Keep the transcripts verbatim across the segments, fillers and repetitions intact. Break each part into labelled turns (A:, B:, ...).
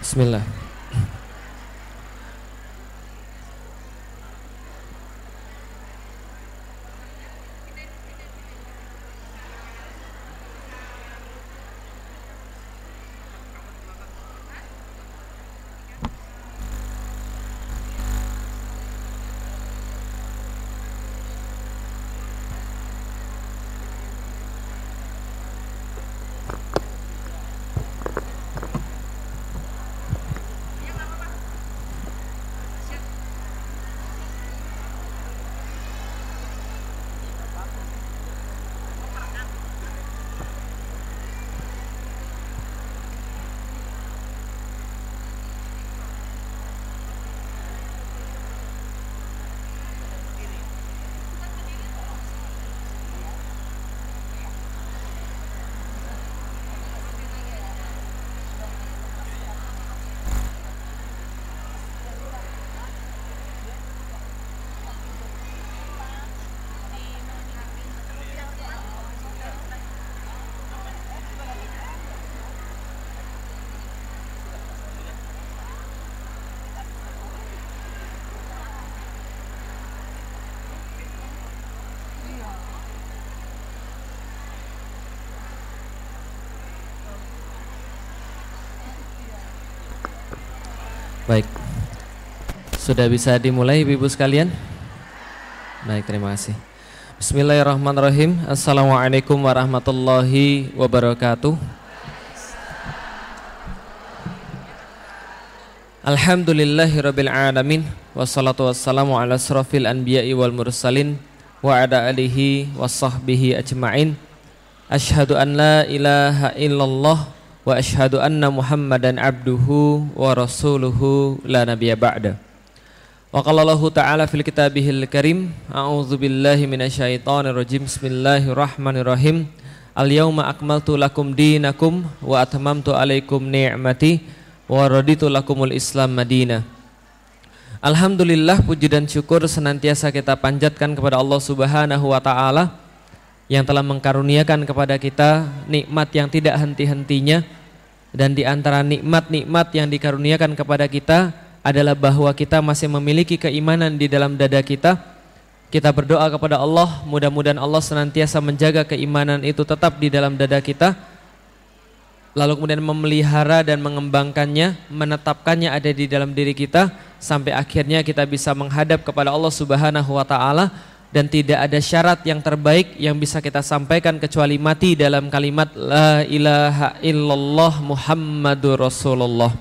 A: Bismillah. Baik, sudah bisa dimulai ibu-ibu sekalian? Baik, terima kasih. Bismillahirrahmanirrahim. Assalamualaikum warahmatullahi wabarakatuh. Alhamdulillahirabbil alamin, wassalatu wassalamu ala asrofil anbiya'i wal mursalin wa ala alihi wassahbihi ajma'in. Asyhadu an la ilaha illallah wa asyhadu anna Muhammadan abduhu wa rasuluhu la nabiyya ba'da. Wa qala Allahu ta'ala fil kitabihil karim, a'udzu billahi minasyaitonir rajim. Bismillahirrahmanirrahim. Al yauma akmaltu lakum dinakum wa atmamtu alaikum ni'mati wa raditu lakumul Islam madina. Alhamdulillah, puji dan syukur senantiasa kita panjatkan kepada Allah Subhanahu wa taala yang telah mengkaruniakan kepada kita nikmat yang tidak henti-hentinya, dan di antara nikmat-nikmat yang dikaruniakan kepada kita adalah bahwa kita masih memiliki keimanan di dalam dada kita. Kita berdoa kepada Allah, mudah-mudahan Allah senantiasa menjaga keimanan itu tetap di dalam dada kita, lalu kemudian memelihara dan mengembangkannya, menetapkannya ada di dalam diri kita sampai akhirnya kita bisa menghadap kepada Allah Subhanahu wa taala. Dan tidak ada syarat yang terbaik yang bisa kita sampaikan kecuali mati dalam kalimat La ilaha illallah Muhammadur Rasulullah.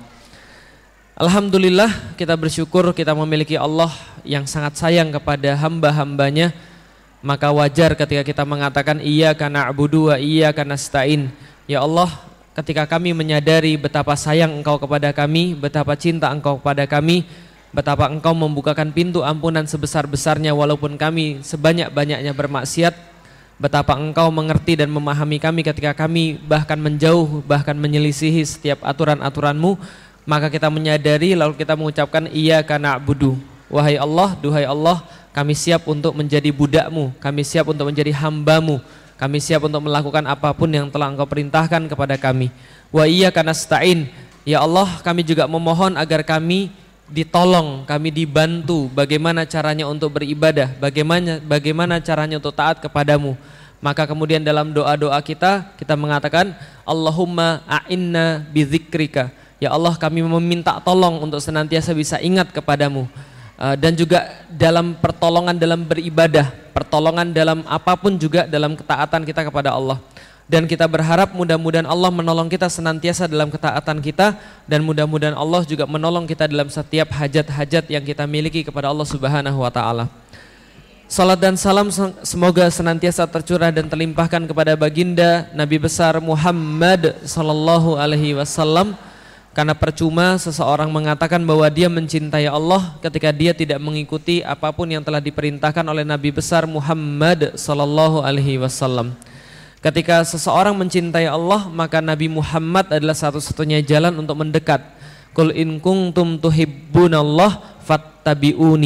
A: Alhamdulillah, kita bersyukur kita memiliki Allah yang sangat sayang kepada hamba-hambanya. Maka wajar ketika kita mengatakan iyyaka na'budu wa iyyaka nasta'in. Ya Allah, ketika kami menyadari betapa sayang Engkau kepada kami, betapa cinta Engkau kepada kami, betapa Engkau membukakan pintu ampunan sebesar-besarnya walaupun kami sebanyak-banyaknya bermaksiat, betapa Engkau mengerti dan memahami kami ketika kami bahkan menjauh, bahkan menyelisihi setiap aturan-aturan-Mu, maka kita menyadari lalu kita mengucapkan iyyaka na'budu. Wahai Allah, duhai Allah, kami siap untuk menjadi budak-Mu, kami siap untuk menjadi hamba-Mu, kami siap untuk melakukan apapun yang telah Engkau perintahkan kepada kami. Wa iyyaka nasta'in. Ya Allah, kami juga memohon agar kami ditolong, kami dibantu bagaimana caranya untuk beribadah, bagaimana bagaimana caranya untuk taat kepadamu. Maka kemudian dalam doa-doa kita, kita mengatakan Allahumma a'inna bidzikrika. Ya Allah, kami meminta tolong untuk senantiasa bisa ingat kepadamu. uh, Dan juga dalam pertolongan dalam beribadah, pertolongan dalam apapun juga dalam ketaatan kita kepada Allah. Dan kita berharap mudah-mudahan Allah menolong kita senantiasa dalam ketaatan kita, dan mudah-mudahan Allah juga menolong kita dalam setiap hajat-hajat yang kita miliki kepada Allah Subhanahu wa taala. Salat dan salam semoga senantiasa tercurah dan terlimpahkan kepada baginda Nabi besar Muhammad sallallahu alaihi wasallam, karena percuma seseorang mengatakan bahwa dia mencintai Allah ketika dia tidak mengikuti apapun yang telah diperintahkan oleh Nabi besar Muhammad sallallahu alaihi wasallam. Ketika seseorang mencintai Allah, maka Nabi Muhammad adalah satu-satunya jalan untuk mendekat. Qul in kuntum tuhibbunallah fattabi'uni.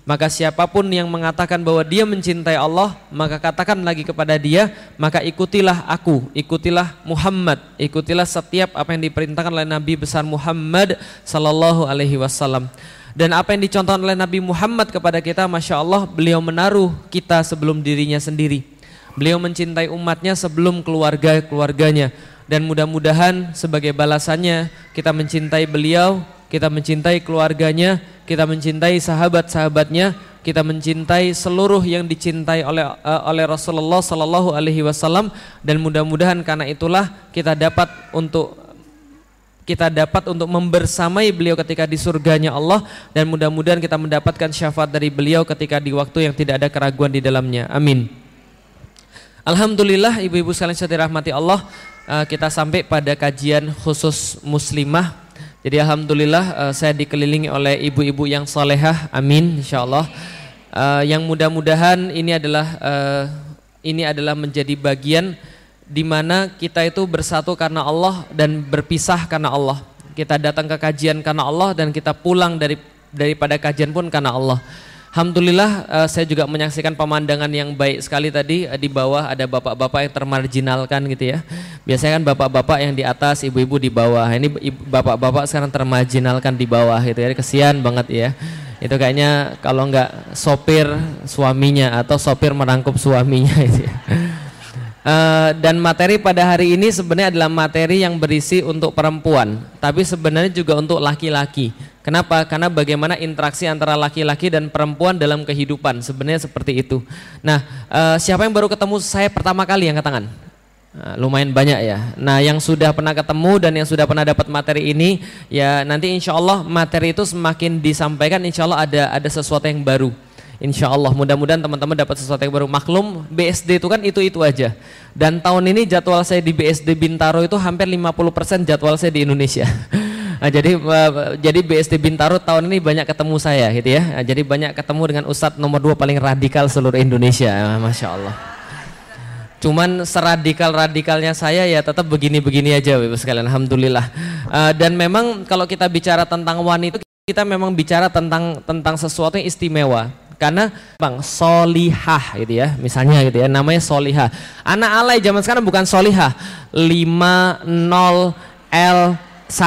A: Maka siapapun yang mengatakan bahwa dia mencintai Allah, maka katakan lagi kepada dia, maka ikutilah aku, ikutilah Muhammad, ikutilah setiap apa yang diperintahkan oleh Nabi besar Muhammad sallallahu alaihi wasallam. Dan apa yang dicontohkan oleh Nabi Muhammad kepada kita, Masya Allah, beliau menaruh kita sebelum dirinya sendiri. Beliau mencintai umatnya sebelum keluarga-keluarganya. Dan mudah-mudahan sebagai balasannya kita mencintai beliau, kita mencintai keluarganya, kita mencintai sahabat-sahabatnya, kita mencintai seluruh yang dicintai oleh uh, oleh Rasulullah sallallahu alaihi wasallam, dan mudah-mudahan karena itulah kita dapat untuk kita dapat untuk membersamai beliau ketika di surganya Allah, dan mudah-mudahan kita mendapatkan syafaat dari beliau ketika di waktu yang tidak ada keraguan di dalamnya. Amin. Alhamdulillah, ibu-ibu sekalian yang dirahmati Allah, uh, kita sampai pada kajian khusus muslimah. Jadi alhamdulillah uh, saya dikelilingi oleh ibu-ibu yang solehah, amin insyaallah. Uh, yang mudah-mudahan ini adalah uh, ini adalah menjadi bagian di mana kita itu bersatu karena Allah dan berpisah karena Allah. Kita datang ke kajian karena Allah dan kita pulang dari daripada kajian pun karena Allah. Alhamdulillah, uh, saya juga menyaksikan pemandangan yang baik sekali tadi. Uh, di bawah ada bapak-bapak yang termarginalkan gitu ya. Biasanya kan bapak-bapak yang di atas, ibu-ibu di bawah. Ini bapak-bapak sekarang termarginalkan di bawah gitu ya. Kesian banget ya. Itu kayaknya kalau nggak sopir suaminya atau sopir merangkup suaminya gitu ya. Uh, dan materi pada hari ini sebenarnya adalah materi yang berisi untuk perempuan, tapi sebenarnya juga untuk laki-laki. Kenapa? Karena bagaimana interaksi antara laki-laki dan perempuan dalam kehidupan, sebenarnya seperti itu. Nah, uh, siapa yang baru ketemu saya pertama kali, angkat tangan? Nah, lumayan banyak ya. Nah, yang sudah pernah ketemu dan yang sudah pernah dapat materi ini, ya nanti insya Allah materi itu semakin disampaikan, insya Allah ada ada sesuatu yang baru. Insya Allah, mudah-mudahan teman-teman dapat sesuatu yang baru. Maklum B S D itu kan itu-itu aja. Dan tahun ini jadwal saya di B S D Bintaro itu hampir lima puluh persen jadwal saya di Indonesia. Nah, jadi uh, jadi B S D Bintaro tahun ini banyak ketemu saya gitu ya. Nah, jadi banyak ketemu dengan ustadz nomor dua paling radikal seluruh Indonesia. Nah, Masya Allah. Cuman seradikal-radikalnya saya ya tetap begini-begini aja Bapak sekalian, alhamdulillah. Uh, dan memang kalau kita bicara tentang wanita, kita memang bicara tentang tentang sesuatu yang istimewa. Karena bang solihah gitu ya, misalnya gitu ya, namanya solihah. Anak alay zaman sekarang bukan solihah lima nol L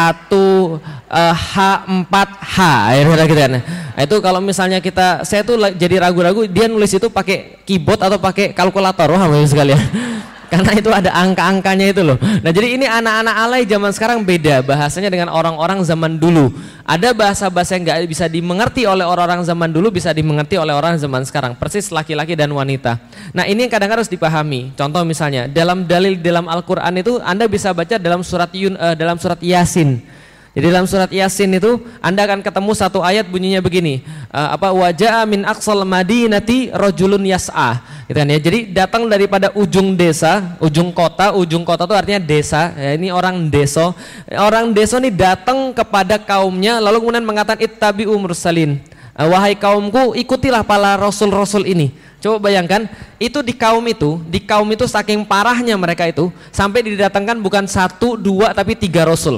A: satu H empat H gitu kan. Nah, itu kalau misalnya kita, saya tuh jadi ragu-ragu dia nulis itu pakai keyboard atau pakai kalkulator, wah sekalian. Karena itu ada angka-angkanya itu loh. Nah, jadi ini anak-anak alay zaman sekarang beda bahasanya dengan orang-orang zaman dulu. Ada bahasa-bahasa yang nggak bisa dimengerti oleh orang-orang zaman dulu, bisa dimengerti oleh orang zaman sekarang. Persis laki-laki dan wanita. Nah, ini yang kadang-kadang harus dipahami. Contoh misalnya dalam dalil dalam Al-Quran itu Anda bisa baca dalam surat Yun, uh, dalam surat Yasin. Jadi dalam surat Yasin itu Anda akan ketemu satu ayat bunyinya begini, uh, apa wajah min aqsal madinati rajulun yas'a, gitu kan ya. Jadi datang daripada ujung desa, ujung kota, ujung kota itu artinya desa. Ya, ini orang deso, orang deso ini datang kepada kaumnya lalu kemudian mengatakan ittabi'u mursalin, uh, wahai kaumku ikutilah para rasul-rasul ini. Coba bayangkan, itu di kaum itu, di kaum itu saking parahnya mereka itu sampai didatangkan bukan satu, dua tapi tiga rasul.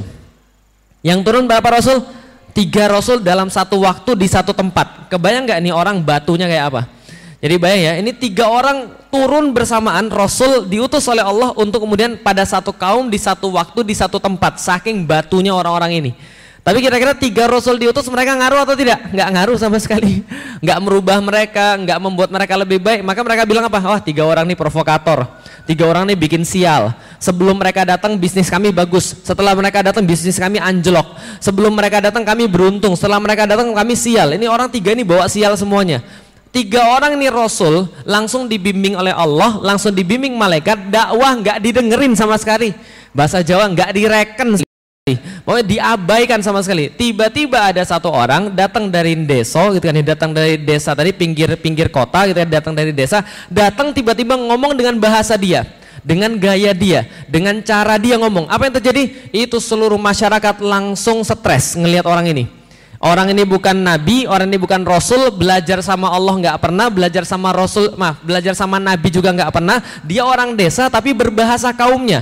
A: Yang turun berapa rasul? Tiga rasul dalam satu waktu di satu tempat. Kebayang nggak nih orang batunya kayak apa? Jadi bayang ya, ini tiga orang turun bersamaan, rasul diutus oleh Allah untuk kemudian pada satu kaum di satu waktu di satu tempat. Saking batunya orang-orang ini. Tapi kira-kira tiga rasul diutus mereka ngaruh atau tidak? Nggak ngaruh sama sekali. Nggak merubah mereka, nggak membuat mereka lebih baik. Maka mereka bilang apa? Wah, tiga orang ini provokator. Tiga orang ini bikin sial. Sebelum mereka datang bisnis kami bagus. Setelah mereka datang bisnis kami anjlok. Sebelum mereka datang kami beruntung. Setelah mereka datang kami sial. Ini orang tiga ini bawa sial semuanya. Tiga orang ini rasul langsung dibimbing oleh Allah, langsung dibimbing malaikat, dakwah nggak didengerin sama sekali. Bahasa Jawa nggak direken. Pokoknya diabaikan sama sekali. Tiba-tiba ada satu orang datang dari desa gitu kan, datang dari desa tadi pinggir-pinggir kota gitu ya, datang dari desa, datang tiba-tiba ngomong dengan bahasa dia, dengan gaya dia, dengan cara dia ngomong. Apa yang terjadi? Itu seluruh masyarakat langsung stres ngelihat orang ini. Orang ini bukan nabi, orang ini bukan rasul, belajar sama Allah nggak pernah, belajar sama rasul, maaf, belajar sama nabi juga nggak pernah. Dia orang desa tapi berbahasa kaumnya.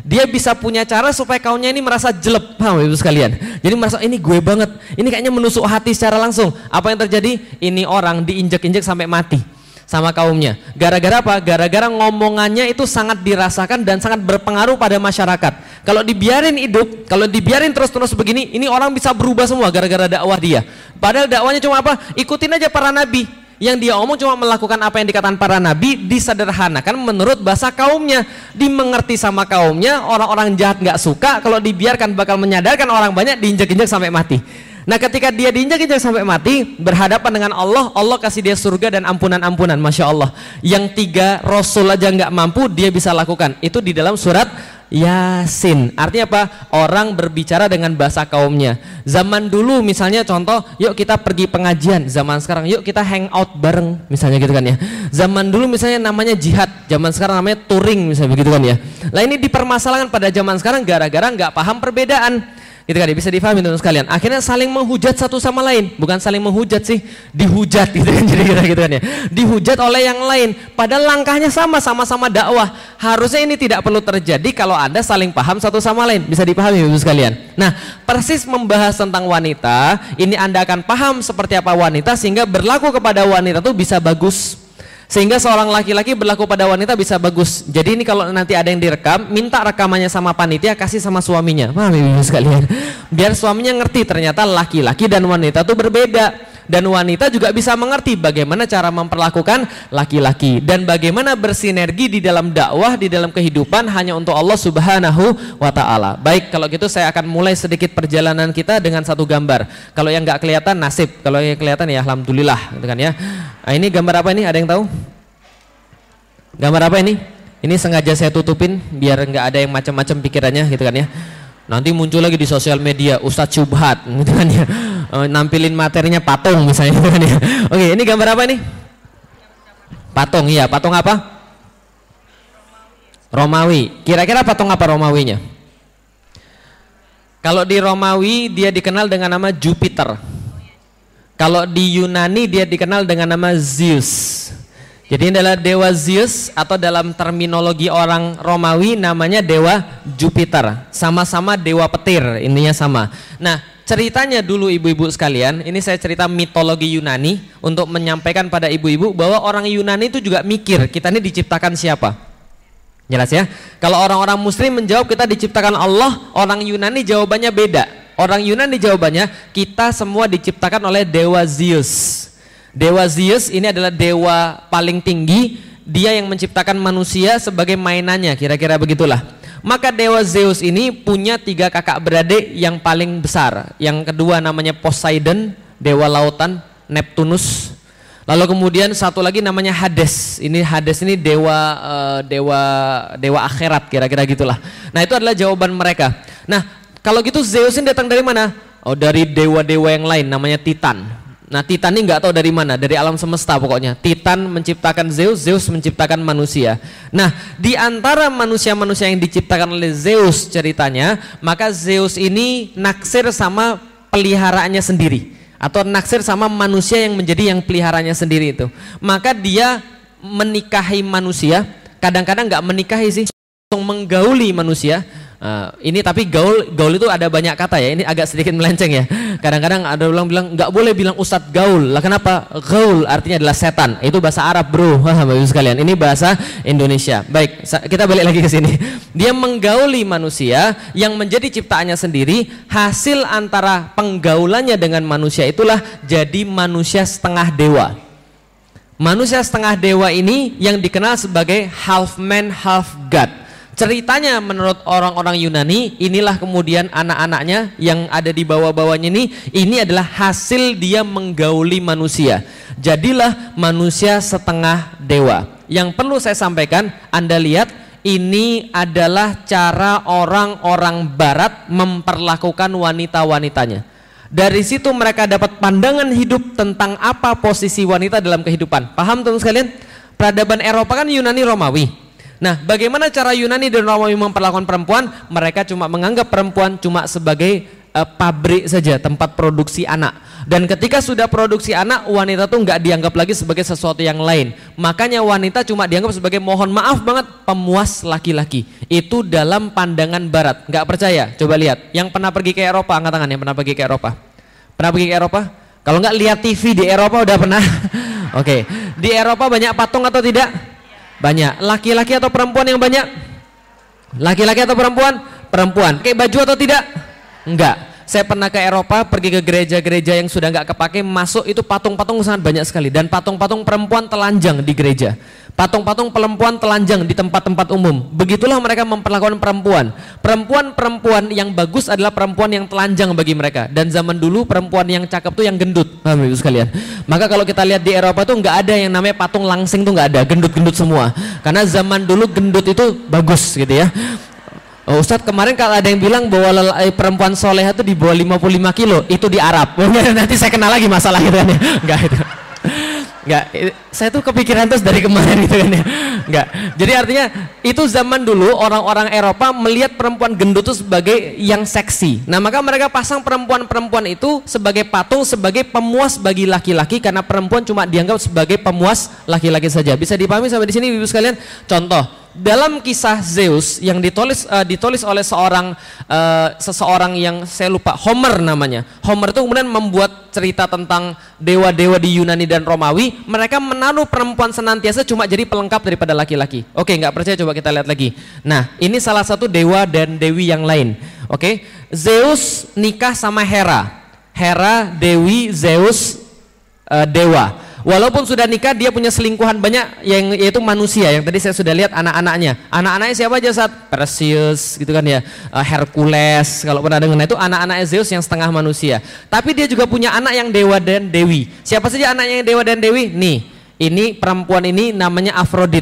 A: dia bisa punya cara supaya kaumnya ini merasa jelek, paham ibu sekalian? Jadi merasa ini gue banget, ini kayaknya menusuk hati secara langsung. Apa yang terjadi? Ini orang diinjek-injek sampai mati sama kaumnya. Gara-gara apa? Gara-gara ngomongannya itu sangat dirasakan dan sangat berpengaruh pada masyarakat. Kalau dibiarin hidup, kalau dibiarin terus-terus begini, ini orang bisa berubah semua gara-gara dakwah dia. Padahal dakwahnya cuma apa? Ikutin aja para nabi. Yang dia omong cuma melakukan apa yang dikatakan para nabi, disederhanakan menurut bahasa kaumnya, dimengerti sama kaumnya. Orang-orang jahat nggak suka, kalau dibiarkan bakal menyadarkan orang banyak, diinjak-injak sampai mati. Nah ketika dia diinjak-injak sampai mati, berhadapan dengan Allah, Allah kasih dia surga dan ampunan-ampunan, Masya Allah. Yang tiga Rasul aja nggak mampu, dia bisa lakukan. Itu di dalam surat Yasin. Artinya apa? Orang berbicara dengan bahasa kaumnya. Zaman dulu misalnya contoh, yuk kita pergi pengajian. Zaman sekarang yuk kita hangout bareng, misalnya gitu kan ya. Zaman dulu misalnya namanya jihad, zaman sekarang namanya touring, misalnya begitu kan ya. Nah ini dipermasalahkan pada zaman sekarang gara-gara nggak paham perbedaan. Gitu kan, bisa difahami teman-teman sekalian. Akhirnya saling menghujat satu sama lain, bukan saling menghujat sih, dihujat gitu kan, jadi gitu kan ya. Dihujat oleh yang lain, padahal langkahnya sama, sama-sama dakwah. Harusnya ini tidak perlu terjadi kalau Anda saling paham satu sama lain. Bisa dipahami Ibu sekalian. Nah, persis membahas tentang wanita, ini Anda akan paham seperti apa wanita sehingga berlaku kepada wanita itu bisa bagus. Sehingga seorang laki-laki berlaku pada wanita bisa bagus. Jadi ini kalau nanti ada yang direkam, minta rekamannya sama panitia, kasih sama suaminya. Paham ibu sekalian? Biar suaminya ngerti ternyata laki-laki dan wanita itu berbeda. Dan wanita juga bisa mengerti bagaimana cara memperlakukan laki-laki dan bagaimana bersinergi di dalam dakwah, di dalam kehidupan hanya untuk Allah Subhanahu wa Ta'ala. Baik, kalau gitu saya akan mulai sedikit perjalanan kita dengan satu gambar. Kalau yang nggak kelihatan nasib, kalau yang kelihatan ya alhamdulillah, gitu kan ya. Nah, ini gambar apa ini? Ada yang tahu? Gambar apa ini? Ini sengaja saya tutupin biar nggak ada yang macam-macam pikirannya, gitu kan ya. Nanti muncul lagi di sosial media Ustadz Syubhat, gitu kan ya. Nampilin materinya patung misalnya, gitu kan ya. Oke, ini gambar apa ini? Patung, iya. Patung apa? Romawi. Kira-kira patung apa Romawinya? Kalau di Romawi dia dikenal dengan nama Jupiter. Kalau di Yunani dia dikenal dengan nama Zeus. Jadi ini adalah dewa Zeus, atau dalam terminologi orang Romawi namanya dewa Jupiter. Sama-sama dewa petir, intinya sama. Nah, ceritanya dulu ibu-ibu sekalian, ini saya cerita mitologi Yunani untuk menyampaikan pada ibu-ibu bahwa orang Yunani itu juga mikir, kita ini diciptakan siapa? Jelas ya? Kalau orang-orang muslim menjawab kita diciptakan Allah, orang Yunani jawabannya beda. Orang Yunani jawabannya kita semua diciptakan oleh dewa Zeus. Dewa Zeus ini adalah dewa paling tinggi, dia yang menciptakan manusia sebagai mainannya, kira-kira begitulah. Maka dewa Zeus ini punya tiga kakak beradik yang paling besar. Yang kedua namanya Poseidon, dewa lautan, Neptunus. Lalu kemudian satu lagi namanya Hades. Ini Hades ini dewa uh, dewa dewa akhirat, kira-kira gitulah. Nah, itu adalah jawaban mereka. Nah, kalau gitu Zeus ini datang dari mana? Oh, dari dewa-dewa yang lain namanya Titan. Nah, Titan ini nggak tahu dari mana, dari alam semesta pokoknya. Titan menciptakan Zeus, Zeus menciptakan manusia. Nah, di antara manusia-manusia yang diciptakan oleh Zeus ceritanya, maka Zeus ini naksir sama peliharaannya sendiri, atau naksir sama manusia yang menjadi yang peliharanya sendiri itu. Maka dia menikahi manusia, kadang-kadang nggak menikahi sih, langsung menggauli manusia. Uh, ini tapi gaul gaul itu ada banyak kata ya, ini agak sedikit melenceng ya. Kadang-kadang ada orang bilang nggak boleh bilang ustadz gaul. Lah kenapa? Gaul artinya adalah setan. Itu bahasa Arab bro, bapak sekalian. Ini bahasa Indonesia. Baik, kita balik lagi ke sini. Dia menggauli manusia yang menjadi ciptaannya sendiri. Hasil antara penggaulannya dengan manusia itulah jadi manusia setengah dewa. Manusia setengah dewa ini yang dikenal sebagai half man half god. Ceritanya menurut orang-orang Yunani, inilah kemudian anak-anaknya yang ada di bawah-bawahnya ini, ini adalah hasil dia menggauli manusia. Jadilah manusia setengah dewa. Yang perlu saya sampaikan, Anda lihat, ini adalah cara orang-orang barat memperlakukan wanita-wanitanya. Dari situ mereka dapat pandangan hidup tentang apa posisi wanita dalam kehidupan. Paham teman sekalian? Peradaban Eropa kan Yunani Romawi. Nah, bagaimana cara Yunani dan Romawi memperlakukan perempuan? Mereka cuma menganggap perempuan cuma sebagai uh, pabrik saja, tempat produksi anak. Dan ketika sudah produksi anak, wanita tuh nggak dianggap lagi sebagai sesuatu yang lain. Makanya wanita cuma dianggap sebagai, mohon maaf banget, pemuas laki-laki. Itu dalam pandangan barat. Nggak percaya? Coba lihat. Yang pernah pergi ke Eropa, angkat tangan yang pernah pergi ke Eropa. Pernah pergi ke Eropa? Kalau nggak lihat T V di Eropa udah pernah? Oke. Okay. Di Eropa banyak patung atau tidak? Banyak. Laki-laki atau perempuan yang banyak? Laki-laki atau perempuan? Perempuan. Kayak baju atau tidak? Enggak. Saya pernah ke Eropa, pergi ke gereja-gereja yang sudah nggak kepake, masuk itu patung-patung sangat banyak sekali, dan patung-patung perempuan telanjang di gereja, patung-patung perempuan telanjang di tempat-tempat umum. Begitulah mereka memperlakukan perempuan. Perempuan-perempuan yang bagus adalah perempuan yang telanjang bagi mereka, dan zaman dulu perempuan yang cakep tuh yang gendut. Paham ibu sekalian? Maka kalau kita lihat di Eropa tuh nggak ada yang namanya patung langsing, tuh nggak ada, gendut-gendut semua. Karena zaman dulu gendut itu bagus gitu ya. Oh, Ustadz, kemarin kalau ada yang bilang bahwa perempuan soleha itu di bawah lima puluh lima kilo, itu di Arab. Nanti saya kenal lagi masalah itu kan ya. Enggak itu. Enggak, saya tuh kepikiran terus dari kemarin itu kan ya. Enggak. Jadi artinya itu zaman dulu orang-orang Eropa melihat perempuan gendut itu sebagai yang seksi. Nah, maka mereka pasang perempuan-perempuan itu sebagai patung, sebagai pemuas bagi laki-laki, karena perempuan cuma dianggap sebagai pemuas laki-laki saja. Bisa dipahami sampai di sini Ibu sekalian? Contoh, dalam kisah Zeus yang ditulis uh, ditulis oleh seorang uh, seseorang yang saya lupa, Homer namanya. Homer itu kemudian membuat cerita tentang dewa-dewa di Yunani dan Romawi. Mereka menaruh perempuan senantiasa cuma jadi pelengkap daripada laki-laki. Oke, nggak percaya, coba kita lihat lagi. Nah, ini salah satu dewa dan dewi yang lain. Oke, Zeus nikah sama Hera. Hera dewi, Zeus uh, dewa. Walaupun sudah nikah, dia punya selingkuhan banyak, yang yaitu manusia. Yang tadi saya sudah lihat anak-anaknya. Anak-anaknya siapa aja saat Perseus gitu kan ya, uh, Hercules kalau pernah dengar. Nah, itu anak-anak Zeus yang setengah manusia. Tapi dia juga punya anak yang dewa dan dewi. Siapa saja anaknya yang dewa dan dewi? Nih, ini perempuan ini namanya Afrodit.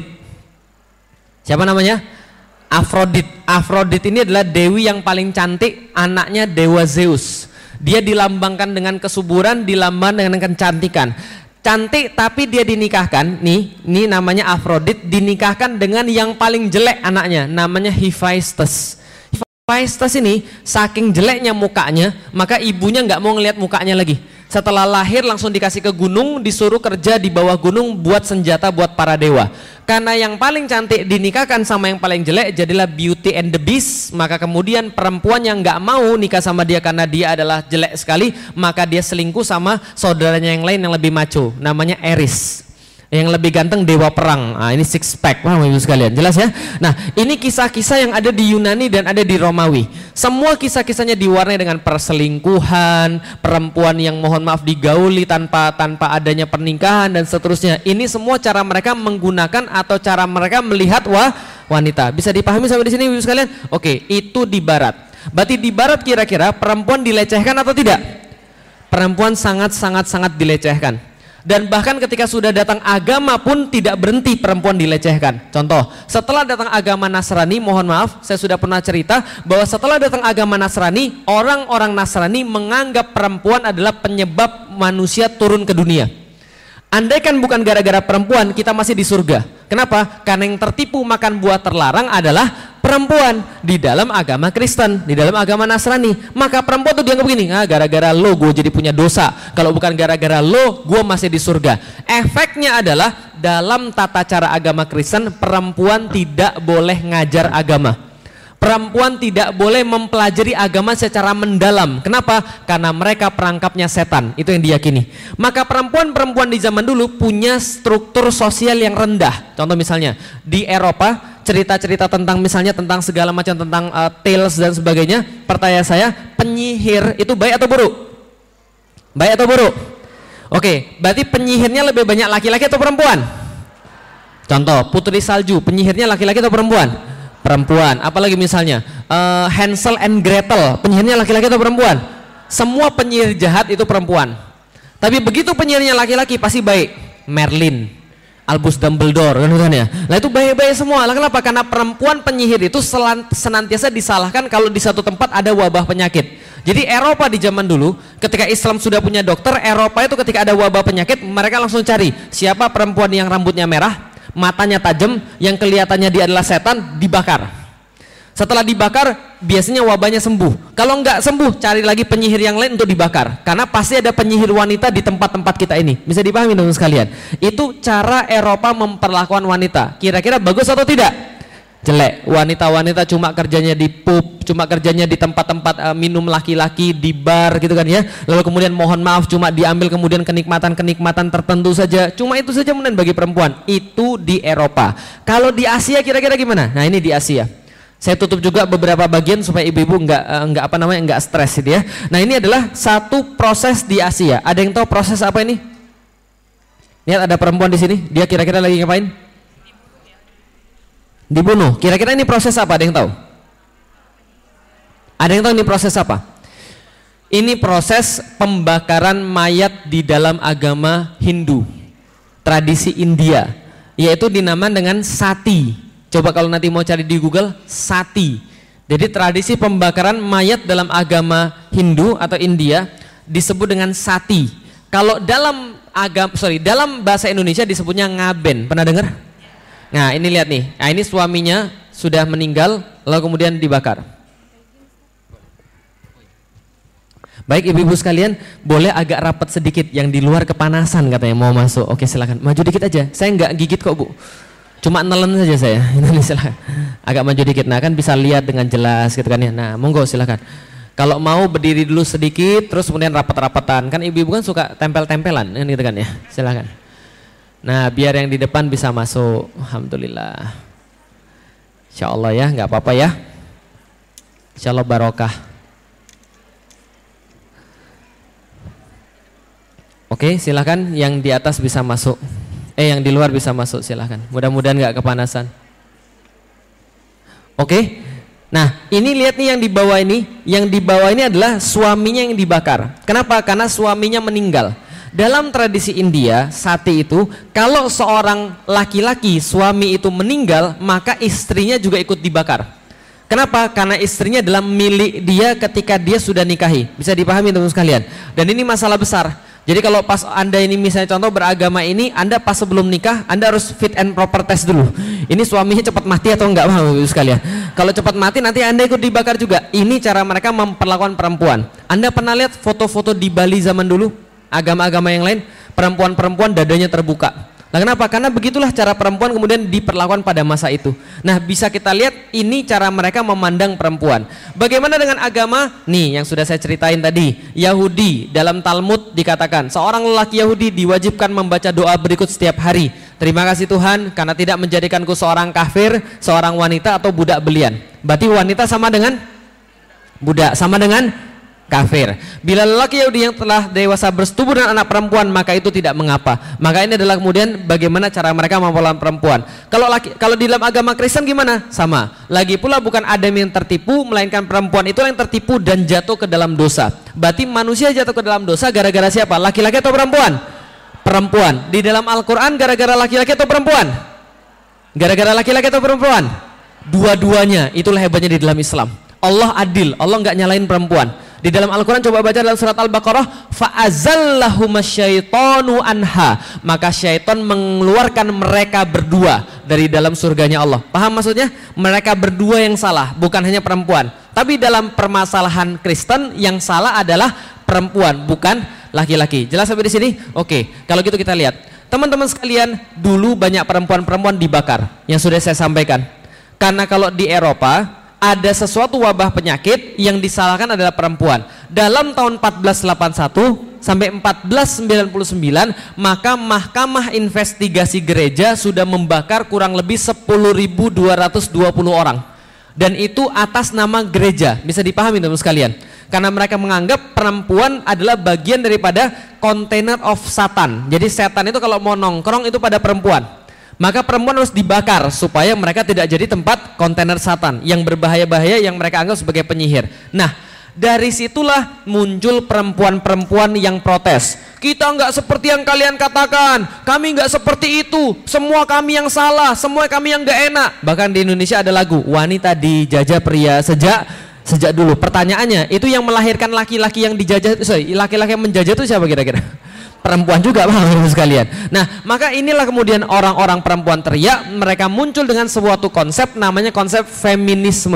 A: Siapa namanya? Afrodit. Afrodit ini adalah dewi yang paling cantik, anaknya dewa Zeus. Dia dilambangkan dengan kesuburan, dilambangkan dengan kecantikan. Cantik tapi dia dinikahkan, nih, ini namanya Afrodit, dinikahkan dengan yang paling jelek anaknya, namanya Hephaestus. Hephaestus ini saking jeleknya mukanya, maka ibunya nggak mau ngelihat mukanya lagi. Setelah lahir langsung dikasih ke gunung, disuruh kerja di bawah gunung buat senjata buat para dewa. Karena yang paling cantik dinikahkan sama yang paling jelek, jadilah Beauty and the Beast. Maka kemudian perempuan yang nggak mau nikah sama dia karena dia adalah jelek sekali, maka dia selingkuh sama saudaranya yang lain yang lebih maco, namanya Eris. Yang lebih ganteng dewa perang. Nah, ini six pack, paham ibu sekalian? Jelas ya? Nah, ini kisah-kisah yang ada di Yunani dan ada di Romawi. Semua kisah-kisahnya diwarnai dengan perselingkuhan, perempuan yang mohon maaf digauli tanpa tanpa adanya pernikahan dan seterusnya. Ini semua cara mereka menggunakan atau cara mereka melihat wah wanita. Bisa dipahami sampai di sini ibu sekalian? Oke, itu di barat. Berarti di barat kira-kira perempuan dilecehkan atau tidak? Perempuan sangat-sangat sangat dilecehkan. Dan bahkan ketika sudah datang agama pun tidak berhenti perempuan dilecehkan. Contoh, setelah datang agama Nasrani, mohon maaf, saya sudah pernah cerita bahwa setelah datang agama Nasrani, orang-orang Nasrani menganggap perempuan adalah penyebab manusia turun ke dunia. Andaikan bukan gara-gara perempuan, kita masih di surga. Kenapa? Karena yang tertipu makan buah terlarang adalah perempuan di dalam agama Kristen, di dalam agama Nasrani. Maka perempuan tuh dianggap begini, ah, gara-gara lo gue jadi punya dosa, kalau bukan gara-gara lo gue masih di surga. Efeknya adalah dalam tata cara agama Kristen, perempuan tidak boleh ngajar agama. Perempuan tidak boleh mempelajari agama secara mendalam. Kenapa? Karena mereka perangkapnya setan. Itu yang diyakini. Maka perempuan-perempuan di zaman dulu punya struktur sosial yang rendah. Contoh misalnya di Eropa, cerita-cerita tentang misalnya tentang segala macam tentang uh, tales dan sebagainya. Pertanyaan saya, penyihir itu baik atau buruk? Baik atau buruk? Oke, berarti penyihirnya lebih banyak laki-laki atau perempuan? Contoh, Putri Salju, penyihirnya laki-laki atau perempuan? Perempuan. Apalagi misalnya uh, Hansel and Gretel, penyihirnya laki-laki atau perempuan? Semua penyihir jahat itu perempuan. Tapi begitu penyihirnya laki-laki pasti baik. Merlin, Albus Dumbledore, kan ya. Nah itu baik-baik semua. Kenapa? Karena perempuan penyihir itu senantiasa disalahkan kalau di satu tempat ada wabah penyakit. Jadi Eropa di zaman dulu, ketika Islam sudah punya dokter, Eropa itu ketika ada wabah penyakit, mereka langsung cari siapa perempuan yang rambutnya merah, matanya tajam, yang kelihatannya dia adalah setan, dibakar. Setelah dibakar, biasanya wabahnya sembuh. Kalau nggak sembuh, cari lagi penyihir yang lain untuk dibakar. Karena pasti ada penyihir wanita di tempat-tempat kita ini. Bisa dipahami teman-teman sekalian. Itu cara Eropa memperlakukan wanita. Kira-kira bagus atau tidak? Jelek. Wanita-wanita cuma kerjanya di pub, cuma kerjanya di tempat-tempat uh, minum laki-laki, di bar gitu kan ya. Lalu kemudian mohon maaf cuma diambil kemudian kenikmatan-kenikmatan tertentu saja. Cuma itu saja kemudian bagi perempuan. Itu di Eropa. Kalau di Asia kira-kira gimana? Nah ini di Asia. Saya tutup juga beberapa bagian supaya ibu-ibu nggak nggak apa namanya nggak stres gitu ya. Nah ini adalah satu proses di Asia. Ada yang tahu proses apa ini? Lihat ada perempuan di sini. Dia kira-kira lagi ngapain? Dibunuh. Kira-kira ini proses apa? Ada yang tahu? Ada yang tahu ini proses apa? Ini proses pembakaran mayat di dalam agama Hindu, tradisi India, yaitu dinamakan dengan sati. Coba kalau nanti mau cari di Google, sati. Jadi tradisi pembakaran mayat dalam agama Hindu atau India disebut dengan sati. Kalau dalam agama, sorry, dalam bahasa Indonesia disebutnya ngaben. Pernah dengar? Nah ini lihat nih. Nah ini suaminya sudah meninggal, lalu kemudian dibakar. Baik ibu-ibu sekalian, boleh agak rapat sedikit. Yang di luar kepanasan katanya mau masuk. Oke silakan, maju dikit aja. Saya nggak gigit kok bu. Cuma nelen saja saya. Ini silakan. Agak maju dikit. Nah kan bisa lihat dengan jelas gitu kan ya. Nah monggo silakan. Kalau mau berdiri dulu sedikit, terus kemudian rapat-rapatan. Kan ibu-ibu kan suka tempel-tempelan kan gitu kan ya. Silakan. Nah biar yang di depan bisa masuk. Alhamdulillah. Insya Allah ya, nggak apa-apa ya. Insya Allah barokah. Oke silakan yang di atas bisa masuk. Eh yang di luar bisa masuk silahkan. Mudah-mudahan nggak kepanasan. Oke. Nah ini lihat nih yang di bawah ini. Yang di bawah ini adalah suaminya yang dibakar. Kenapa? Karena suaminya meninggal. Dalam tradisi India sati itu, kalau seorang laki-laki suami itu meninggal, maka istrinya juga ikut dibakar. Kenapa? Karena istrinya adalah milik dia ketika dia sudah nikahi. Bisa dipahami teman-teman sekalian. Dan ini masalah besar. Jadi kalau pas Anda ini misalnya contoh beragama ini, Anda pas sebelum nikah, Anda harus fit and proper test dulu. Ini suaminya cepat mati atau enggak, Bapak Ibu sekalian. Kalau cepat mati nanti Anda ikut dibakar juga. Ini cara mereka memperlakukan perempuan. Anda pernah lihat foto-foto di Bali zaman dulu? Agama-agama yang lain, perempuan-perempuan dadanya terbuka. Nah kenapa? Karena begitulah cara perempuan kemudian diperlakukan pada masa itu. Nah bisa kita lihat ini cara mereka memandang perempuan. Bagaimana dengan agama? Nih yang sudah saya ceritain tadi. Yahudi dalam Talmud dikatakan seorang lelaki Yahudi diwajibkan membaca doa berikut setiap hari. Terima kasih Tuhan karena tidak menjadikanku seorang kafir, seorang wanita atau budak belian. Berarti wanita sama dengan budak, sama dengan kafir. Bila lelaki Yahudi yang telah dewasa bersetubuh dengan anak perempuan, maka itu tidak mengapa. Maka ini adalah kemudian bagaimana cara mereka memperlakukan perempuan. Kalau laki, kalau di dalam agama Kristen gimana? Sama. Lagi pula bukan Adam yang tertipu, melainkan perempuan itu yang tertipu dan jatuh ke dalam dosa. Berarti manusia jatuh ke dalam dosa gara-gara siapa? Laki-laki atau perempuan? Perempuan. Di dalam Al-Quran gara-gara laki-laki atau perempuan? Gara-gara laki-laki atau perempuan? Dua-duanya. Itulah hebatnya di dalam Islam. Allah adil. Allah nggak nyalain perempuan. Di dalam Al-Quran coba baca dalam surat Al-Baqarah, fa'azallahumasyaitonu anha, maka syaitan mengeluarkan mereka berdua dari dalam surganya Allah. Paham maksudnya? Mereka berdua yang salah, bukan hanya perempuan. Tapi dalam permasalahan Kristen yang salah adalah perempuan, bukan laki-laki. Jelas sampai di sini? Oke, kalau gitu kita lihat. Teman-teman sekalian, dulu banyak perempuan-perempuan dibakar, yang sudah saya sampaikan. Karena kalau di Eropa ada sesuatu wabah penyakit yang disalahkan adalah perempuan. Dalam tahun empat belas delapan puluh satu sampai empat belas sembilan puluh sembilan, maka Mahkamah Investigasi Gereja sudah membakar kurang lebih sepuluh ribu dua ratus dua puluh orang. Dan itu atas nama gereja. Bisa dipahami teman-teman sekalian. Karena mereka menganggap perempuan adalah bagian daripada container of Satan. Jadi setan itu kalau mau nongkrong itu pada perempuan. Maka perempuan harus dibakar supaya mereka tidak jadi tempat kontainer Satan yang berbahaya-bahaya yang mereka anggap sebagai penyihir. Nah, dari situlah muncul perempuan-perempuan yang protes. Kita nggak seperti yang kalian katakan, kami nggak seperti itu, semua kami yang salah, semua kami yang nggak enak. Bahkan di Indonesia ada lagu wanita dijajah pria sejak sejak dulu. Pertanyaannya, itu yang melahirkan laki-laki yang dijajah, sorry, laki-laki yang menjajah itu siapa kira-kira? Perempuan juga, Bapak sekalian. Nah, maka inilah kemudian orang-orang perempuan teriak, mereka muncul dengan sebuah konsep namanya konsep feminisme.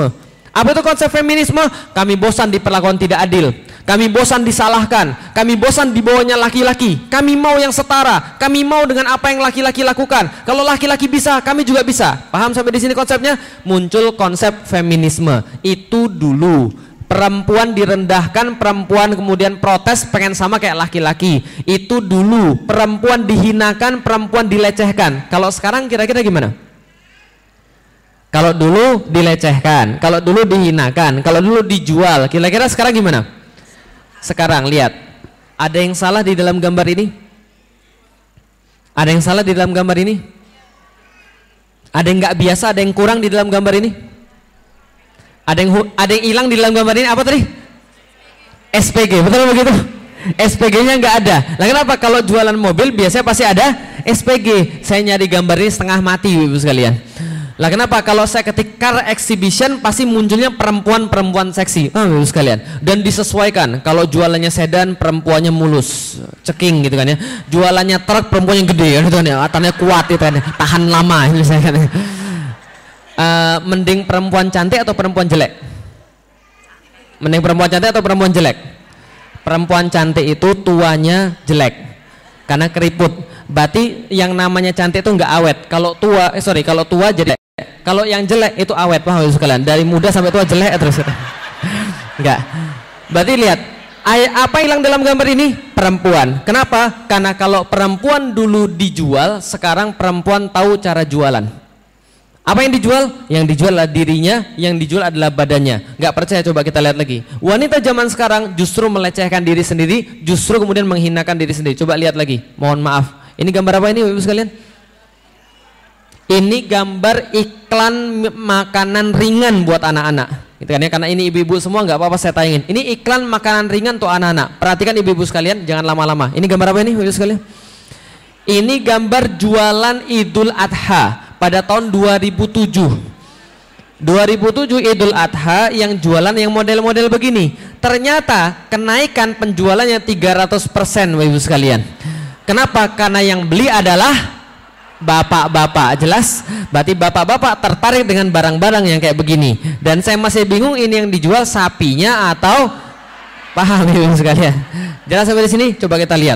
A: Apa itu konsep feminisme? Kami bosan diperlakukan tidak adil, kami bosan disalahkan, kami bosan di bawahnya laki-laki, kami mau yang setara, kami mau dengan apa yang laki-laki lakukan. Kalau laki-laki bisa, kami juga bisa. Paham sampai di sini konsepnya? Muncul konsep feminisme. Itu dulu perempuan direndahkan, perempuan kemudian protes pengen sama kayak laki-laki. Itu dulu perempuan dihinakan, perempuan dilecehkan. Kalau sekarang kira-kira gimana? Kalau dulu dilecehkan, kalau dulu dihinakan, kalau dulu dijual, kira-kira sekarang gimana? Sekarang lihat, ada yang salah di dalam gambar ini? Ada yang salah di dalam gambar ini? Ada yang nggak biasa, ada yang kurang di dalam gambar ini? Ada yang ada yang hilang di dalam gambar ini? Apa tadi? S P G, betul begitu? S P G-nya nggak ada. Lah kenapa? Kalau jualan mobil biasanya pasti ada S P G. Saya nyari gambar ini setengah mati, Ibu sekalian. Lah kenapa? Kalau saya ketik car exhibition pasti munculnya perempuan-perempuan seksi, ah, Ibu sekalian. Dan disesuaikan. Kalau jualannya sedan, perempuannya mulus, ceking gitu kan ya. Jualannya truk, perempuannya gede gitu kan ya. Atannya kuat itu kan ya. Tahan lama misalnya. Uh, mending perempuan cantik atau perempuan jelek? Mending perempuan cantik atau perempuan jelek? Perempuan cantik itu tuanya jelek karena keriput. Berarti yang namanya cantik itu nggak awet. Kalau tua, eh sorry, kalau tua jadi. Kalau yang jelek itu awet, paham sekalian? Dari muda sampai tua jelek terus. Enggak. Berarti lihat, apa hilang dalam gambar ini? Perempuan. Kenapa? Karena kalau perempuan dulu dijual, sekarang perempuan tahu cara jualan. Apa yang dijual? Yang dijual adalah dirinya, yang dijual adalah badannya. Nggak percaya, coba kita lihat lagi. Wanita zaman sekarang justru melecehkan diri sendiri, justru kemudian menghinakan diri sendiri. Coba lihat lagi. Mohon maaf. Ini gambar apa ini, Ibu sekalian? Ini gambar iklan makanan ringan buat anak-anak. Gitu kan ya? Karena ini ibu-ibu semua, nggak apa-apa saya tayangin. Ini iklan makanan ringan untuk anak-anak. Perhatikan ibu-ibu sekalian, jangan lama-lama. Ini gambar apa ini, Ibu sekalian? Ini gambar jualan Idul Adha pada tahun dua ribu tujuh. dua ribu tujuh Idul Adha yang jualan yang model-model begini. Ternyata kenaikan penjualannya tiga ratus persen, Ibu sekalian. Kenapa? Karena yang beli adalah bapak-bapak. Jelas? Berarti bapak-bapak tertarik dengan barang-barang yang kayak begini. Dan saya masih bingung ini yang dijual sapinya atau, paham Ibu sekalian? Jelas sampai di sini? Coba kita lihat.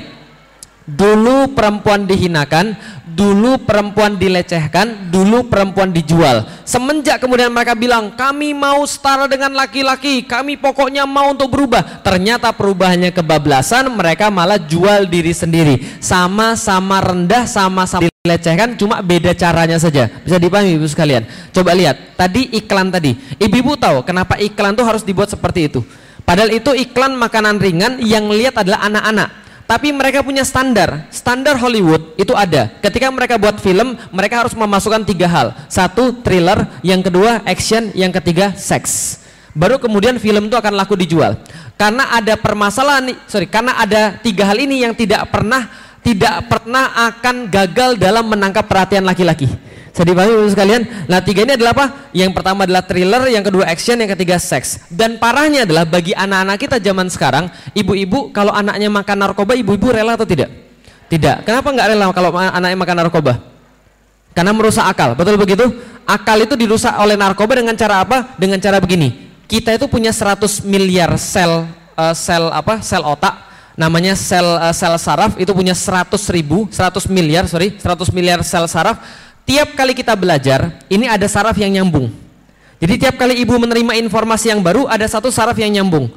A: Dulu perempuan dihinakan, dulu perempuan dilecehkan, dulu perempuan dijual. Semenjak kemudian mereka bilang kami mau setara dengan laki-laki, kami pokoknya mau untuk berubah. Ternyata perubahannya kebablasan, mereka malah jual diri sendiri. Sama-sama rendah, sama-sama dilecehkan, cuma beda caranya saja. Bisa dipahami Ibu sekalian? Coba lihat, tadi iklan tadi. Ibu-ibu tahu kenapa iklan tuh harus dibuat seperti itu? Padahal itu iklan makanan ringan yang lihat adalah anak-anak. Tapi mereka punya standar, standar Hollywood itu ada. Ketika mereka buat film, mereka harus memasukkan tiga hal. Satu, thriller, yang kedua, action, yang ketiga, seks. Baru kemudian film itu akan laku dijual. Karena ada permasalahan, sorry, karena ada tiga hal ini yang tidak pernah, tidak pernah akan gagal dalam menangkap perhatian laki-laki. Saya dipahami Ibu sekalian? Nah tiga ini adalah apa? Yang pertama adalah thriller, yang kedua action, yang ketiga seks. Dan parahnya adalah bagi anak-anak kita zaman sekarang, ibu-ibu kalau anaknya makan narkoba, ibu-ibu rela atau tidak? Tidak. Kenapa nggak rela kalau anaknya makan narkoba? Karena merusak akal, betul begitu? Akal itu dirusak oleh narkoba dengan cara apa? Dengan cara begini. Kita itu punya seratus miliar sel, uh, sel apa? Sel otak. Namanya sel uh, sel saraf itu punya seratus ribu, seratus miliar, sorry, seratus miliar sel saraf. Tiap kali kita belajar, ini ada saraf yang nyambung. Jadi tiap kali ibu menerima informasi yang baru, ada satu saraf yang nyambung.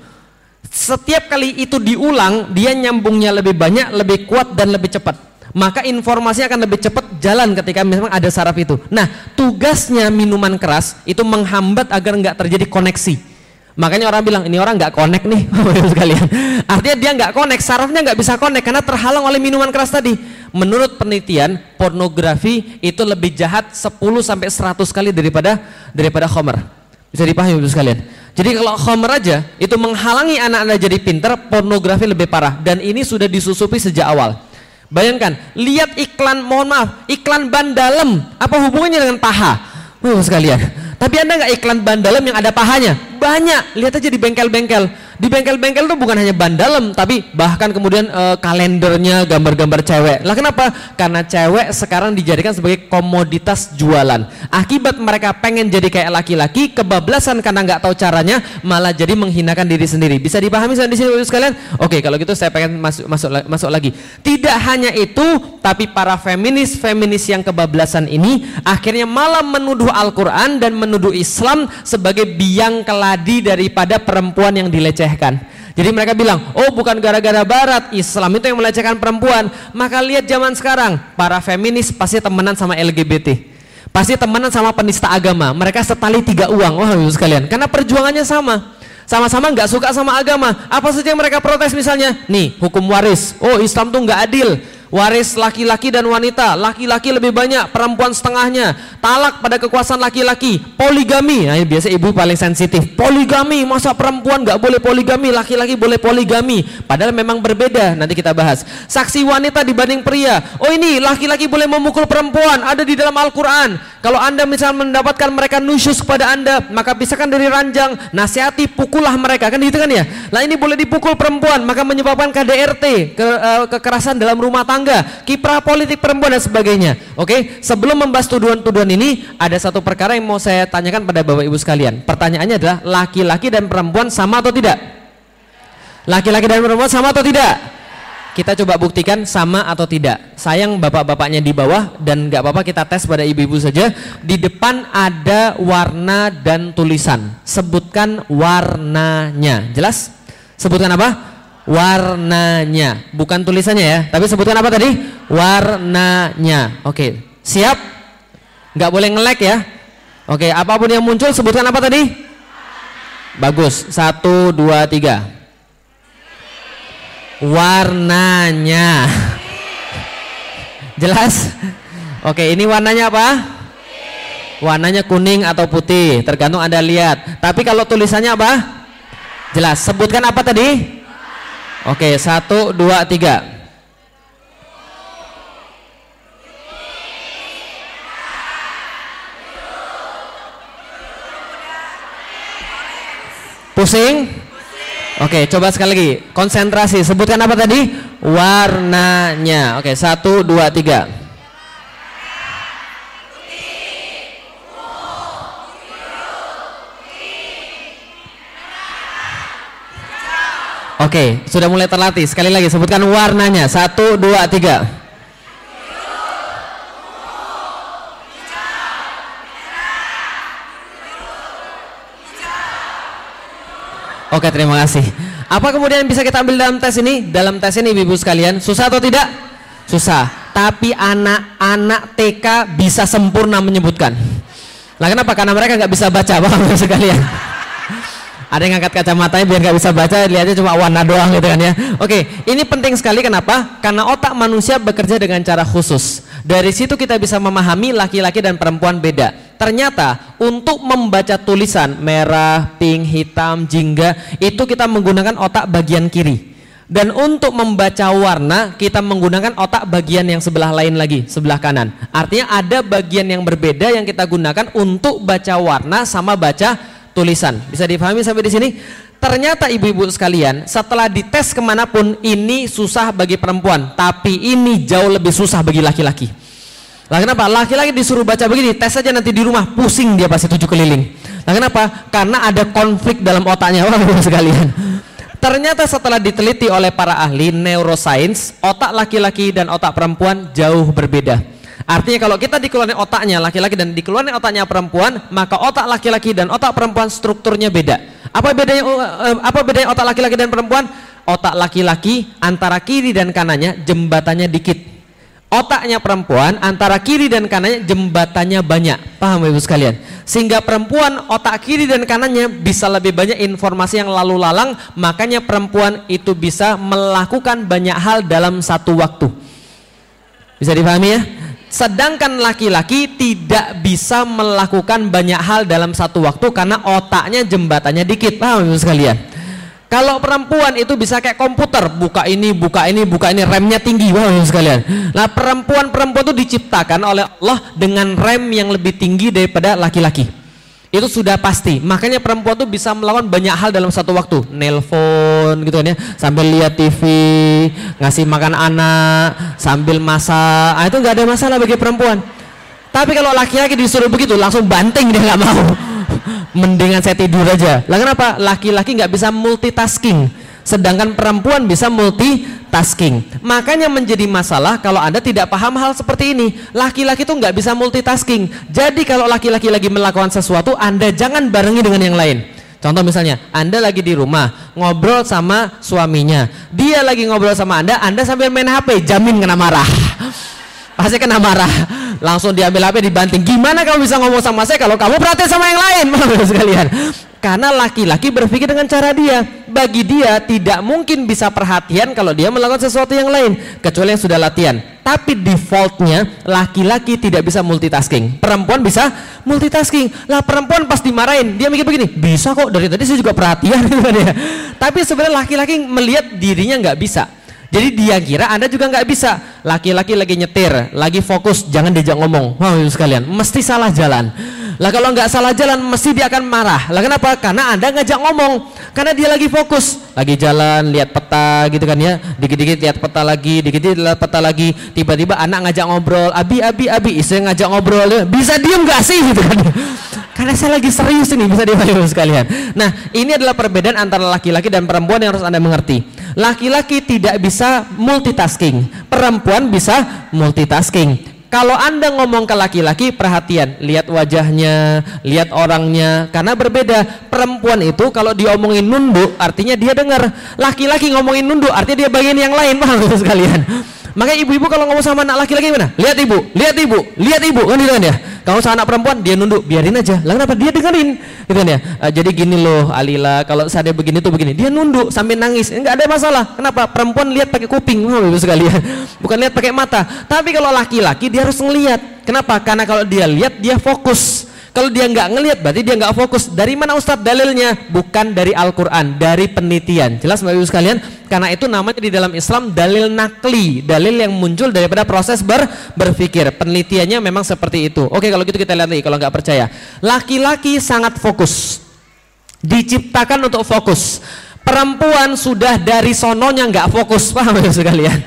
A: Setiap kali itu diulang, dia nyambungnya lebih banyak, lebih kuat dan lebih cepat. Maka informasi akan lebih cepat jalan ketika memang ada saraf itu. Nah, tugasnya minuman keras itu menghambat agar nggak terjadi koneksi. Makanya orang bilang ini orang nggak connect nih, sekalian. Artinya dia nggak connect, sarafnya nggak bisa connect karena terhalang oleh minuman keras tadi. Menurut penelitian, pornografi itu lebih jahat sepuluh sampai seratus kali daripada daripada khamr. Bisa dipahami Ibu sekalian. Jadi kalau khamr aja itu menghalangi anak-anak jadi pintar, pornografi lebih parah. Dan ini sudah disusupi sejak awal. Bayangkan, lihat iklan, mohon maaf, iklan ban dalam, apa hubungannya dengan paha? Ibu sekalian. Tapi Anda nggak iklan ban dalam yang ada pahanya? banyak. Lihat aja di bengkel-bengkel. Di bengkel-bengkel itu bukan hanya ban dalam, tapi bahkan kemudian e, kalendernya gambar-gambar cewek. Lah kenapa? Karena cewek sekarang dijadikan sebagai komoditas jualan. Akibat mereka pengen jadi kayak laki-laki, kebablasan karena nggak tahu caranya, malah jadi menghinakan diri sendiri. Bisa dipahami di sini sekalian? Oke, kalau gitu saya pengen masuk masuk masuk lagi. Tidak hanya itu, tapi para feminis-feminis yang kebablasan ini akhirnya malah menuduh Al-Quran dan menuduh Islam sebagai biang keladi daripada perempuan yang dilecehkan. Jadi mereka bilang, oh bukan gara-gara barat, Islam itu yang melecehkan perempuan. Maka lihat zaman sekarang, para feminis pasti temenan sama L G B T, pasti temenan sama penista agama. Mereka setali tiga uang, wah ibu sekalian, karena perjuangannya sama. Sama-sama nggak suka sama agama. Apa saja yang mereka protes misalnya? Nih, hukum waris. Oh Islam tuh nggak adil. Waris laki-laki dan wanita, laki-laki lebih banyak, perempuan setengahnya. Talak pada kekuasaan laki-laki, poligami. Nah, ini biasa ibu paling sensitif. Poligami, masa perempuan nggak boleh poligami, laki-laki boleh poligami. Padahal memang berbeda. Nanti kita bahas. Saksi wanita dibanding pria. Oh ini laki-laki boleh memukul perempuan, ada di dalam Al-Quran. Kalau anda misalnya mendapatkan mereka nusyus kepada anda, maka pisahkan dari ranjang, nasihati, pukullah mereka, kan gitu kan ya. Nah ini boleh dipukul perempuan, maka menyebabkan K D R T, ke, uh, kekerasan dalam rumah tangga, kiprah politik perempuan dan sebagainya. Oke, sebelum membahas tuduhan-tuduhan ini, ada satu perkara yang mau saya tanyakan pada bapak ibu sekalian. Pertanyaannya adalah, laki-laki dan perempuan sama atau tidak? Laki-laki dan perempuan sama atau tidak? Kita coba buktikan sama atau tidak. Sayang bapak-bapaknya di bawah, dan nggak apa-apa kita tes pada ibu-ibu saja. Di depan ada warna dan tulisan. Sebutkan warnanya. Jelas? Sebutkan apa? Warnanya, bukan tulisannya ya, tapi sebutkan apa tadi? Warnanya. Oke, siap? Nggak boleh nge-lag ya. Oke, apapun yang muncul sebutkan apa tadi? Bagus. Satu, dua, tiga. Warnanya. Jelas? Oke, ini warnanya apa? Warnanya kuning atau putih, tergantung anda lihat. Tapi kalau tulisannya apa? Jelas. Sebutkan apa tadi? Oke, satu, dua, tiga. Pusing? Oke, coba sekali lagi. Konsentrasi. Sebutkan apa tadi? Warnanya. Oke, satu, dua, tiga. Oke, sudah mulai terlatih. Sekali lagi, sebutkan warnanya. Satu, dua, tiga. Oke, terima kasih. Apa kemudian bisa kita ambil dalam tes ini? Dalam tes ini, ibu-ibu sekalian, susah atau tidak? Susah. Tapi anak-anak T K bisa sempurna menyebutkan. Lah kenapa? Karena mereka nggak bisa baca, Bapak sekalian. Ada yang angkat kacamatanya biar nggak bisa baca, lihatnya cuma warna doang gitu kan ya. Oke, ini penting sekali. Kenapa? Karena otak manusia bekerja dengan cara khusus. Dari situ kita bisa memahami laki-laki dan perempuan beda. Ternyata untuk membaca tulisan merah, pink, hitam, jingga, itu kita menggunakan otak bagian kiri. Dan untuk membaca warna kita menggunakan otak bagian yang sebelah lain lagi, sebelah kanan. Artinya ada bagian yang berbeda yang kita gunakan untuk baca warna sama baca tulisan. Bisa dipahami sampai di sini? Ternyata ibu-ibu sekalian, setelah dites kemanapun, ini susah bagi perempuan, tapi ini jauh lebih susah bagi laki-laki. Lah kenapa? Laki-laki disuruh baca begini, tes saja nanti di rumah, pusing dia pasti tujuh keliling. Lah kenapa? Karena ada konflik dalam otaknya, ibu-ibu sekalian. Ternyata setelah diteliti oleh para ahli neuroscience, otak laki-laki dan otak perempuan jauh berbeda. Artinya kalau kita dikeluarin otaknya laki-laki dan dikeluarin otaknya perempuan, maka otak laki-laki dan otak perempuan strukturnya beda. Apa bedanya apa bedanya otak laki-laki dan perempuan? Otak laki-laki antara kiri dan kanannya jembatannya dikit. Otaknya perempuan antara kiri dan kanannya jembatannya banyak. Paham ibu sekalian? Sehingga perempuan otak kiri dan kanannya bisa lebih banyak informasi yang lalu lalang, makanya perempuan itu bisa melakukan banyak hal dalam satu waktu. Bisa dipahami ya? Sedangkan laki-laki tidak bisa melakukan banyak hal dalam satu waktu karena otaknya jembatannya dikit. Paham ibu sekalian? Kalau perempuan itu bisa kayak komputer, buka ini, buka ini, buka ini, remnya tinggi. Paham ibu sekalian? Nah perempuan-perempuan itu diciptakan oleh Allah dengan rem yang lebih tinggi daripada laki-laki. Itu sudah pasti. Makanya perempuan tuh bisa melakukan banyak hal dalam satu waktu. Nelpon gitu kan ya, sambil lihat T V, ngasih makan anak, sambil masak. Ah, itu nggak ada masalah bagi perempuan. Tapi kalau laki-laki disuruh begitu langsung banting, dia nggak mau. Mendingan saya tidur aja. Lah kenapa? Laki-laki nggak bisa multitasking, sedangkan perempuan bisa multitasking. Makanya menjadi masalah kalau Anda tidak paham hal seperti ini. Laki-laki tuh nggak bisa multitasking. Jadi kalau laki-laki lagi melakukan sesuatu, Anda jangan barengi dengan yang lain. Contoh misalnya, Anda lagi di rumah ngobrol sama suaminya, dia lagi ngobrol sama Anda, Anda sambil main H P, jamin kena marah. Pasti kena marah, langsung diambil H P, dibanting. Gimana kamu bisa ngomong sama saya kalau kamu perhatian sama yang lain? Sekalian. Karena laki-laki berpikir dengan cara dia. Bagi dia tidak mungkin bisa perhatian kalau dia melakukan sesuatu yang lain, kecuali yang sudah latihan. Tapi defaultnya laki-laki tidak bisa multitasking. Perempuan bisa multitasking. Lah perempuan pas dimarahin, dia mikir begini, bisa kok, dari tadi saya juga perhatian. Tapi sebenarnya laki-laki melihat dirinya nggak bisa. Jadi dia kira Anda juga nggak bisa. Laki-laki lagi nyetir, lagi fokus, jangan diajak ngomong. Wah, wow, sekalian, mesti salah jalan. Lah kalau nggak salah jalan, mesti dia akan marah. Lah kenapa? Karena Anda ngajak ngomong. Karena dia lagi fokus, lagi jalan, lihat peta gitu kan ya. Dikit-dikit lihat peta lagi, dikit-dikit lihat peta lagi. Tiba-tiba anak ngajak ngobrol, abi, abi, abi, istri ngajak ngobrol. Bisa diem nggak sih gitu kan? Karena saya lagi serius ini, bisa dipahami sekalian. Nah, ini adalah perbedaan antara laki-laki dan perempuan yang harus Anda mengerti. Laki-laki tidak bisa multitasking, perempuan bisa multitasking. Kalau Anda ngomong ke laki-laki, perhatian, lihat wajahnya, lihat orangnya, karena berbeda. Perempuan itu kalau diomongin nunduk, artinya dia dengar. Laki-laki ngomongin nunduk, artinya dia bagian yang lain, paham sekalian. Makanya ibu-ibu kalau ngomong sama anak laki-laki gimana? Lihat ibu, lihat ibu, lihat ibu, kan gitu kan ya. Kalau sama anak perempuan dia nunduk, biarin aja. Lah kenapa? Dia dengerin, gitu kan ya. Uh, jadi gini loh, Alila, kalau saya begini tuh begini, dia nunduk sambil nangis, enggak ada masalah. Kenapa? Perempuan lihat pakai kuping, oh, ibu sekalian. Bukan lihat pakai mata. Tapi kalau laki-laki dia harus ngelihat. Kenapa? Karena kalau dia lihat dia fokus. Kalau dia nggak ngelihat berarti dia nggak fokus. Dari mana Ustadz dalilnya? Bukan dari Al-Quran, dari penelitian. Jelas Bapak Ibu sekalian? Karena itu namanya di dalam Islam dalil nakli, dalil yang muncul daripada proses ber berpikir. Penelitiannya memang seperti itu. Oke, kalau gitu kita lihat lagi. Kalau nggak percaya, laki-laki sangat fokus, diciptakan untuk fokus. Perempuan sudah dari sononya nggak fokus, paham ya sekalian?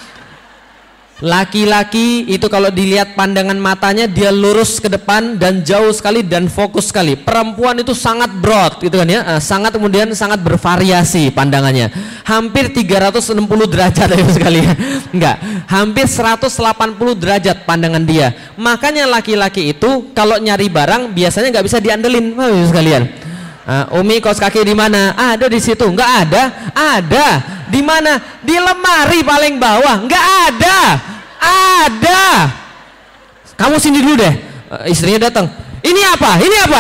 A: Laki-laki itu kalau dilihat pandangan matanya dia lurus ke depan dan jauh sekali dan fokus sekali. Perempuan itu sangat broad gitu kan ya, sangat kemudian sangat bervariasi pandangannya. Hampir tiga ratus enam puluh derajat ya sekalian. Enggak, hampir seratus delapan puluh derajat pandangan dia. Makanya laki-laki itu kalau nyari barang biasanya nggak bisa diandelin, ya sekalian. Uh, Umi kaos kaki di mana? Ah, ada di situ. Enggak ada. Ada. Di mana? Di lemari paling bawah. Enggak ada. Ada. Kamu sini dulu deh. Uh, istrinya datang. Ini apa? Ini apa?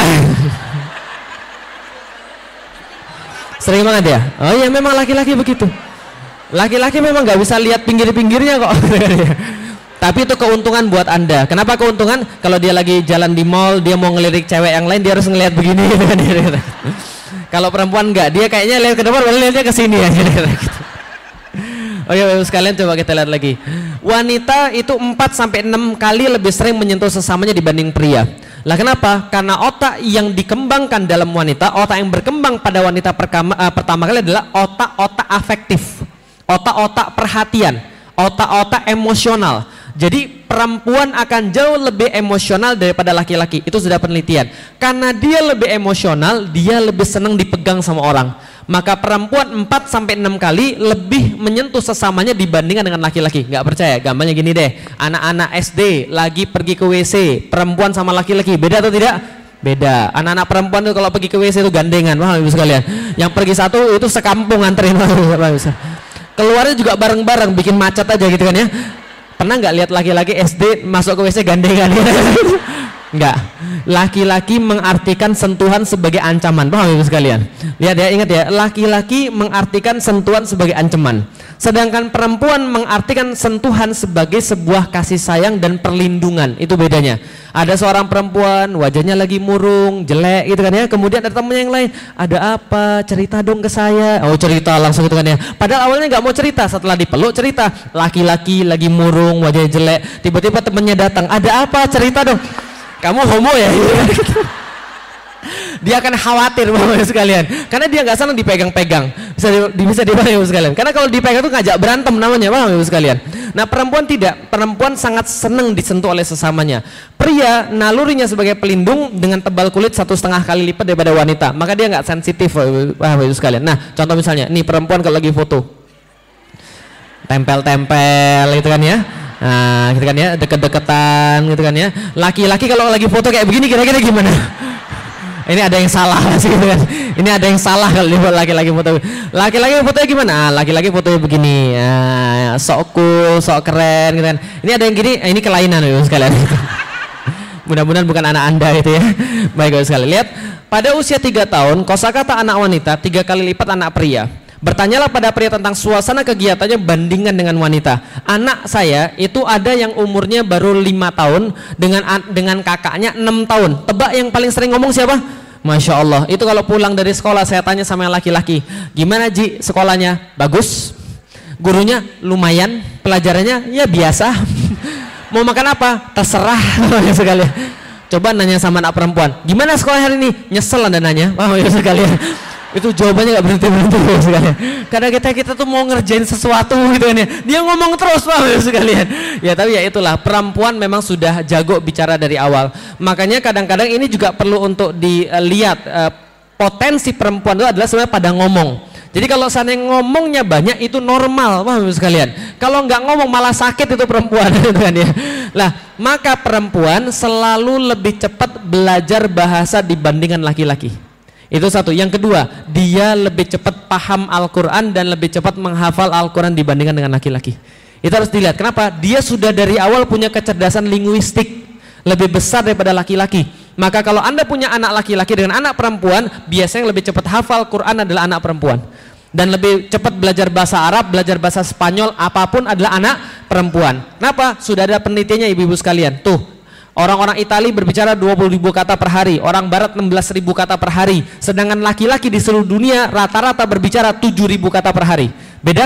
A: Sering banget ya. Oh ya, memang laki-laki begitu. Laki-laki memang nggak bisa lihat pinggir-pinggirnya kok. Tapi itu keuntungan buat Anda. Kenapa keuntungan? Kalau dia lagi jalan di mall, dia mau ngelirik cewek yang lain, dia harus ngelihat begini. Kalau perempuan enggak, dia kayaknya lihat ke depan, lihatnya ke sini aja. Oh ya, sekalian coba kita lihat lagi. Wanita itu empat sampai enam kali lebih sering menyentuh sesamanya dibanding pria. Lah kenapa? Karena otak yang dikembangkan dalam wanita, otak yang berkembang pada wanita perkama, uh, pertama kali adalah otak-otak afektif, otak-otak perhatian, otak-otak emosional. Jadi perempuan akan jauh lebih emosional daripada laki-laki. Itu sudah penelitian. Karena dia lebih emosional, dia lebih senang dipegang sama orang. Maka perempuan empat sampai enam kali lebih menyentuh sesamanya dibandingkan dengan laki-laki. Nggak percaya? Gambarnya gini deh. Anak-anak S D lagi pergi ke W C, perempuan sama laki-laki, beda atau tidak? Beda. Anak-anak perempuan tuh kalau pergi ke W C itu gandengan, wah ibu sekalian. Yang pergi satu itu sekampung anterin. Keluarnya juga bareng-bareng, bikin macet aja gitu kan ya. Pernah nggak lihat laki-laki S D masuk ke W C gandengan? Enggak. Laki-laki mengartikan sentuhan sebagai ancaman. Paham ibu sekalian? Lihat ya, ingat ya, laki-laki mengartikan sentuhan sebagai ancaman. Sedangkan perempuan mengartikan sentuhan sebagai sebuah kasih sayang dan perlindungan. Itu bedanya. Ada seorang perempuan, wajahnya lagi murung, jelek gitu kan ya. Kemudian ada temennya yang lain, ada apa? Cerita dong ke saya. Oh cerita langsung gitu kan ya. Padahal awalnya nggak mau cerita, setelah dipeluk cerita. Laki-laki lagi murung, wajahnya jelek. Tiba-tiba temennya datang, ada apa? Cerita dong. Kamu homo ya? dia akan khawatir Bapak sekalian, karena dia nggak senang dipegang-pegang, bisa di, bisa dipegang Bapak sekalian, karena kalau dipegang itu ngajak berantem namanya Bapak sekalian. Nah perempuan tidak, perempuan sangat senang disentuh oleh sesamanya. Pria nalurinya sebagai pelindung dengan tebal kulit satu setengah kali lipat daripada wanita, maka dia nggak sensitif Bapak sekalian. Nah contoh misalnya, nih perempuan kalau lagi foto, tempel-tempel gitu kan ya. Nah, gitu kan ya, deket-deketan gitu kan ya. Laki-laki kalau lagi foto kayak begini kira-kira gimana? Ini ada yang salah sih gitu kan. Ini ada yang salah kalau dibuat laki-laki foto. Laki-laki fotonya gimana? Ah, laki-laki fotonya begini. Ah, sok cool, sok keren gitu kan. Ini ada yang gini, ini kelainan ya sekalian. Mudah-mudahan bukan anak Anda itu ya. Baik sekali. Lihat, pada usia tiga tahun, kosakata anak wanita tiga kali lipat anak pria. Bertanyalah pada pria tentang suasana kegiatannya bandingkan dengan wanita. Anak saya itu ada yang umurnya baru lima tahun dengan dengan kakaknya enam tahun. Tebak yang paling sering ngomong siapa? Masya Allah. Itu kalau pulang dari sekolah saya tanya sama yang laki-laki, gimana Ji sekolahnya? Bagus. Gurunya lumayan. Pelajarannya ya biasa. Mau makan apa? Terserah sekali. Coba nanya sama anak perempuan, gimana sekolah hari ini? Nyesel Anda nanya. Wah ya sekalian. Itu jawabannya nggak berhenti berhenti sekalian. Karena kita kita tuh mau ngerjain sesuatu gitu kan ya. Dia ngomong terus Pak sekalian. Ya tapi ya itulah, perempuan memang sudah jago bicara dari awal. Makanya kadang-kadang ini juga perlu untuk dilihat uh, potensi perempuan itu adalah sebenarnya pada ngomong. Jadi kalau seandainya ngomongnya banyak itu normal Pak sekalian. Kalau nggak ngomong malah sakit itu perempuan gitu kan ya. Lah maka perempuan selalu lebih cepat belajar bahasa dibandingkan laki-laki. Itu satu. Yang kedua, dia lebih cepat paham Al-Quran dan lebih cepat menghafal Al-Quran dibandingkan dengan laki-laki. Itu harus dilihat. Kenapa? Dia sudah dari awal punya kecerdasan linguistik lebih besar daripada laki-laki. Maka kalau Anda punya anak laki-laki dengan anak perempuan, biasanya yang lebih cepat hafal Quran adalah anak perempuan. Dan lebih cepat belajar bahasa Arab, belajar bahasa Spanyol, apapun adalah anak perempuan. Kenapa? Sudah ada penelitiannya ibu-ibu sekalian. Tuh. Orang-orang Itali berbicara dua puluh ribu kata per hari, orang Barat enam belas ribu kata per hari, sedangkan laki-laki di seluruh dunia rata-rata berbicara tujuh ribu kata per hari. Beda?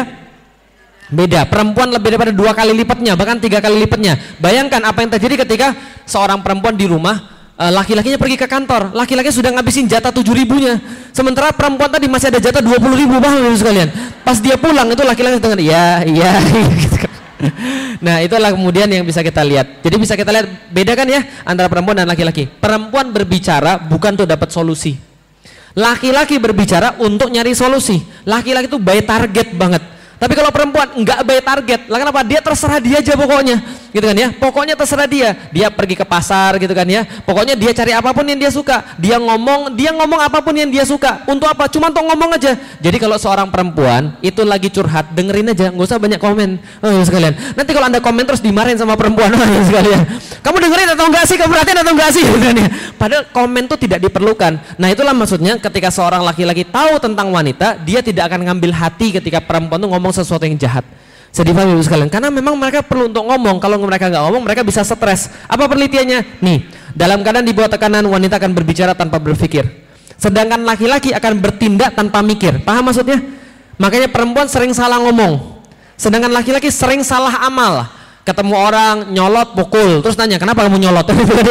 A: Beda. Perempuan lebih daripada dua kali lipatnya, bahkan tiga kali lipatnya. Bayangkan apa yang terjadi ketika seorang perempuan di rumah, laki-lakinya pergi ke kantor, laki-laki sudah ngabisin jatah tujuh ribunya, sementara perempuan tadi masih ada jatah dua puluh ribu Bapak sekalian. Pas dia pulang itu laki-laki dengan ya, iya gitu kan. Nah itulah kemudian yang bisa kita lihat. Jadi bisa kita lihat beda kan ya antara perempuan dan laki-laki. Perempuan berbicara bukan untuk dapat solusi. Laki-laki berbicara untuk nyari solusi. Laki-laki itu by target banget. Tapi kalau perempuan enggak by target, lah kenapa? Dia terserah dia aja pokoknya, gitu kan ya. Pokoknya terserah dia. Dia pergi ke pasar, gitu kan ya. Pokoknya dia cari apapun yang dia suka. Dia ngomong, dia ngomong apapun yang dia suka. Untuk apa? Cuma untuk ngomong aja. Jadi kalau seorang perempuan itu lagi curhat, dengerin aja, nggak usah banyak komen. Oh sekalian. Nanti kalau Anda komen terus dimarahin sama perempuan, oh sekalian. Kamu dengerin atau enggak sih? Kamu perhatiin atau enggak sih? Gitu kan ya. Padahal komen itu tidak diperlukan. Nah itulah maksudnya ketika seorang laki-laki tahu tentang wanita, dia tidak akan ngambil hati ketika perempuan itu ngomong sesuatu yang jahat. Sedih banget ibu sekalian, karena memang mereka perlu untuk ngomong. Kalau mereka nggak ngomong, mereka bisa stres. Apa penelitiannya? Nih, dalam keadaan di bawah tekanan, wanita akan berbicara tanpa berpikir, sedangkan laki-laki akan bertindak tanpa mikir. Paham maksudnya? Makanya perempuan sering salah ngomong, sedangkan laki-laki sering salah amal. Ketemu orang nyolot, pukul, terus nanya kenapa kamu nyolot?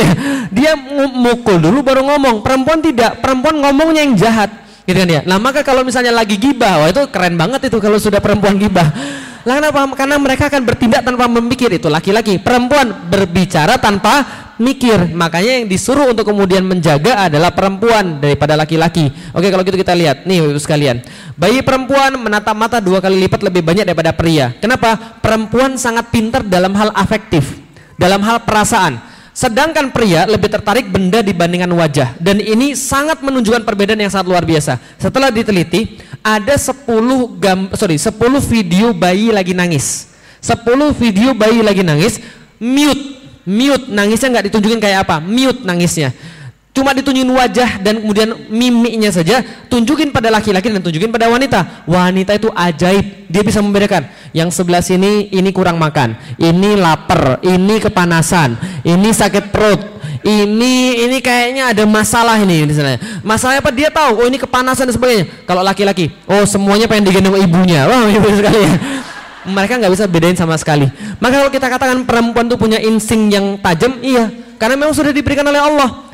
A: Dia mukul dulu baru ngomong. Perempuan tidak, perempuan ngomongnya yang jahat, gitu kan ya. Nah maka kalau misalnya lagi gibah, wah itu keren banget itu kalau sudah perempuan gibah. Lah kenapa? Karena mereka akan bertindak tanpa memikir. Itu laki-laki. Perempuan berbicara tanpa mikir. Makanya yang disuruh untuk kemudian menjaga adalah perempuan daripada laki-laki. Oke, kalau gitu kita lihat nih ibu sekalian, bayi perempuan menatap mata dua kali lipat lebih banyak daripada pria. Kenapa? Perempuan sangat pintar dalam hal afektif, dalam hal perasaan. Sedangkan pria lebih tertarik benda dibandingkan wajah. Dan ini sangat menunjukkan perbedaan yang sangat luar biasa. Setelah diteliti, ada sepuluh gam, sorry, sepuluh video bayi lagi nangis. sepuluh video bayi lagi nangis, mute. Mute, nangisnya nggak ditunjukin kayak apa, mute nangisnya. Cuma ditunjukin wajah dan kemudian mimiknya saja, tunjukin pada laki-laki dan tunjukin pada wanita. Wanita itu ajaib, dia bisa membedakan. Yang sebelah sini ini kurang makan, ini lapar, ini kepanasan, ini sakit perut, ini ini kayaknya ada masalah ini di sana. Masalahnya apa? Dia tahu. Oh ini kepanasan dan sebagainya. Kalau laki-laki, oh semuanya pengen digendong ibunya. Wah ibu sekali ya. Mereka nggak bisa bedain sama sekali. Maka kalau kita katakan perempuan itu punya insting yang tajam, iya, karena memang sudah diberikan oleh Allah.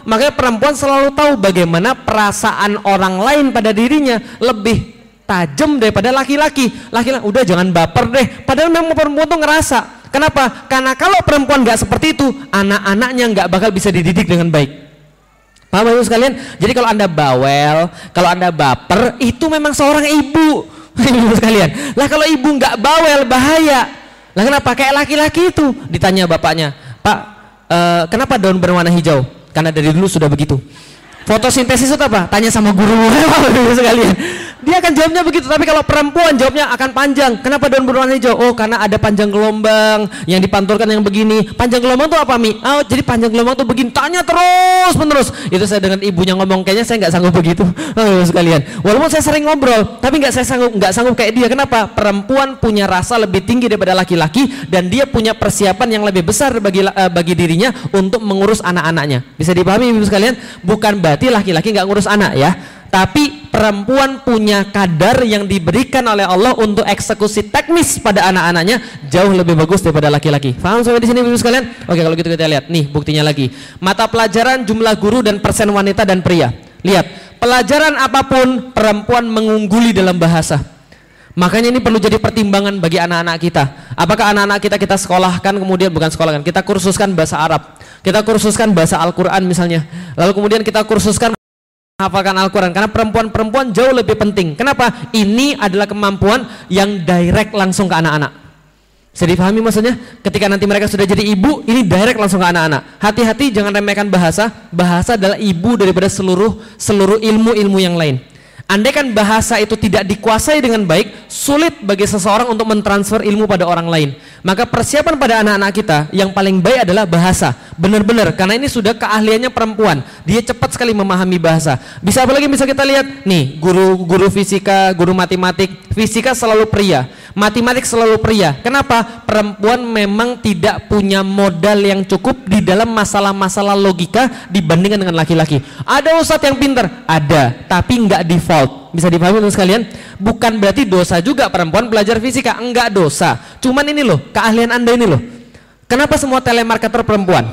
B: Makanya perempuan selalu tahu bagaimana perasaan orang lain pada dirinya lebih tajam daripada laki-laki. Laki-laki udah jangan baper deh, padahal memang perempuan tuh ngerasa. Kenapa? Karena kalau perempuan nggak seperti itu, anak-anaknya nggak bakal bisa dididik dengan baik. Paham ibu sekalian? Jadi kalau anda bawel, kalau anda baper, itu memang seorang ibu. Ibu sekalian, lah kalau ibu nggak bawel bahaya. Lah kenapa? Kayak laki-laki itu ditanya bapaknya, Pak, uh, kenapa daun berwarna hijau? Karena dari dulu sudah begitu. Fotosintesis itu apa? Tanya sama guru. Ibu sekalian, dia akan jawabnya begitu. Tapi kalau perempuan jawabnya akan panjang. Kenapa daun berwarna hijau? Oh, karena ada panjang gelombang yang dipantulkan yang begini. Panjang gelombang itu apa, Mi? Oh, jadi panjang gelombang itu begini. Tanya terus menerus. Itu saya dengan ibunya ngomong, kayaknya saya nggak sanggup begitu. Oh, sekalian. Walaupun saya sering ngobrol, tapi nggak saya sanggup, nggak sanggup kayak dia. Kenapa? Perempuan punya rasa lebih tinggi daripada laki-laki dan dia punya persiapan yang lebih besar bagi uh, bagi dirinya untuk mengurus anak-anaknya. Bisa dipahami ibu sekalian? Bukan berarti laki-laki nggak ngurus anak ya. Tapi perempuan punya kadar yang diberikan oleh Allah untuk eksekusi teknis pada anak-anaknya jauh lebih bagus daripada laki-laki. Paham sampai di sini ibu sekalian? Oke, kalau gitu kita lihat nih buktinya lagi. Mata pelajaran, jumlah guru dan persen wanita dan pria. Lihat, pelajaran apapun perempuan mengungguli dalam bahasa. Makanya ini perlu jadi pertimbangan bagi anak-anak kita. Apakah anak-anak kita kita sekolahkan, kemudian bukan sekolahkan, kita kursuskan bahasa Arab, kita kursuskan bahasa Al-Quran misalnya, lalu kemudian kita kursuskan hafalkan Al-Quran, karena perempuan-perempuan jauh lebih penting. Kenapa? Ini adalah kemampuan yang direct langsung ke anak-anak. Bisa dipahami maksudnya? Ketika nanti mereka sudah jadi ibu, ini direct langsung ke anak-anak. Hati-hati jangan remehkan bahasa. Bahasa adalah ibu daripada seluruh seluruh ilmu-ilmu yang lain. Andaikan bahasa itu tidak dikuasai dengan baik, sulit bagi seseorang untuk mentransfer ilmu pada orang lain. Maka persiapan pada anak-anak kita yang paling baik adalah bahasa. Benar-benar, karena ini sudah keahliannya perempuan. Dia cepat sekali memahami bahasa. Bisa apa lagi bisa kita lihat? Nih, guru guru fisika, guru matematik, fisika selalu pria, matematik selalu pria. Kenapa? Perempuan memang tidak punya modal yang cukup di dalam masalah-masalah logika dibandingkan dengan laki-laki. Ada ustadz yang pintar, ada, tapi nggak default. Bisa dipahami teman sekalian? Bukan berarti dosa juga perempuan belajar fisika, enggak dosa. Cuman ini loh, keahlian anda ini loh. Kenapa semua telemarketer perempuan?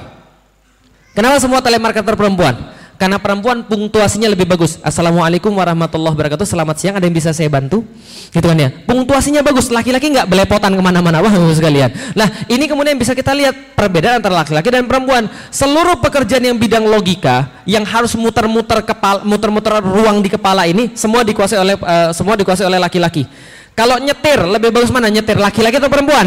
B: Kenapa semua telemarketer perempuan? Karena perempuan punktuasinya lebih bagus. Assalamualaikum warahmatullahi wabarakatuh, selamat siang, ada yang bisa saya bantu? Gitu kan ya, punktuasinya bagus. Laki-laki nggak belepotan kemana-mana. Wah sekalian. Nah ini kemudian bisa kita lihat perbedaan antara laki-laki dan perempuan. Seluruh pekerjaan yang bidang logika, yang harus muter-muter kepala, muter-muter ruang di kepala ini, semua dikuasai oleh uh, semua dikuasai oleh laki-laki. Kalau nyetir lebih bagus mana? Nyetir laki-laki atau perempuan?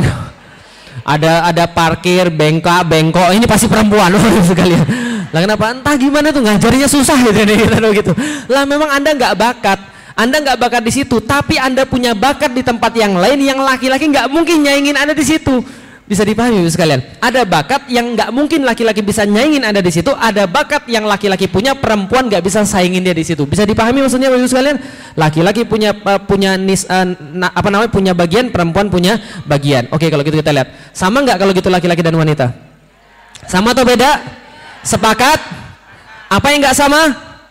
B: Ada ada parkir, bengkok, bengkok, ini pasti perempuan. Wah sekalian. Lah kenapa? Entah gimana tuh ngajarinya susah gitu gitu. Lah memang anda nggak bakat, anda nggak bakat di situ, tapi anda punya bakat di tempat yang lain yang laki-laki nggak mungkin nyaingin anda di situ. Bisa dipahami sekalian? Ada bakat yang nggak mungkin laki-laki bisa nyaingin anda di situ, ada bakat yang laki-laki punya perempuan nggak bisa saingin dia di situ. Bisa dipahami maksudnya ibu sekalian? Laki-laki punya uh, punya nis, uh, na, apa namanya punya bagian, perempuan punya bagian. Oke kalau gitu kita lihat. Sama nggak kalau gitu laki-laki dan wanita? Sama atau beda? Sepakat? Apa yang nggak sama?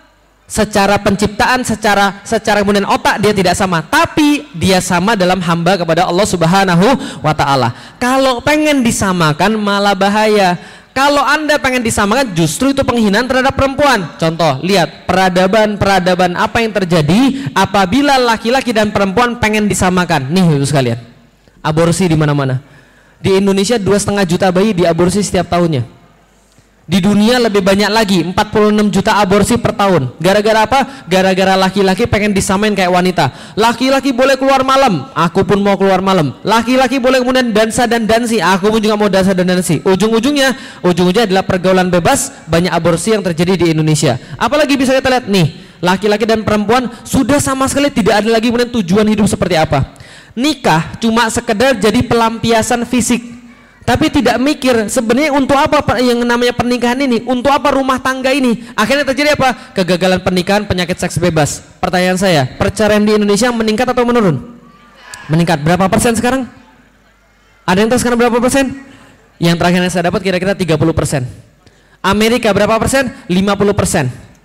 B: Secara penciptaan, secara secara kemudian otak dia tidak sama, tapi dia sama dalam hamba kepada Allah Subhanahu wa Ta'ala. Kalau pengen disamakan malah bahaya. Kalau anda pengen disamakan justru itu penghinaan terhadap perempuan. Contoh, lihat peradaban-peradaban apa yang terjadi apabila laki-laki dan perempuan pengen disamakan. Nih ibu sekalian, aborsi di mana-mana. Di Indonesia dua setengah juta bayi diaborsi setiap tahunnya. Di dunia lebih banyak lagi, empat puluh enam juta aborsi per tahun. Gara-gara apa? Gara-gara laki-laki pengen disamain kayak wanita. Laki-laki boleh keluar malam, aku pun mau keluar malam. Laki-laki boleh kemudian dansa dan dansi, aku pun juga mau dansa dan dansi. Ujung-ujungnya, ujung-ujungnya adalah pergaulan bebas, banyak aborsi yang terjadi di Indonesia. Apalagi bisa kita lihat nih, laki-laki dan perempuan sudah sama sekali tidak ada lagi kemudian tujuan hidup seperti apa. Nikah cuma sekedar jadi pelampiasan fisik. Tapi tidak mikir sebenarnya untuk apa yang namanya pernikahan ini, untuk apa rumah tangga ini. Akhirnya terjadi apa? Kegagalan pernikahan, penyakit seks bebas. Pertanyaan saya, perceraian di Indonesia meningkat atau menurun? Meningkat. Berapa persen sekarang? Ada yang tahu sekarang berapa persen? Yang terakhir yang saya dapat kira-kira tiga puluh persen. Amerika berapa persen? lima puluh persen.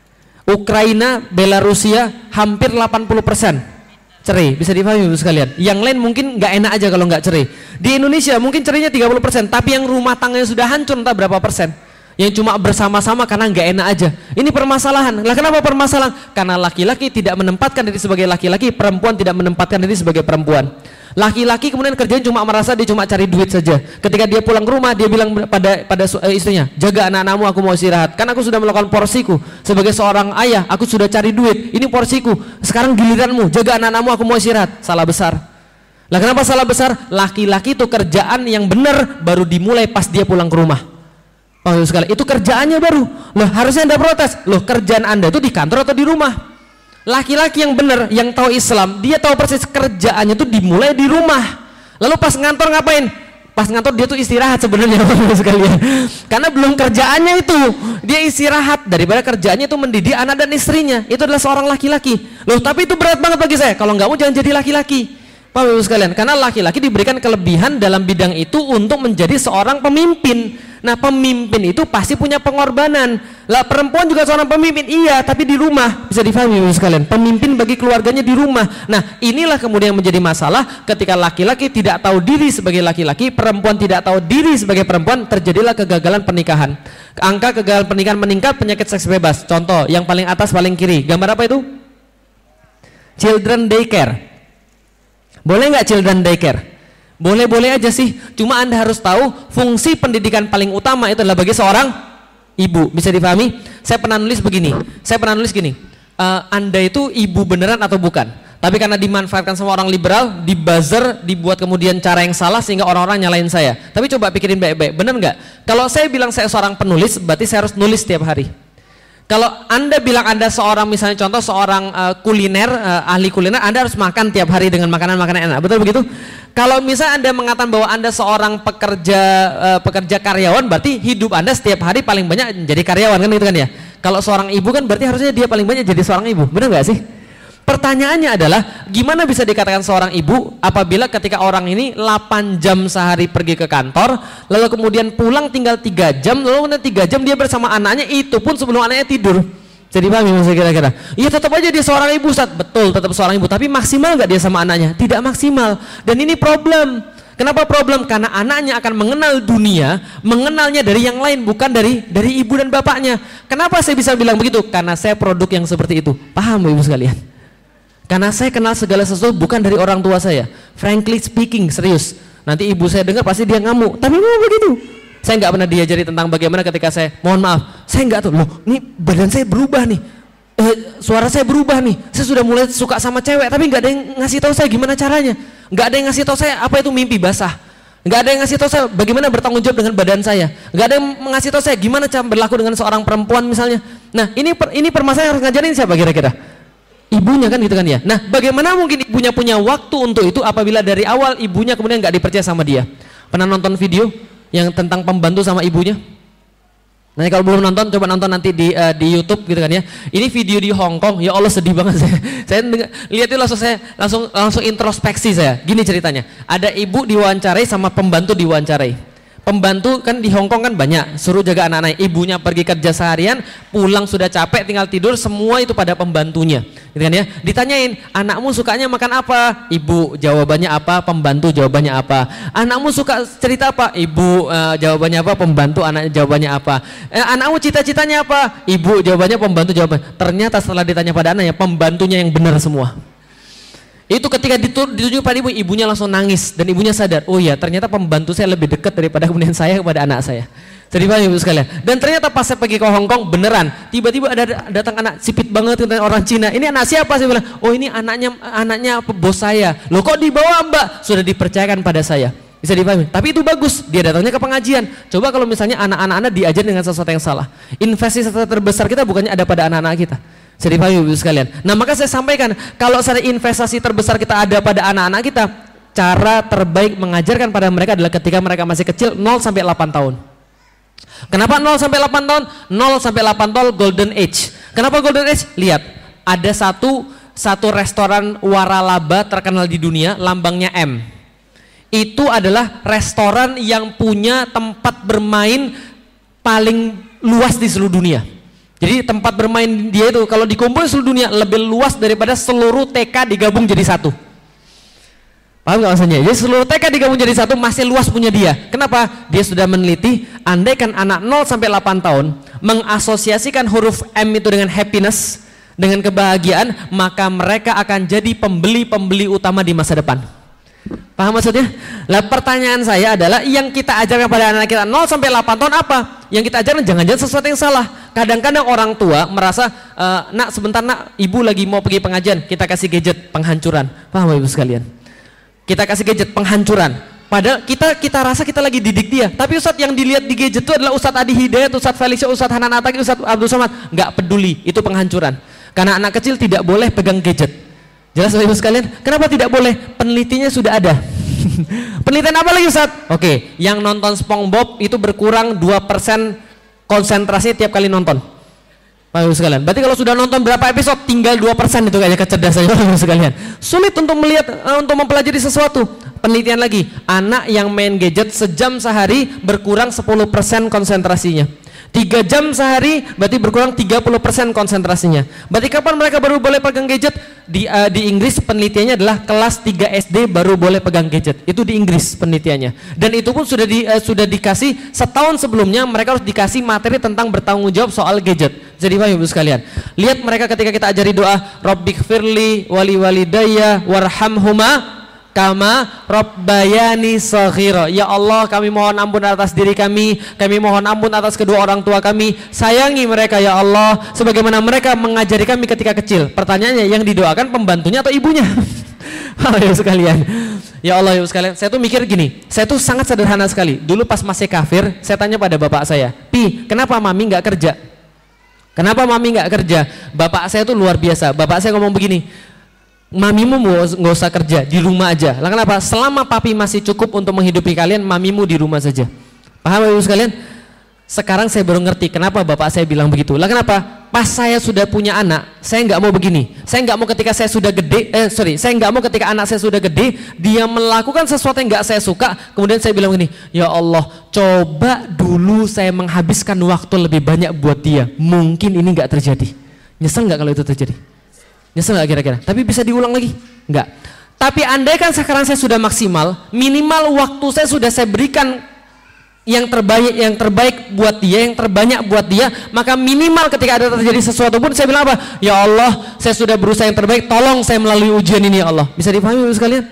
B: Ukraina, Belarusia hampir delapan puluh persen. Cerai, bisa dipahami ibu sekalian. Yang lain mungkin nggak enak aja kalau nggak cerai. Di Indonesia mungkin cerainya tiga puluh persen, tapi yang rumah tangganya sudah hancur entah berapa persen. yang cuma bersama-sama karena nggak enak aja. Ini permasalahan. Lah kenapa permasalahan? Karena laki-laki tidak menempatkan diri sebagai laki-laki, perempuan tidak menempatkan diri sebagai perempuan. Laki-laki kemudian kerjanya cuma merasa dia cuma cari duit saja. Ketika dia pulang ke rumah, dia bilang pada pada istrinya, jaga anak-anakmu, aku mau istirahat. Kan aku sudah melakukan porsiku sebagai seorang ayah, aku sudah cari duit. Ini porsiku. Sekarang giliranmu, jaga anak-anakmu, aku mau istirahat. Salah besar. Lah kenapa salah besar? Laki-laki itu kerjaan yang benar baru dimulai pas dia pulang ke rumah. Oh sekali, itu kerjaannya baru. Loh harusnya Anda protes. Loh kerjaan Anda itu di kantor atau di rumah? Laki-laki yang benar, yang tahu Islam, dia tahu persis kerjaannya itu dimulai di rumah. Lalu pas ngantor ngapain? Pas ngantor dia tuh istirahat sebenarnya sekalian. Karena belum kerjaannya itu. Dia istirahat daripada kerjaannya itu mendidik anak dan istrinya. Itu adalah seorang laki-laki. Loh tapi itu berat banget bagi saya. Kalau nggak mau jangan jadi laki-laki. Paham Ibu sekalian? Karena laki-laki diberikan kelebihan dalam bidang itu untuk menjadi seorang pemimpin. Nah pemimpin itu pasti punya pengorbanan. Lah perempuan juga seorang pemimpin, iya, tapi di rumah. Bisa difahami Ibu sekalian, pemimpin bagi keluarganya di rumah. Nah inilah kemudian menjadi masalah ketika laki-laki tidak tahu diri sebagai laki-laki, perempuan tidak tahu diri sebagai perempuan, terjadilah kegagalan pernikahan. Angka kegagalan pernikahan meningkat, penyakit seks bebas. Contoh yang paling atas paling kiri, gambar apa itu? Children daycare. Boleh nggak children daycare? Boleh-boleh aja sih, cuma Anda harus tahu fungsi pendidikan paling utama itu adalah bagi seorang ibu. Bisa dipahami? Saya pernah nulis begini, saya pernah nulis gini, uh, Anda itu ibu beneran atau bukan? Tapi karena dimanfaatkan sama orang liberal, dibuzzer, dibuat kemudian cara yang salah sehingga orang-orang nyalain saya. Tapi coba pikirin baik-baik, bener nggak? Kalau saya bilang saya seorang penulis, berarti saya harus nulis setiap hari. Kalau Anda bilang Anda seorang, misalnya contoh seorang uh, kuliner, uh, ahli kuliner, Anda harus makan tiap hari dengan makanan-makanan enak, betul begitu? Kalau misalnya Anda mengatakan bahwa Anda seorang pekerja uh, pekerja karyawan, berarti hidup Anda setiap hari paling banyak jadi karyawan, kan gitu kan ya? Kalau seorang ibu kan berarti harusnya dia paling banyak jadi seorang ibu, benar nggak sih? Pertanyaannya adalah, gimana bisa dikatakan seorang ibu apabila ketika orang ini delapan jam sehari pergi ke kantor, lalu kemudian pulang tinggal tiga jam, lalu kemudian tiga jam dia bersama anaknya, itu pun sebelum anaknya tidur. Jadi paham ya kira-kira? Iya tetap aja dia seorang ibu Ustaz, betul tetap seorang ibu, tapi maksimal nggak dia sama anaknya? Tidak maksimal, dan ini problem. Kenapa problem? Karena anaknya akan mengenal dunia, mengenalnya dari yang lain, bukan dari dari ibu dan bapaknya. Kenapa saya bisa bilang begitu? Karena saya produk yang seperti itu. Paham ibu sekalian? Karena saya kenal segala sesuatu bukan dari orang tua saya. Frankly speaking, serius. Nanti ibu saya dengar pasti dia ngamuk. Tapi memang begitu. Saya nggak pernah diajari tentang bagaimana ketika saya, mohon maaf, saya nggak tahu. Loh, ini badan saya berubah nih. Eh, suara saya berubah nih. Saya sudah mulai suka sama cewek, tapi nggak ada yang ngasih tahu saya gimana caranya. Nggak ada yang ngasih tahu saya apa itu mimpi basah. Nggak ada yang ngasih tahu saya bagaimana bertanggung jawab dengan badan saya. Nggak ada yang ngasih tahu saya gimana cara berlaku dengan seorang perempuan misalnya. Nah, ini per, ini permasalahan yang harus ngajarin siapa kira-kira? Ibunya kan gitu kan ya. Nah bagaimana mungkin ibunya punya waktu untuk itu apabila dari awal ibunya kemudian nggak dipercaya sama dia. Pernah nonton video yang tentang pembantu sama ibunya? Nah kalau belum nonton coba nonton nanti di uh, di YouTube gitu kan ya. Ini video di Hong Kong. Ya Allah sedih banget saya. Saya lihat itu langsung saya langsung langsung introspeksi saya. Gini ceritanya. Ada ibu diwawancarai sama pembantu diwawancarai. Pembantu kan di Hong Kong kan banyak, suruh jaga anak-anak, ibunya pergi kerja seharian, pulang sudah capek tinggal tidur, semua itu pada pembantunya, gitu kan ya. Ditanyain, anakmu sukanya makan apa? Ibu jawabannya apa? Pembantu jawabannya apa? Anakmu suka cerita apa? Ibu uh, jawabannya apa? Pembantu anaknya jawabannya apa? Eh, anakmu cita-citanya apa? Ibu jawabannya, pembantu jawabannya. Ternyata setelah ditanya pada anaknya, pembantunya yang benar semua. Itu ketika ditunjuk pada ibu, ibunya langsung nangis dan ibunya sadar, oh ya ternyata pembantu saya lebih dekat daripada kemudian saya kepada anak saya. Jadi paham ibu sekalian. Dan ternyata pas saya pergi ke Hong Kong beneran, tiba-tiba ada datang anak sipit banget dengan orang Cina. Ini anak siapa? Saya bilang, oh ini anaknya anaknya bos saya. Loh kok dibawa mbak? Sudah dipercayakan pada saya. Bisa dipahami. Tapi itu bagus. Dia datangnya ke pengajian. Coba kalau misalnya anak-anak Anda diajar dengan sesuatu yang salah. Investasi terbesar kita bukannya ada pada anak-anak kita. Jadi Pak Ibu sekalian. Nah maka saya sampaikan, kalau saya investasi terbesar kita ada pada anak-anak kita, cara terbaik mengajarkan pada mereka adalah ketika mereka masih kecil, nol sampai delapan tahun. Kenapa nol sampai delapan tahun? nol sampai delapan tahun golden age. Kenapa golden age? Lihat, ada satu satu restoran waralaba terkenal di dunia, lambangnya M. Itu adalah restoran yang punya tempat bermain paling luas di seluruh dunia. Jadi tempat bermain dia itu kalau dikumpul seluruh dunia lebih luas daripada seluruh T K digabung jadi satu. Paham nggak maksudnya? Jadi seluruh T K digabung jadi satu masih luas punya dia. Kenapa? Dia sudah meneliti, andaikan anak nol sampai delapan tahun mengasosiasikan huruf M itu dengan happiness, dengan kebahagiaan, maka mereka akan jadi pembeli-pembeli utama di masa depan. Paham maksudnya? Lah pertanyaan saya adalah yang kita ajarkan pada anak kita nol sampai delapan tahun apa? Yang kita ajarkan jangan-jangan sesuatu yang salah. Kadang-kadang orang tua merasa, e, nak sebentar nak, ibu lagi mau pergi pengajian, kita kasih gadget penghancuran. Paham ibu sekalian? Kita kasih gadget penghancuran. Padahal kita kita rasa kita lagi didik dia. Tapi Ustadz yang dilihat di gadget itu adalah Ustadz Adi Hidayat, Ustadz Felicia, Ustadz Hanan Ataki, Ustadz Abdul Somad. Nggak peduli, itu penghancuran. Karena anak kecil tidak boleh pegang gadget. Jelas Bapak Ibu sekalian? Kenapa tidak boleh? Penelitinya sudah ada. Penelitian apa lagi Ustadz? Oke, yang nonton SpongeBob itu berkurang dua persen konsentrasi tiap kali nonton. Bapak Ibu sekalian, berarti kalau sudah nonton berapa episode tinggal dua persen itu kayaknya kecerdasannya Bapak Ibu sekalian. Sulit untuk melihat, uh, untuk mempelajari sesuatu. Penelitian lagi, anak yang main gadget sejam sehari berkurang sepuluh persen konsentrasinya. tiga jam sehari berarti berkurang tiga puluh persen konsentrasinya. Berarti kapan mereka baru boleh pegang gadget? Di uh, di Inggris penelitiannya adalah kelas tiga S D baru boleh pegang gadget. Itu di Inggris penelitiannya. Dan itu pun sudah di uh, sudah dikasih setahun sebelumnya, mereka harus dikasih materi tentang bertanggung jawab soal gadget. Jadi Bapak Ibu sekalian, lihat mereka ketika kita ajari doa Rabbighfirli wali walidayya warhamhuma kama rabbayani shaghira. Ya Allah, kami mohon ampun atas diri kami, kami mohon ampun atas kedua orang tua kami, sayangi mereka ya Allah sebagaimana mereka mengajari kami ketika kecil. Pertanyaannya, yang didoakan pembantunya atau ibunya? Ya sekalian, ya Allah ya sekalian, saya tuh mikir gini, saya tuh sangat sederhana sekali. Dulu pas masih kafir, saya tanya pada bapak saya, Pi, kenapa mami nggak kerja? Kenapa mami nggak kerja? Bapak saya tuh luar biasa. Bapak saya ngomong begini, mamimu nggak usah kerja, di rumah aja. Lah kenapa? Selama papi masih cukup untuk menghidupi kalian, mamimu di rumah saja. Paham Ibu sekalian? Sekarang saya baru ngerti kenapa bapak saya bilang begitu. Lah kenapa? Pas saya sudah punya anak, saya nggak mau begini. Saya nggak mau ketika saya sudah gede, eh sorry, saya nggak mau ketika anak saya sudah gede, dia melakukan sesuatu yang nggak saya suka, kemudian saya bilang begini, ya Allah, coba dulu saya menghabiskan waktu lebih banyak buat dia, mungkin ini nggak terjadi. Nyesel nggak kalau itu terjadi? Nyesel nggak kira-kira? Tapi bisa diulang lagi? Enggak. Tapi andai kan sekarang saya sudah maksimal, minimal waktu saya sudah saya berikan yang terbaik, yang terbaik buat dia, yang terbanyak buat dia, maka minimal ketika ada terjadi sesuatu pun saya bilang apa? Ya Allah, saya sudah berusaha yang terbaik, tolong saya melalui ujian ini ya Allah. Bisa dipahami Ibu sekalian?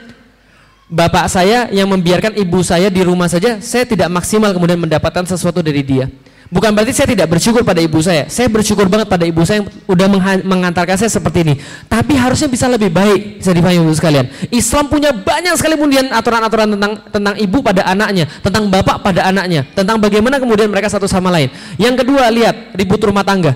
B: Bapak saya yang membiarkan ibu saya di rumah saja, saya tidak maksimal kemudian mendapatkan sesuatu dari dia. Bukan berarti saya tidak bersyukur pada ibu saya. Saya bersyukur banget pada ibu saya yang udah mengantarkan saya seperti ini. Tapi harusnya bisa lebih baik, bisa dipahami Ibu sekalian. Islam punya banyak sekali kemudian aturan-aturan tentang tentang ibu pada anaknya, tentang bapak pada anaknya, tentang bagaimana kemudian mereka satu sama lain. Yang kedua, lihat ribut rumah tangga.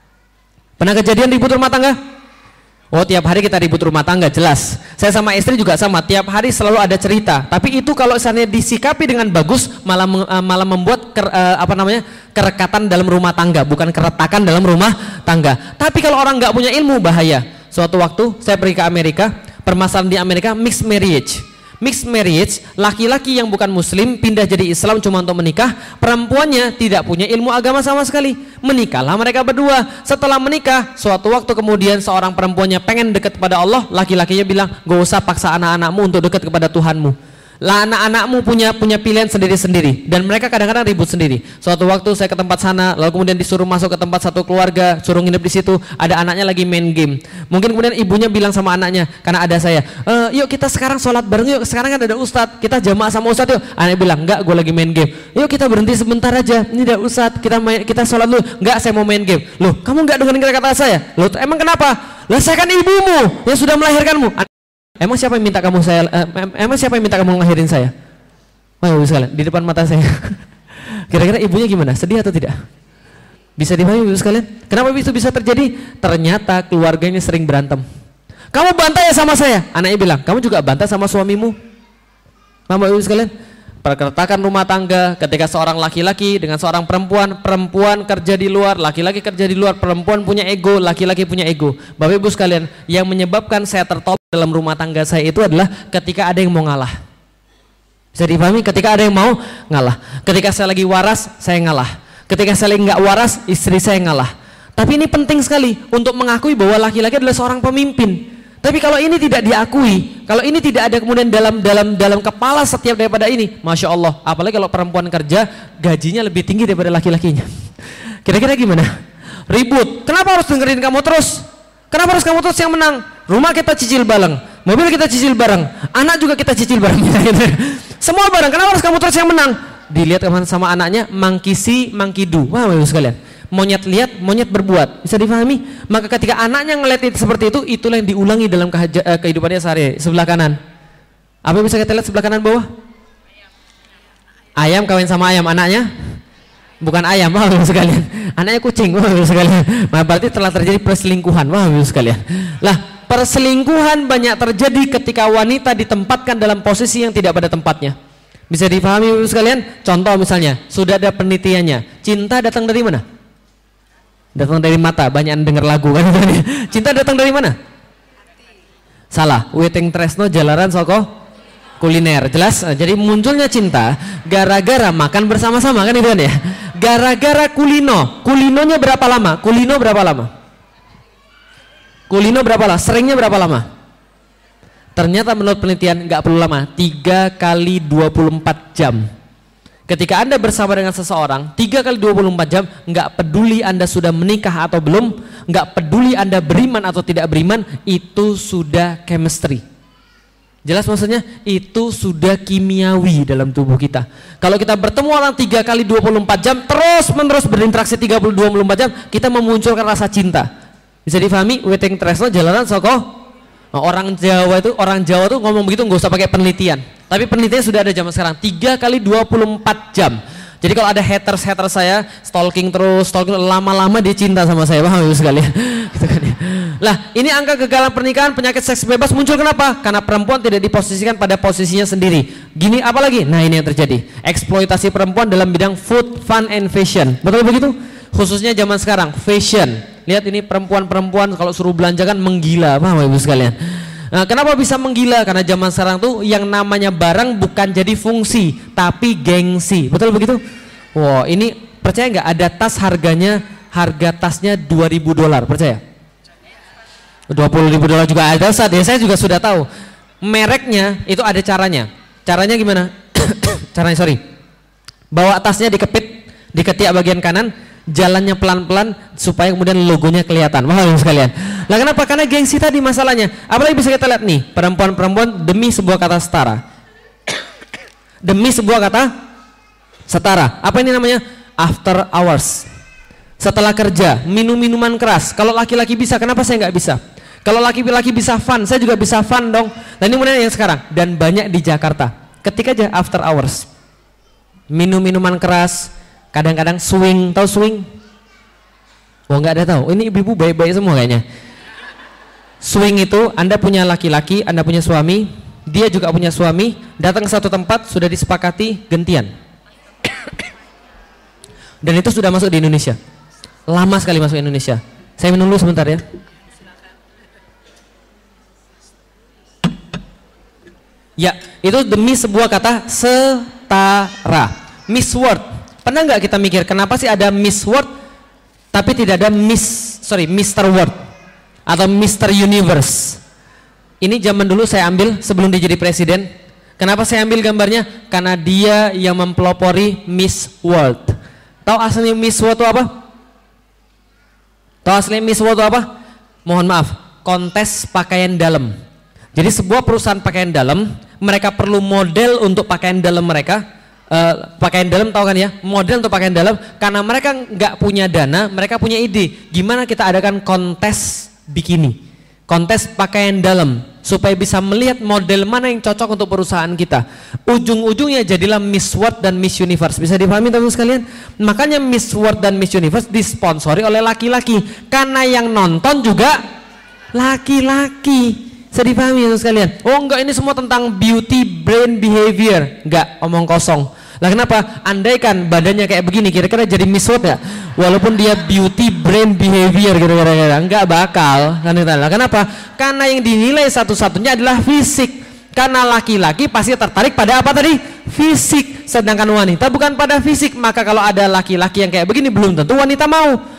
B: Pernah kejadian ribut rumah tangga? Oh, tiap hari kita ribut rumah tangga, jelas. Saya sama istri juga sama, tiap hari selalu ada cerita. Tapi itu kalau misalnya disikapi dengan bagus, malah malah membuat ker, uh, apa namanya kerekatan dalam rumah tangga, bukan keretakan dalam rumah tangga. Tapi kalau orang nggak punya ilmu, bahaya. Suatu waktu saya pergi ke Amerika, permasalahan di Amerika mixed marriage. Mixed marriage, laki-laki yang bukan muslim pindah jadi Islam cuma untuk menikah, perempuannya tidak punya ilmu agama sama sekali. Menikahlah mereka berdua. Setelah menikah, suatu waktu kemudian seorang perempuannya pengen dekat kepada Allah, laki-lakinya bilang, gak usah paksa anak-anakmu untuk dekat kepada Tuhanmu. Lah anak-anakmu punya punya pilihan sendiri-sendiri, dan mereka kadang-kadang ribut sendiri. Suatu waktu saya ke tempat sana, lalu kemudian disuruh masuk ke tempat satu keluarga, suruh nginep di situ, ada anaknya lagi main game. Mungkin kemudian ibunya bilang sama anaknya, karena ada saya, e, yuk kita sekarang sholat bareng yuk, sekarang kan ada ustadz, kita jamaah sama ustadz yuk. Anaknya bilang, enggak, gue lagi main game. Yuk kita berhenti sebentar aja, ini ada ustadz, kita main, kita sholat dulu. Enggak, saya mau main game. Loh, kamu enggak dengerin kata-kata saya? Loh, emang kenapa? Lah saya kan ibumu yang sudah melahirkanmu. Emang siapa yang minta kamu saya? Eh, emang siapa yang minta kamu ngelahirin saya? Oh, sekalian di depan mata saya. Kira-kira ibunya gimana? Sedih atau tidak? Bisa dipahami Ibu sekalian? Kenapa itu bisa terjadi? Ternyata keluarganya sering berantem. Kamu bantah ya sama saya? Anaknya bilang, kamu juga bantah sama suamimu. Mama Ibu sekalian? Perkeretakan rumah tangga ketika seorang laki-laki dengan seorang perempuan, perempuan kerja di luar, laki-laki kerja di luar, perempuan punya ego, laki-laki punya ego. Bapak Ibu sekalian, yang menyebabkan saya tertolak dalam rumah tangga saya itu adalah ketika ada yang mau ngalah. Bisa dipahami? Ketika ada yang mau ngalah. Ketika saya lagi waras, saya ngalah. Ketika saya lagi nggak waras, istri saya ngalah. Tapi ini penting sekali untuk mengakui bahwa laki-laki adalah seorang pemimpin. Tapi kalau ini tidak diakui, kalau ini tidak ada kemudian dalam dalam dalam kepala setiap daripada ini, masya Allah. Apalagi kalau perempuan kerja, gajinya lebih tinggi daripada laki-lakinya. Kira-kira gimana? Ribut. Kenapa harus dengerin kamu terus? Kenapa harus kamu terus yang menang? Rumah kita cicil bareng, mobil kita cicil bareng, anak juga kita cicil bareng. Semua bareng. Kenapa harus kamu terus yang menang? Dilihat sama anaknya, mangkisi, mangkidu. Wah, bagus sekalian. Monyet lihat, monyet berbuat. Bisa difahami? Maka ketika anaknya ngeliat itu seperti itu, itulah yang diulangi dalam kehaja, eh, kehidupannya sehari. Sebelah kanan. Apa yang bisa kita lihat sebelah kanan bawah? Ayam kawin sama ayam, anaknya? Bukan ayam, wah bagus sekalian. Anaknya kucing, wah bagus sekalian. Nah, berarti telah terjadi perselingkuhan, wah bagus sekalian. Lah, perselingkuhan banyak terjadi ketika wanita ditempatkan dalam posisi yang tidak pada tempatnya. Bisa difahami bagus sekalian? Contoh misalnya, sudah ada penelitiannya. Cinta datang dari mana? Datang dari mata, banyak yang dengar lagu kan. Cinta datang dari mana? Salah, Weting Tresno jalaran soko kuliner. Jelas? Jadi munculnya cinta gara-gara makan bersama-sama kan itu kan ya. Gara-gara kulino. Kulinonya berapa lama? Kulino berapa lama? Kulino berapa lama? Seringnya berapa lama? Ternyata menurut penelitian nggak perlu lama, tiga kali dua puluh empat jam. Ketika Anda bersama dengan seseorang tiga kali dua puluh empat jam, nggak peduli Anda sudah menikah atau belum, nggak peduli Anda beriman atau tidak beriman, itu sudah chemistry. Jelas maksudnya? Itu sudah kimiawi dalam tubuh kita. Kalau kita bertemu orang tiga kali dua puluh empat jam, terus menerus berinteraksi tiga puluh dua puluh empat jam, kita memunculkan rasa cinta. Bisa difahami? Weting Tresno jalanan soko. Nah, orang Jawa itu, orang Jawa tuh ngomong begitu nggak usah pakai penelitian. Tapi penelitian sudah ada zaman sekarang, tiga kali dua puluh empat jam. Jadi kalau ada haters-haters saya stalking terus, stalking lama-lama dia cinta sama saya, paham sekali. Gitu kan ya. Lah, ini angka kegagalan pernikahan, penyakit seks bebas muncul kenapa? Karena perempuan tidak diposisikan pada posisinya sendiri. Gini apa lagi? Nah, ini yang terjadi. Eksploitasi perempuan dalam bidang food, fun and fashion. Betul begitu? Khususnya zaman sekarang, fashion. Lihat ini perempuan-perempuan kalau suruh belanja kan menggila, paham Ibu sekalian? Nah, kenapa bisa menggila? Karena zaman sekarang tuh yang namanya barang bukan jadi fungsi, tapi gengsi. Betul begitu? Wow, ini percaya nggak ada tas harganya, harga tasnya dua ribu dolar, percaya? dua puluh ribu dolar juga ada, saat ya saya juga sudah tahu. Mereknya itu ada caranya. Caranya gimana? Caranya sorry. Bawa tasnya dikepit di ketiak bagian kanan, jalannya pelan-pelan supaya kemudian logonya kelihatan. Paham sekalian? Lah kenapa? Karena gengsi tadi masalahnya. Apalagi bisa kita lihat nih, perempuan-perempuan demi sebuah kata setara. Demi sebuah kata setara. Apa ini namanya? After hours. Setelah kerja, minum minuman keras. Kalau laki-laki bisa, kenapa saya nggak bisa? Kalau laki-laki bisa fun, saya juga bisa fun dong. Dan ini kemudian yang sekarang, dan banyak di Jakarta. Ketik aja after hours. Minum minuman keras, kadang-kadang swing, tahu swing? Oh nggak ada tahu. Ini ibu-ibu baik-baik semua kayaknya. Swing itu Anda punya laki-laki, Anda punya suami, dia juga punya suami, datang ke satu tempat sudah disepakati gantian. Dan itu sudah masuk di Indonesia. Lama sekali masuk Indonesia. Saya minum dulu sebentar ya. Ya, itu demi sebuah kata setara. Miss World. Pernah nggak kita mikir kenapa sih ada Miss World tapi tidak ada Miss, sorry, Mister World atau Mister Universe? Ini zaman dulu saya ambil sebelum dia jadi presiden. Kenapa saya ambil gambarnya? Karena dia yang mempelopori Miss World. Tahu aslinya Miss World itu apa? Tahu aslinya Miss World itu apa? Mohon maaf, kontes pakaian dalam. Jadi sebuah perusahaan pakaian dalam, mereka perlu model untuk pakaian dalam mereka. Uh, pakaian dalam tahu kan ya, model untuk pakaian dalam, karena mereka nggak punya dana, mereka punya ide gimana kita adakan kontes bikini, kontes pakaian dalam supaya bisa melihat model mana yang cocok untuk perusahaan kita. Ujung-ujungnya jadilah Miss World dan Miss Universe. Bisa dipahami teman-teman sekalian? Makanya Miss World dan Miss Universe disponsori oleh laki-laki, karena yang nonton juga laki-laki. Bisa dipahami teman-teman sekalian? Oh enggak, ini semua tentang beauty, brain, behavior. Enggak, omong kosong. Lah kenapa? Andaikan badannya kayak begini, kira-kira jadi Miss World ya? Walaupun dia beauty, brain, behavior kira-kira, enggak bakal. Lah kenapa? Karena yang dinilai satu-satunya adalah fisik. Karena laki-laki pasti tertarik pada apa tadi? Fisik. Sedangkan wanita bukan pada fisik. Maka kalau ada laki-laki yang kayak begini, belum tentu wanita mau.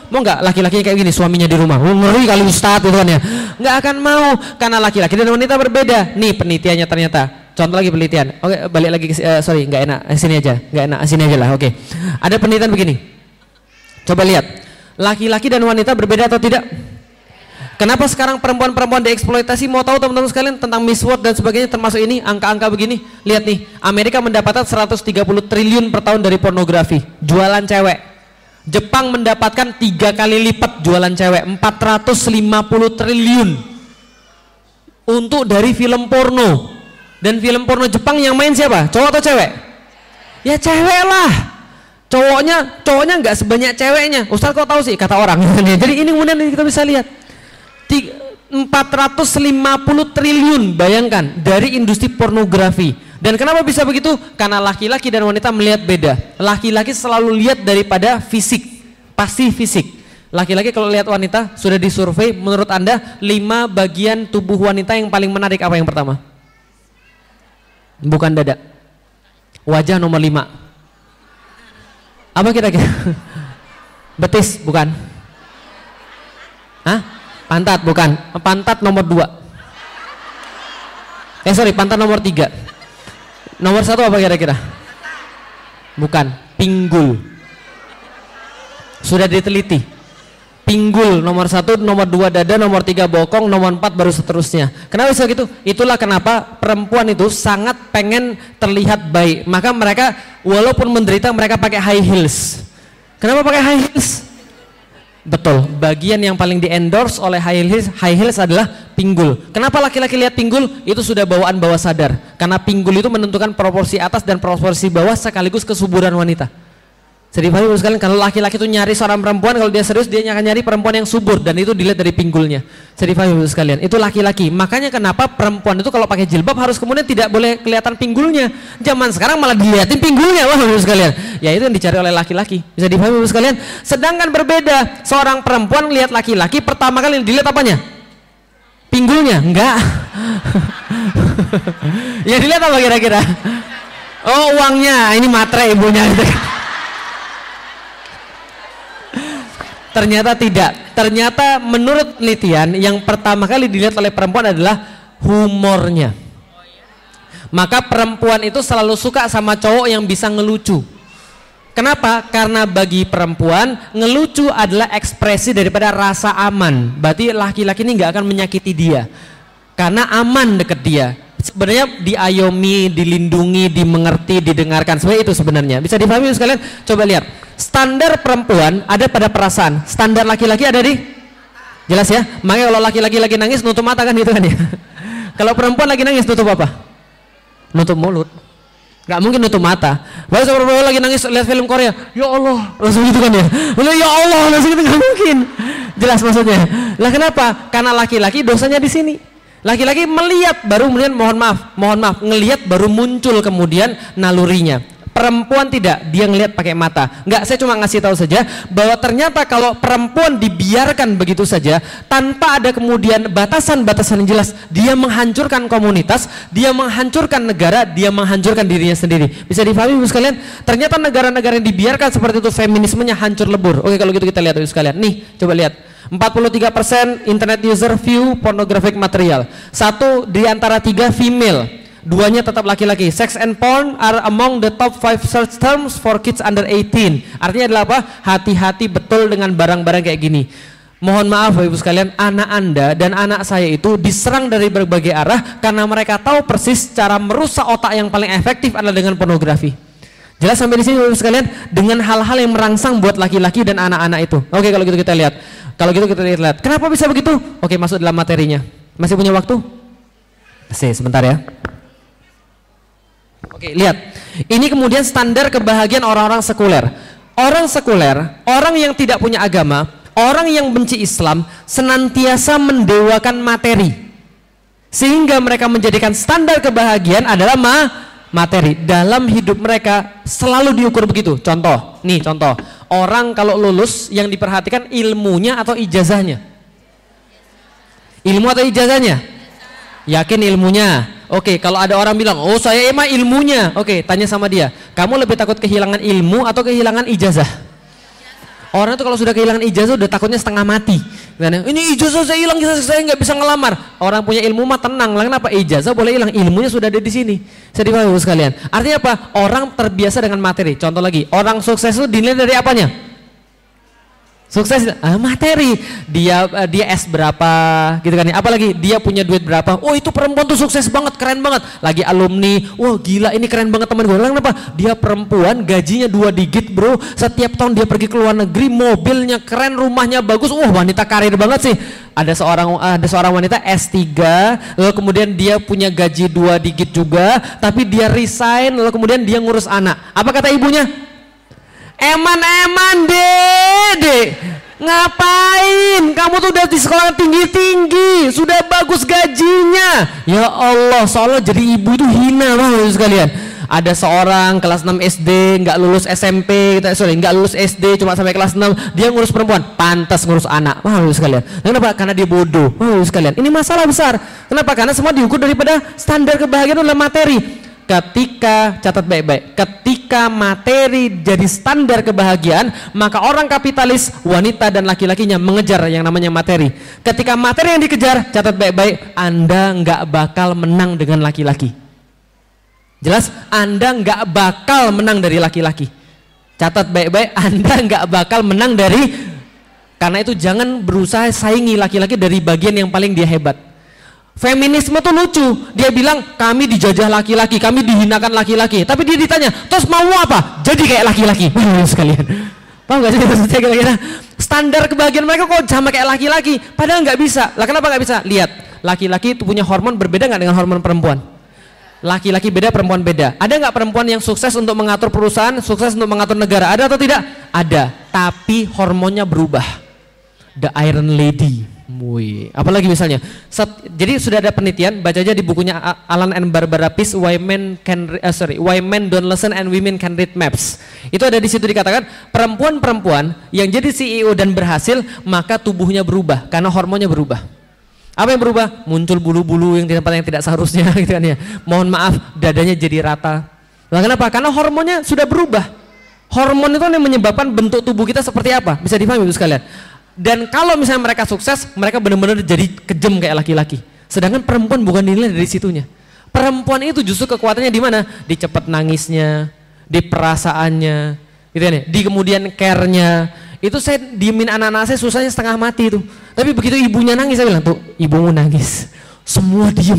B: Mau nggak laki-lakinya kayak gini, suaminya di rumah? Oh, ngeri kali Ustadz itu kan ya. Nggak akan mau, karena laki-laki dan wanita berbeda. Nih penelitiannya ternyata. Contoh lagi penelitian. Oke, balik lagi ke uh, sorry, nggak enak. Sini aja, nggak enak. Sini aja lah. Oke. Ada penelitian begini. Coba lihat. Laki-laki dan wanita berbeda atau tidak? Kenapa sekarang perempuan-perempuan dieksploitasi? Mau tahu teman-teman sekalian tentang Miss World dan sebagainya, termasuk ini angka-angka begini? Lihat nih, Amerika mendapatkan seratus tiga puluh triliun per tahun dari pornografi, jualan cewek. Jepang mendapatkan tiga kali lipat jualan cewek, empat ratus lima puluh triliun untuk dari film porno. Dan film porno Jepang yang main siapa? Cowok atau cewek? Ya cewek lah. Cowoknya, cowoknya nggak sebanyak ceweknya. Ustaz kok tahu sih? Kata orang. Jadi ini kemudian kita bisa lihat. empat ratus lima puluh triliun, bayangkan, dari industri pornografi. Dan kenapa bisa begitu? Karena laki-laki dan wanita melihat beda. Laki-laki selalu lihat daripada fisik, pasti fisik. Laki-laki kalau lihat wanita, sudah disurvei, menurut Anda lima bagian tubuh wanita yang paling menarik apa yang pertama? Bukan dada. Wajah nomor lima. Apa kira-kira? Betis, bukan? Hah? Pantat, bukan? Pantat nomor dua. Eh sorry, pantat nomor tiga. Nomor satu apa kira-kira? Bukan, pinggul. Sudah diteliti. Pinggul nomor satu, nomor dua dada, nomor tiga bokong, nomor empat baru seterusnya. Kenapa bisa gitu? Itulah kenapa perempuan itu sangat pengen terlihat baik. Maka mereka walaupun menderita mereka pakai high heels. Kenapa pakai high heels? Betul, bagian yang paling di endorse oleh high heels, high heels adalah pinggul. Kenapa laki-laki lihat pinggul? Itu sudah bawaan bawah sadar. Karena pinggul itu menentukan proporsi atas dan proporsi bawah sekaligus kesuburan wanita. Jadi Bapak Ibu sekalian, kalau laki-laki itu nyari seorang perempuan, kalau dia serius dia akan nyari perempuan yang subur, dan itu dilihat dari pinggulnya. Jadi Bapak Ibu sekalian, itu laki-laki. Makanya kenapa perempuan itu kalau pakai jilbab harus kemudian tidak boleh kelihatan pinggulnya. Zaman sekarang malah dilihatin pinggulnya, Bapak Ibu sekalian. Ya itu yang dicari oleh laki-laki. Bisa di Bapak Ibu sekalian. Sedangkan berbeda, seorang perempuan lihat laki-laki pertama kali dilihat apanya? Pinggulnya? Enggak. Ya dilihat apa kira-kira? Oh uangnya, ini matre ibunya. Ternyata tidak. Ternyata menurut penelitian yang pertama kali dilihat oleh perempuan adalah humornya. Maka perempuan itu selalu suka sama cowok yang bisa ngelucu. Kenapa? Karena bagi perempuan ngelucu adalah ekspresi daripada rasa aman. Berarti laki-laki ini nggak akan menyakiti dia. Karena aman deket dia. Sebenarnya diayomi, dilindungi, dimengerti, didengarkan. Sebenarnya itu sebenarnya. Bisa dipahami sekalian? Coba lihat. Standar perempuan ada pada perasaan. Standar laki-laki ada di? Jelas ya? Makanya kalau laki-laki lagi nangis nutup mata kan gitu kan ya. Kalau perempuan lagi nangis nutup apa? Nutup mulut. Gak mungkin nutup mata. Baru perempuan lagi nangis lihat film Korea, ya Allah, langsung gitu kan ya. Ya Allah, langsung gitu, gak mungkin. Jelas maksudnya. Lah kenapa? Karena laki-laki dosanya di sini. Laki-laki melihat baru kemudian mohon maaf, mohon maaf, ngelihat baru muncul kemudian nalurinya. Perempuan tidak, dia ngelihat pakai mata. Enggak, saya cuma ngasih tahu saja bahwa ternyata kalau perempuan dibiarkan begitu saja tanpa ada kemudian batasan-batasan yang jelas, dia menghancurkan komunitas, dia menghancurkan negara, dia menghancurkan dirinya sendiri. Bisa dipahami Ibu sekalian? Ternyata negara-negara yang dibiarkan seperti itu feminismenya hancur lebur. Oke, kalau gitu kita lihat Ibu sekalian. Nih, coba lihat. empat puluh tiga persen internet user view pornographic material. Satu di antara tiga female. Duanya tetap laki-laki. Sex and porn are among the top five search terms for kids under eighteen. Artinya adalah apa? Hati-hati betul dengan barang-barang kayak gini. Mohon maaf Bapak Ibu sekalian, anak Anda dan anak saya itu diserang dari berbagai arah karena mereka tahu persis cara merusak otak yang paling efektif adalah dengan pornografi. Jelas sampai di sini Bapak Ibu sekalian, dengan hal-hal yang merangsang buat laki-laki dan anak-anak itu. Oke, kalau gitu kita lihat. Kalau gitu kita lihat. Kenapa bisa begitu? Oke, masuk dalam materinya. Masih punya waktu? Masih, sebentar ya. Oke, lihat. Ini kemudian standar kebahagiaan orang-orang sekuler. Orang sekuler, orang yang tidak punya agama, orang yang benci Islam, senantiasa mendewakan materi. Sehingga mereka menjadikan standar kebahagiaan adalah ma materi. Dalam hidup mereka selalu diukur begitu. Contoh, nih contoh. Orang kalau lulus yang diperhatikan ilmunya atau ijazahnya? Ilmu atau ijazahnya? Yakin ilmunya? Oke, kalau ada orang bilang, oh saya emang ilmunya. Oke, tanya sama dia, kamu lebih takut kehilangan ilmu atau kehilangan ijazah? Orang itu kalau sudah kehilangan ijazah udah takutnya setengah mati. Ini ijazah saya hilang, saya nggak bisa ngelamar. Orang punya ilmu mah tenang lah, kenapa? Ijazah boleh hilang, ilmunya sudah ada di sini. Saya dipahami sekalian. Artinya apa? Orang terbiasa dengan materi. Contoh lagi, orang sukses itu dinilai dari apanya? Sukses ah, materi. Dia dia S berapa gitu kan ya. Apalagi dia punya duit berapa. Oh itu perempuan tuh sukses banget, keren banget. Lagi alumni. Wah gila ini keren banget teman gue. Kenapa? Dia perempuan gajinya dua digit bro. Setiap tahun dia pergi ke luar negeri, mobilnya keren, rumahnya bagus. Wah wanita karir banget sih. Ada seorang ada seorang wanita S tiga, lalu kemudian dia punya gaji dua digit juga, tapi dia resign, lalu kemudian dia ngurus anak. Apa kata ibunya? Eman-eman dede, ngapain? Kamu tuh udah di sekolah tinggi-tinggi, sudah bagus gajinya. Ya Allah, soalnya jadi ibu itu hina banget sekalian. Ada seorang kelas enam S D, nggak lulus S M P, sorry, nggak lulus S D, cuma sampai kelas enam, dia ngurus perempuan, pantas ngurus anak. Wah, sekalian. Kenapa? Karena dia bodoh. Wah, sekalian. Ini masalah besar. Kenapa? Karena semua diukur daripada standar kebahagiaan adalah materi. Ketika, catat baik-baik, ketika materi jadi standar kebahagiaan, maka orang kapitalis, wanita dan laki-lakinya mengejar yang namanya materi. Ketika materi yang dikejar, catat baik-baik, Anda nggak bakal menang dengan laki-laki. Jelas? Anda nggak bakal menang dari laki-laki. Catat baik-baik, Anda nggak bakal menang dari, karena itu jangan berusaha saingi laki-laki dari bagian yang paling dia hebat. Feminisme tuh lucu, dia bilang kami dijajah laki-laki, kami dihinakan laki-laki, tapi dia ditanya, terus mau apa? Jadi kayak laki-laki. Sekalian, paham gak sih maksudnya kira-kira? Standar kebahagiaan mereka kok sama kayak laki-laki, padahal nggak bisa. Lah kenapa nggak bisa? Lihat, laki-laki itu punya hormon berbeda nggak dengan hormon perempuan? Laki-laki beda, perempuan beda. Ada nggak perempuan yang sukses untuk mengatur perusahaan, sukses untuk mengatur negara? Ada atau tidak? Ada, tapi hormonnya berubah. The Iron Lady. Wih, apalagi misalnya, set, jadi sudah ada penelitian, baca aja di bukunya Alan and Barbara Pease, Why Men Can uh, sorry, Why Men Don't Listen and Women Can Read Maps. Itu ada di situ dikatakan perempuan-perempuan yang jadi C E O dan berhasil, maka tubuhnya berubah karena hormonnya berubah. Apa yang berubah? Muncul bulu-bulu yang di tempat yang tidak seharusnya, gitu kan ya. Mohon maaf, dadanya jadi rata. Nah, kenapa? Karena hormonnya sudah berubah. Hormon itu yang menyebabkan bentuk tubuh kita seperti apa? Bisa dipahami Ibu sekalian. Dan kalau misalnya mereka sukses, mereka benar-benar jadi kejam kayak laki-laki. Sedangkan perempuan bukan dinilai dari situnya. Perempuan itu justru kekuatannya di mana? Di cepat nangisnya, di perasaannya, gitu ya, di kemudian care-nya. Itu saya diemin anak-anak saya susahnya setengah mati itu. Tapi begitu ibunya nangis, saya bilang, tuh ibumu nangis. Semua diem.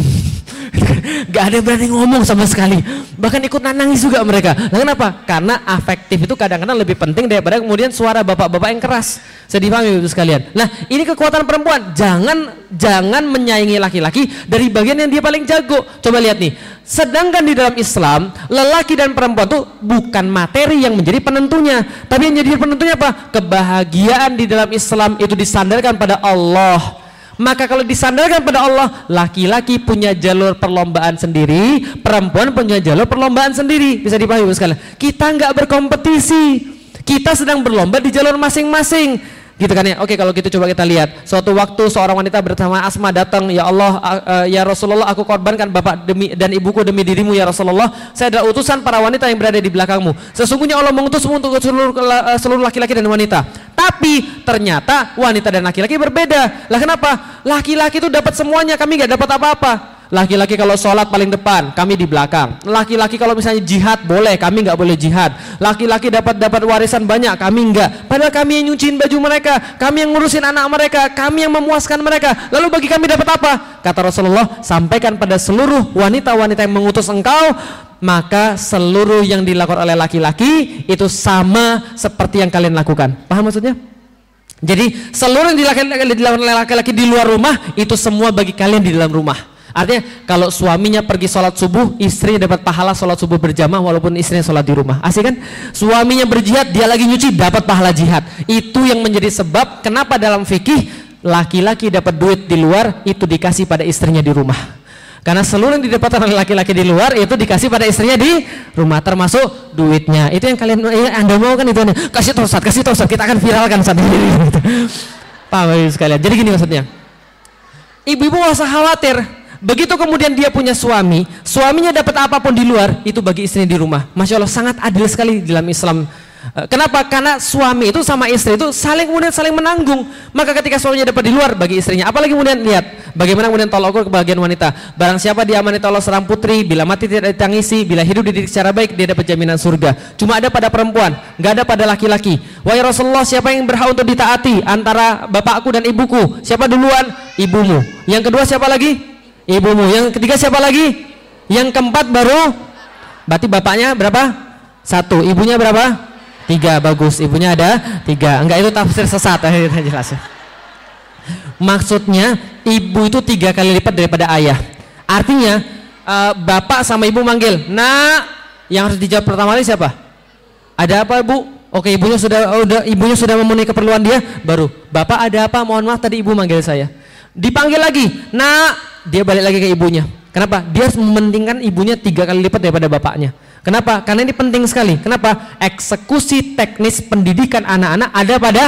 B: Gak ada yang berani ngomong sama sekali. Bahkan ikut nangis juga mereka. Nah, kenapa? Karena afektif itu kadang-kadang lebih penting daripada kemudian suara bapak-bapak yang keras. Saya dipahami itu sekalian. Nah, ini kekuatan perempuan. Jangan jangan menyaingi laki-laki dari bagian yang dia paling jago. Coba lihat nih. Sedangkan di dalam Islam, lelaki dan perempuan itu bukan materi yang menjadi penentunya, tapi yang menjadi penentunya apa? Kebahagiaan di dalam Islam itu disandarkan pada Allah. Maka kalau disandarkan pada Allah, laki-laki punya jalur perlombaan sendiri, perempuan punya jalur perlombaan sendiri. Bisa dipahami sekalian. Kita nggak berkompetisi, kita sedang berlomba di jalur masing-masing. Gitu kan ya. Oke, kalau gitu coba kita lihat. Suatu waktu seorang wanita bernama Asma datang, ya Allah, uh, ya Rasulullah, aku korbankan bapak demi dan ibuku demi dirimu ya Rasulullah. Saya adalah utusan para wanita yang berada di belakangmu. Sesungguhnya Allah mengutusmu untuk seluruh uh, seluruh laki-laki dan wanita. Tapi ternyata wanita dan laki-laki berbeda. Lah kenapa? Laki-laki itu dapat semuanya, kami nggak dapat apa-apa. Laki-laki kalau sholat paling depan, kami di belakang. Laki-laki kalau misalnya jihad boleh, kami nggak boleh jihad. Laki-laki dapat dapat warisan banyak, kami nggak. Padahal kami yang nyuciin baju mereka, kami yang ngurusin anak mereka, kami yang memuaskan mereka. Lalu bagi kami dapat apa? Kata Rasulullah, sampaikan pada seluruh wanita-wanita yang mengutus engkau, maka seluruh yang dilakukan oleh laki-laki itu sama seperti yang kalian lakukan. Paham maksudnya? Jadi seluruh yang dilakukan oleh laki-laki di luar rumah itu semua bagi kalian di dalam rumah. Artinya kalau suaminya pergi sholat subuh, istrinya dapat pahala sholat subuh berjamaah walaupun istrinya sholat di rumah. Asik kan? Suaminya berjihad, dia lagi nyuci, dapat pahala jihad. Itu yang menjadi sebab kenapa dalam fikih laki-laki dapat duit di luar itu dikasih pada istrinya di rumah. Karena seluruh yang didapatkan oleh laki-laki di luar itu dikasih pada istrinya di rumah, termasuk duitnya. Itu yang kalian, ya, anda mau kan itu? Kasih tahu Ustaz, kasih tahu Ustaz, kita akan viralkan saat ini. Paham sekalian? Jadi gini maksudnya. Ibu-ibu nggak usah khawatir. Begitu kemudian dia punya suami, suaminya dapat apapun di luar, itu bagi istrinya di rumah. Masya Allah, sangat adil sekali di dalam Islam. Kenapa? Karena suami itu sama istri itu saling kemudian saling menanggung. Maka ketika suaminya dapat di luar bagi istrinya, apalagi kemudian lihat bagaimana kemudian tolak ukur kebahagiaan wanita. Barang siapa diamani Allah seorang putri, bila mati tidak ditangisi, bila hidup dididik secara baik, dia dapat jaminan surga. Cuma ada pada perempuan, nggak ada pada laki-laki. Wahai Rasulullah, siapa yang berhak untuk ditaati antara bapakku dan ibuku? Siapa duluan? Ibumu. Yang kedua siapa lagi? Ibumu. Yang ketiga siapa lagi? Yang keempat baru. Berarti bapaknya berapa? Satu. Ibunya berapa? Tiga. Bagus, ibunya ada tiga. Enggak, itu tafsir sesat. Jelas. Maksudnya ibu itu tiga kali lipat daripada ayah. Artinya uh, bapak sama ibu manggil, nak, yang harus dijawab pertama kali siapa? Ada apa, Bu? Oke, ibunya sudah udah ibunya sudah memenuhi keperluan dia, baru bapak ada apa? Mohon maaf tadi ibu manggil saya. Dipanggil lagi, nak, dia balik lagi ke ibunya. Kenapa? Dia harus mementingkan ibunya tiga kali lipat daripada bapaknya. Kenapa? Karena ini penting sekali. Kenapa? Eksekusi teknis pendidikan anak-anak ada pada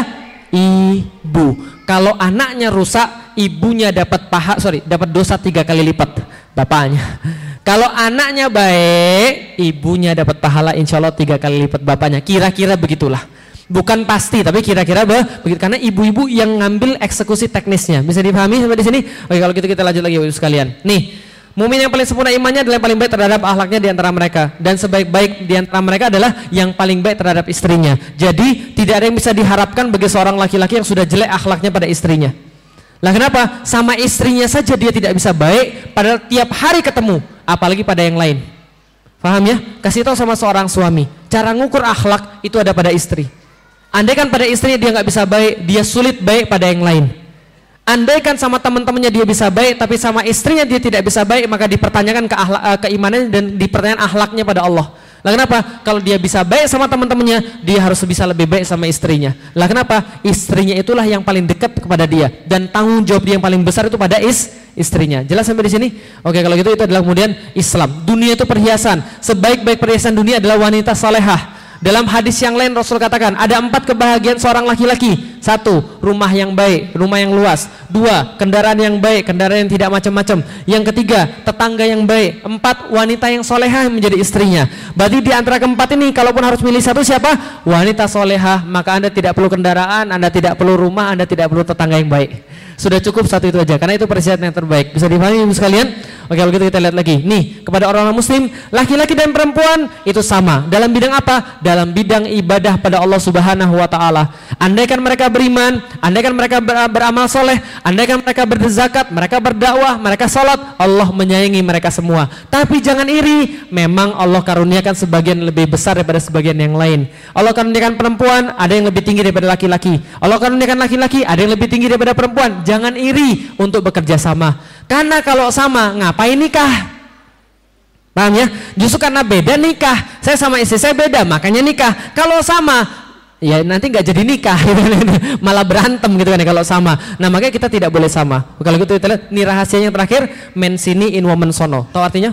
B: ibu. Kalau anaknya rusak, ibunya dapat paha, sorry, dapat dosa tiga kali lipat bapaknya. Kalau anaknya baik, ibunya dapat pahala insya Allah tiga kali lipat bapaknya. Kira-kira begitulah. Bukan pasti, tapi kira-kira begitu. Karena ibu-ibu yang ngambil eksekusi teknisnya. Bisa dipahami sampai di sini? Oke, kalau gitu kita lanjut lagi Bapak sekalian. Nih. Mukmin yang paling sempurna imannya adalah yang paling baik terhadap akhlaknya di antara mereka, dan sebaik-baik di antara mereka adalah yang paling baik terhadap istrinya. Jadi tidak ada yang bisa diharapkan bagi seorang laki-laki yang sudah jelek akhlaknya pada istrinya. Lah kenapa? Sama istrinya saja dia tidak bisa baik, padahal tiap hari ketemu, apalagi pada yang lain. Paham ya? Kasih tahu sama seorang suami, cara ngukur akhlak itu ada pada istri. Andai kan pada istrinya dia nggak bisa baik, dia sulit baik pada yang lain. Andaikan sama teman-temannya dia bisa baik, tapi sama istrinya dia tidak bisa baik, maka dipertanyakan ke akhlak, keimanannya dan dipertanyakan akhlaknya pada Allah. Lah kenapa? Kalau dia bisa baik sama teman-temannya, dia harus bisa lebih baik sama istrinya. Lah kenapa? Istrinya itulah yang paling dekat kepada dia, dan tanggung jawab dia yang paling besar itu pada is istrinya. Jelas sampai di sini? Oke, kalau gitu itu adalah kemudian Islam. Dunia itu perhiasan. Sebaik-baik perhiasan dunia adalah wanita salehah. Dalam hadis yang lain Rasul katakan ada empat kebahagiaan seorang laki-laki. Satu, rumah yang baik, rumah yang luas. Dua, kendaraan yang baik, kendaraan yang tidak macam-macam. Yang ketiga, tetangga yang baik. Empat, wanita yang solehah yang menjadi istrinya. Berarti di antara keempat ini, kalaupun harus milih satu siapa? Wanita solehah. Maka Anda tidak perlu kendaraan, Anda tidak perlu rumah, Anda tidak perlu tetangga yang baik. Sudah cukup satu itu aja, karena itu persyaratan yang terbaik. Bisa dipahami ibu sekalian? Oke, kalau gitu kita lihat lagi. Nih, kepada orang-orang muslim, laki-laki dan perempuan itu sama. Dalam bidang apa? Dalam bidang ibadah pada Allah Subhanahu wa taala. Andaikan mereka beriman, andaikan mereka ber beramal soleh, andaikan mereka berzakat, mereka berdakwah, mereka salat, Allah menyayangi mereka semua. Tapi jangan iri, memang Allah karuniakan sebagian lebih besar daripada sebagian yang lain. Allah karuniakan perempuan, ada yang lebih tinggi daripada laki-laki. Allah karuniakan laki-laki, ada yang lebih tinggi daripada perempuan. Jangan iri untuk bekerja sama. Karena kalau sama, ngapain nikah? Paham ya? Justru karena beda nikah. Saya sama istri saya beda, makanya nikah. Kalau sama, ya nanti nggak jadi nikah, malah berantem gitu kan ya kalau sama. Nah makanya kita tidak boleh sama. Kalau gitu kita lihat, ini rahasianya yang terakhir, men sini in woman sono. Tahu artinya?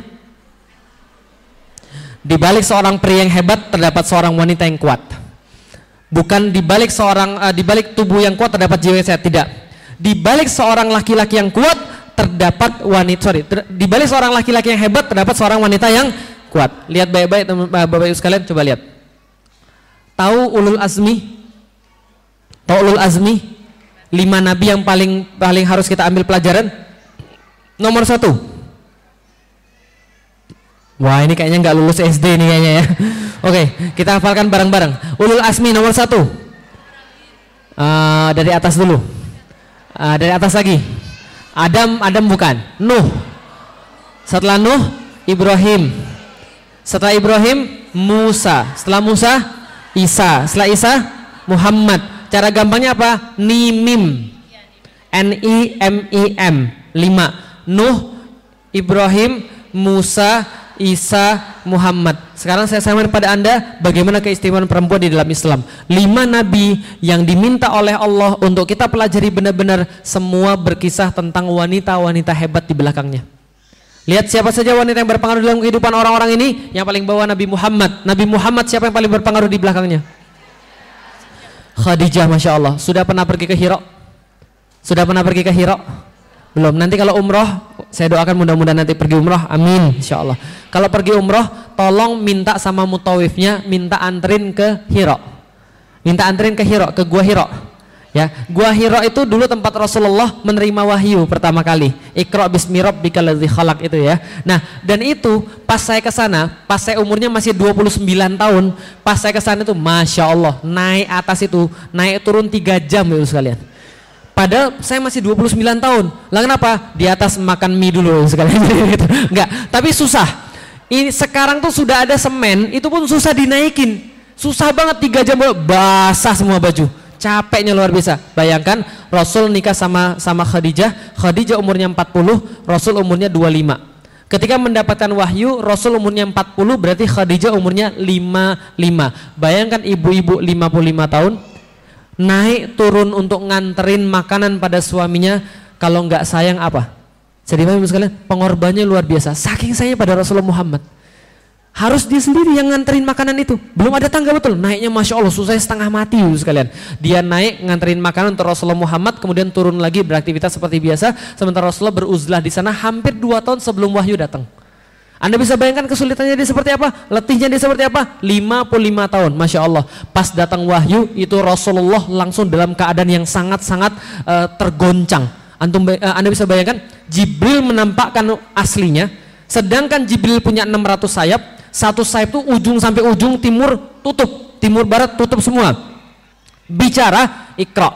B: Di balik seorang pria yang hebat terdapat seorang wanita yang kuat. Bukan di balik seorang, uh, di balik tubuh yang kuat terdapat jiwa yang sehat, tidak. Di balik seorang laki-laki yang kuat terdapat wanita, sorry, ter, di balik seorang laki-laki yang hebat terdapat seorang wanita yang kuat. Lihat baik-baik Bapak Ibu sekalian, coba lihat. Tahu ulul azmi? Tahu ulul azmi? Lima nabi yang paling paling harus kita ambil pelajaran. Nomor satu. Wah, ini kayaknya nggak lulus S D nih kayaknya ya. Oke, kita hafalkan bareng-bareng. Ulul azmi nomor satu. Uh, dari atas dulu. Uh, dari atas lagi. Adam, Adam bukan. Nuh. Setelah Nuh, Ibrahim. Setelah Ibrahim, Musa. Setelah Musa, Isa. Setelah Isa, Muhammad. Cara gampangnya apa? Nimim. N I M I M. Lima. Nuh, Ibrahim, Musa, Isa, Muhammad. Sekarang saya sampaikan pada Anda bagaimana keistimewaan perempuan di dalam Islam. Lima nabi yang diminta oleh Allah untuk kita pelajari benar-benar, semua berkisah tentang wanita-wanita hebat di belakangnya. Lihat siapa saja wanita yang berpengaruh dalam kehidupan orang-orang ini. Yang paling bawah Nabi Muhammad. Nabi Muhammad siapa yang paling berpengaruh di belakangnya? Khadijah, Masya Allah. Sudah pernah pergi ke Hira? Sudah pernah pergi ke Hira? Belum. Nanti kalau umroh, saya doakan mudah-mudahan nanti pergi umroh, amin, insya Allah. Kalau pergi umroh, tolong minta sama mutawifnya, minta anterin ke Hira. minta anterin ke Hiro, ke gua Hiro. Ya, gua Hiro itu dulu tempat Rasulullah menerima wahyu pertama kali. Iqra bismi rabbikal ladzi khalaq itu ya. Nah, dan itu pas saya ke sana, pas saya umurnya masih dua puluh sembilan tahun, pas saya ke sana itu Masya Allah, naik atas itu, naik turun tiga jam itu sekalian. Padahal saya masih dua puluh sembilan tahun. Lah kenapa? Di atas makan mie dulu sekalian gitu. Enggak, tapi susah. Ini sekarang tuh sudah ada semen, itu pun susah dinaikin. Susah banget tiga jam basah semua baju. Capeknya luar biasa. Bayangkan Rasul nikah sama sama Khadijah, Khadijah umurnya empat puluh, Rasul umurnya dua puluh lima. Ketika mendapatkan wahyu, Rasul umurnya empat puluh, berarti Khadijah umurnya lima puluh lima. Bayangkan ibu-ibu lima puluh lima tahun naik turun untuk nganterin makanan pada suaminya, kalau nggak sayang apa? Jadi Bapak sekalian, pengorbanannya luar biasa. Saking sayangnya pada Rasulullah Muhammad. Harus dia sendiri yang nganterin makanan itu. Belum ada tangga betul. Naiknya Masya Allah susah setengah mati sekalian. Dia naik nganterin makanan untuk Rasulullah Muhammad, kemudian turun lagi beraktivitas seperti biasa. Sementara Rasulullah beruzlah di sana hampir dua tahun sebelum wahyu datang. Anda bisa bayangkan kesulitannya dia seperti apa? Letihnya dia seperti apa? lima puluh lima tahun. Masya Allah. Pas datang wahyu itu Rasulullah langsung dalam keadaan yang sangat-sangat uh, tergoncang. Antum, uh, Anda bisa bayangkan Jibril menampakkan aslinya. Sedangkan Jibril punya enam ratus sayap. Satu sayap itu ujung sampai ujung, timur tutup, timur barat tutup semua. Bicara Iqra.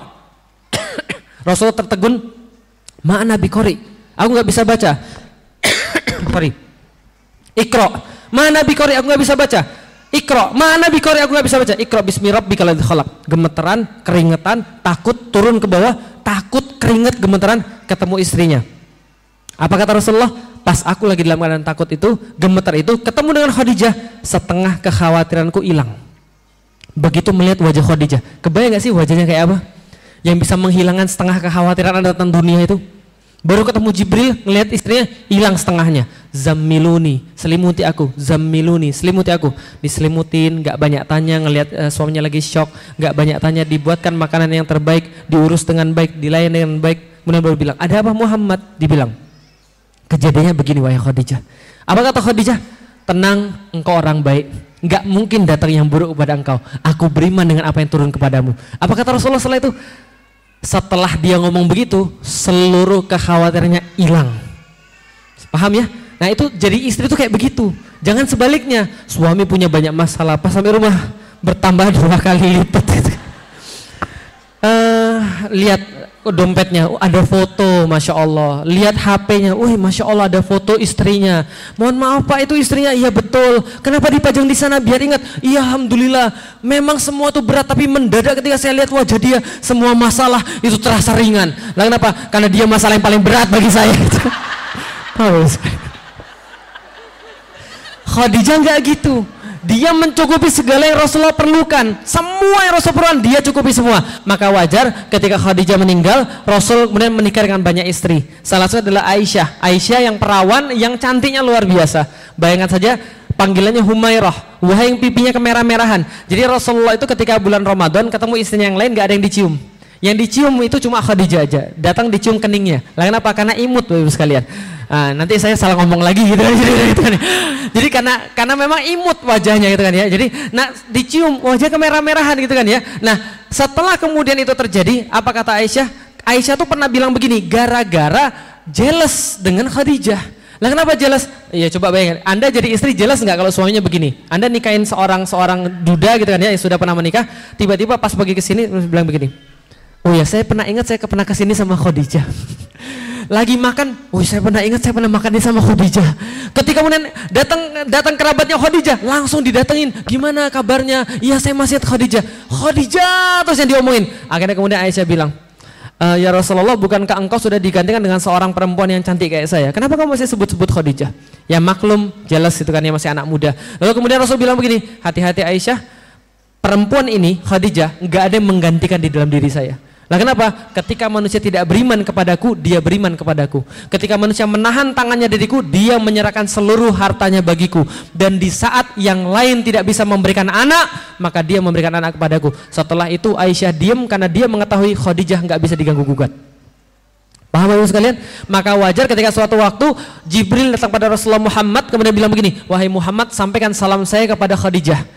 B: Rasul tertegun, ma'ana biqori, aku nggak bisa baca. Sorry. Iqra, ma'ana biqori, aku nggak bisa baca. Iqra, ma'ana biqori, aku nggak bisa baca. Iqra bismi rabbikal ladzi khalaq. Gemeteran, keringetan, takut turun ke bawah, takut keringet gemeteran, ketemu istrinya. Apa kata Rasulullah? Pas aku lagi dalam keadaan takut itu, gemetar itu, ketemu dengan Khadijah, setengah kekhawatiranku hilang. Begitu melihat wajah Khadijah, kebayang gak sih wajahnya kayak apa? Yang bisa menghilangkan setengah kekhawatiran Anda tentang dunia itu. Baru ketemu Jibril, ngelihat istrinya, hilang setengahnya. Zammiluni, selimuti aku, zammiluni, selimuti aku. Diselimutin, gak banyak tanya, ngelihat uh, suaminya lagi shock, gak banyak tanya, dibuatkan makanan yang terbaik, diurus dengan baik, dilayani dengan baik. Kemudian baru bilang, ada apa Muhammad? Dibilang, kejadiannya begini wahai Khadijah. Apa kata Khadijah? Tenang, engkau orang baik. Enggak mungkin datang yang buruk kepada engkau. Aku beriman dengan apa yang turun kepadamu. Apa kata Rasulullah setelah itu? Setelah dia ngomong begitu, seluruh kekhawatirannya hilang. Paham ya? Nah itu jadi istri itu kayak begitu. Jangan sebaliknya. Suami punya banyak masalah, pas sampai rumah bertambah dua kali lipat. Uh, lihat dompetnya, oh, ada foto, Masya Allah. Lihat H P-nya, wih Masya Allah ada foto istrinya. Mohon maaf Pak, itu istrinya. Iya betul. Kenapa dipajang di sana? Biar ingat. Iya Alhamdulillah. Memang semua itu berat, tapi mendadak ketika saya lihat wajah dia, semua masalah itu terasa ringan. Lah kenapa? Karena dia masalah yang paling berat bagi saya. Khadijah nggak gitu. Dia mencukupi segala yang Rasulullah perlukan. Semua yang Rasul perlukan dia cukupi semua. Maka wajar ketika Khadijah meninggal, Rasul kemudian menikah dengan banyak istri. Salah satu adalah Aisyah. Aisyah yang perawan, yang cantiknya luar biasa. Bayangkan saja panggilannya Humairah, wahai yang pipinya kemerah-merahan. Jadi Rasulullah itu ketika bulan Ramadan ketemu istrinya yang lain gak ada yang dicium. Yang dicium itu cuma Khadijah aja. Datang dicium keningnya. Lah kenapa? Karena imut Bapak Ibu sekalian. Nah, nanti saya salah ngomong lagi gitu kan. Jadi karena karena memang imut wajahnya gitu kan ya. Jadi nah dicium wajah kemerah-merahan gitu kan ya. Nah, setelah kemudian itu terjadi, apa kata Aisyah? Aisyah tuh pernah bilang begini, gara-gara jealous dengan Khadijah. Lah kenapa jealous? Ya coba bayangin, Anda jadi istri jealous nggak kalau suaminya begini? Anda nikahin seorang seorang duda gitu kan ya, yang sudah pernah menikah, tiba-tiba pas pergi ke sini bilang begini. Oh ya, saya pernah ingat saya pernah ke sini sama Khadijah. Lagi makan, oh saya pernah ingat saya pernah makan ini sama Khadijah. Ketika kemudian datang datang kerabatnya Khadijah, langsung didatengin. Gimana kabarnya? Iya saya masih Khadijah. Khadijah terus yang diomongin. Akhirnya kemudian Aisyah bilang, e, ya Rasulullah, bukankah engkau sudah digantikan dengan seorang perempuan yang cantik kayak saya? Kenapa kamu masih sebut-sebut Khadijah? Ya maklum, jelas itu kan, ya masih anak muda. Lalu kemudian Rasul bilang begini, hati-hati Aisyah, perempuan ini Khadijah nggak ada yang menggantikan di dalam diri saya. Nah kenapa? Ketika manusia tidak beriman kepadaku, dia beriman kepadaku. Ketika manusia menahan tangannya dariku, dia menyerahkan seluruh hartanya bagiku. Dan di saat yang lain tidak bisa memberikan anak, maka dia memberikan anak kepadaku. Setelah itu Aisyah diam karena dia mengetahui Khadijah nggak bisa diganggu gugat. Paham Bapak sekalian? Maka wajar ketika suatu waktu Jibril datang pada Rasulullah Muhammad kemudian bilang begini, wahai Muhammad, sampaikan salam saya kepada Khadijah.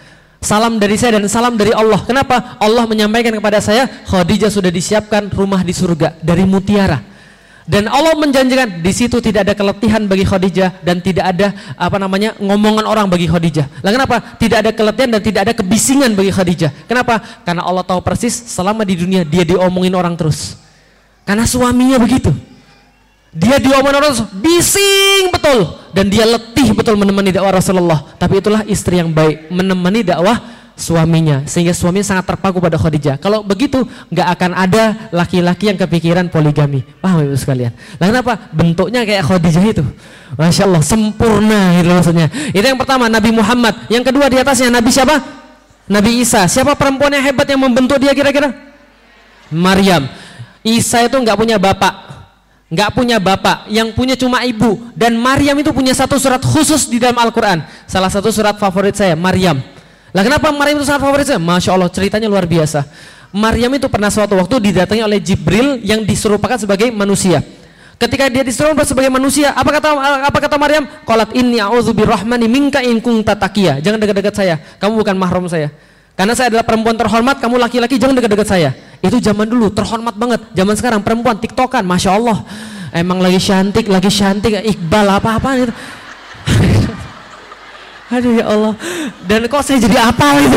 B: Salam dari saya dan salam dari Allah. Kenapa? Allah menyampaikan kepada saya, Khadijah sudah disiapkan rumah di surga dari mutiara. Dan Allah menjanjikan di situ tidak ada keletihan bagi Khadijah dan tidak ada apa namanya ngomongan orang bagi Khadijah. Lah kenapa? Tidak ada keletihan dan tidak ada kebisingan bagi Khadijah. Kenapa? Karena Allah tahu persis selama di dunia dia diomongin orang terus. Karena suaminya begitu. Dia diomongin orang terus, bising betul, dan dia letih betul menemani dakwah Rasulullah. Tapi itulah istri yang baik, menemani dakwah suaminya, sehingga suaminya sangat terpaku pada Khadijah. Kalau begitu nggak akan ada laki-laki yang kepikiran poligami. Paham ibu sekalian? Lah kenapa? Bentuknya kayak Khadijah itu, masya Allah, sempurna itu maksudnya. Itu yang pertama, Nabi Muhammad. Yang kedua di atasnya Nabi siapa? Nabi Isa. Siapa perempuan yang hebat yang membentuk dia kira-kira? Maryam. Isa itu nggak punya bapak, nggak punya bapak, yang punya cuma ibu. Dan Maryam itu punya satu surat khusus di dalam Al-Quran. Salah satu surat favorit saya, Maryam. Lah kenapa Maryam itu sangat favorit saya? Masya Allah, ceritanya luar biasa. Maryam itu pernah suatu waktu didatangi oleh Jibril yang diserupakan sebagai manusia. Ketika dia diserupakan sebagai manusia, apa kata apa kata Maryam? Qalat inni a'udzu birrahmani minka in kunta taqiyya. Jangan dekat-dekat saya, kamu bukan mahram saya. Karena saya adalah perempuan terhormat, kamu laki-laki, jangan dekat-dekat saya. Itu zaman dulu terhormat banget. Zaman sekarang perempuan tiktokan, masya Allah, emang lagi cantik, lagi cantik, Iqbal apa-apa gitu. Aduh ya Allah. Dan kok saya jadi apa gitu?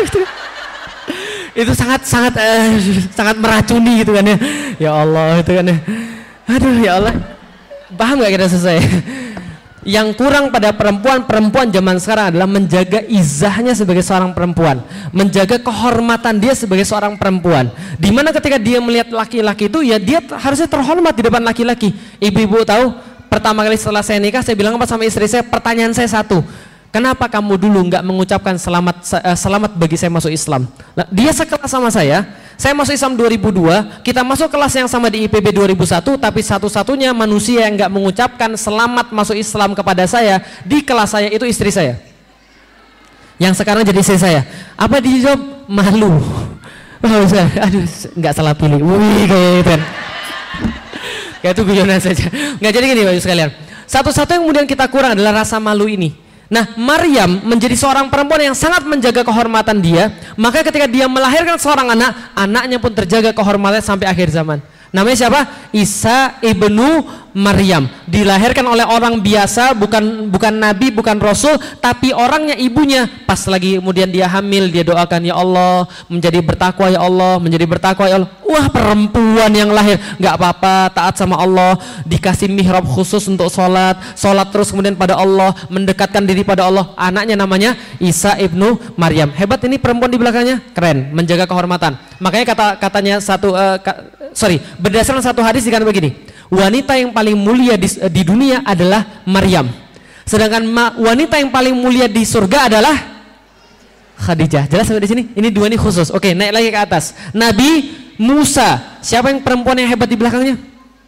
B: Itu sangat sangat eh, sangat meracuni gitu kan ya. Ya Allah itu kan ya. Aduh ya Allah. Paham gak kita selesai? Yang kurang pada perempuan-perempuan zaman sekarang adalah menjaga izahnya sebagai seorang perempuan, menjaga kehormatan dia sebagai seorang perempuan. Dimana ketika dia melihat laki-laki itu, ya dia harusnya terhormat di depan laki-laki. Ibu-ibu tahu, pertama kali setelah saya nikah, saya bilang apa sama istri saya, pertanyaan saya satu, kenapa kamu dulu nggak mengucapkan selamat selamat bagi saya masuk Islam? Nah, dia sekelas sama saya. Saya masuk Islam dua ribu dua, kita masuk kelas yang sama di I P B dua ribu satu, tapi satu-satunya manusia yang nggak mengucapkan selamat masuk Islam kepada saya di kelas saya itu istri saya. Yang sekarang jadi istri saya. Apa dijawab? Malu. Oh, aduh, nggak salah pilih. Wih, kayak itu kan. Kayak itu guyonan saja. Nggak, jadi gini Bapak sekalian. Satu-satu yang kemudian kita kurang adalah rasa malu ini. Nah, Maryam menjadi seorang perempuan yang sangat menjaga kehormatan dia. Maka ketika dia melahirkan seorang anak, anaknya pun terjaga kehormatannya sampai akhir zaman. Namanya siapa? Isa ibnu Maryam. Dilahirkan oleh orang biasa, bukan bukan nabi, bukan rasul, tapi orangnya ibunya. Pas lagi kemudian dia hamil, dia doakan, ya Allah, menjadi bertakwa ya Allah, menjadi bertakwa ya Allah. Wah, perempuan yang lahir, nggak apa-apa, taat sama Allah, dikasih mihrab khusus untuk sholat, sholat terus kemudian pada Allah, mendekatkan diri pada Allah. Anaknya namanya Isa ibnu Maryam. Hebat ini perempuan di belakangnya, keren, menjaga kehormatan. Makanya kata katanya satu, uh, ka, sorry, berdasarkan satu hadis dikatakan begini, wanita yang paling mulia di, di dunia adalah Maryam. Sedangkan ma, wanita yang paling mulia di surga adalah Khadijah. Jelas sampai di sini? Ini dua ini khusus. Oke, naik lagi ke atas. Nabi Musa. Siapa yang perempuan yang hebat di belakangnya?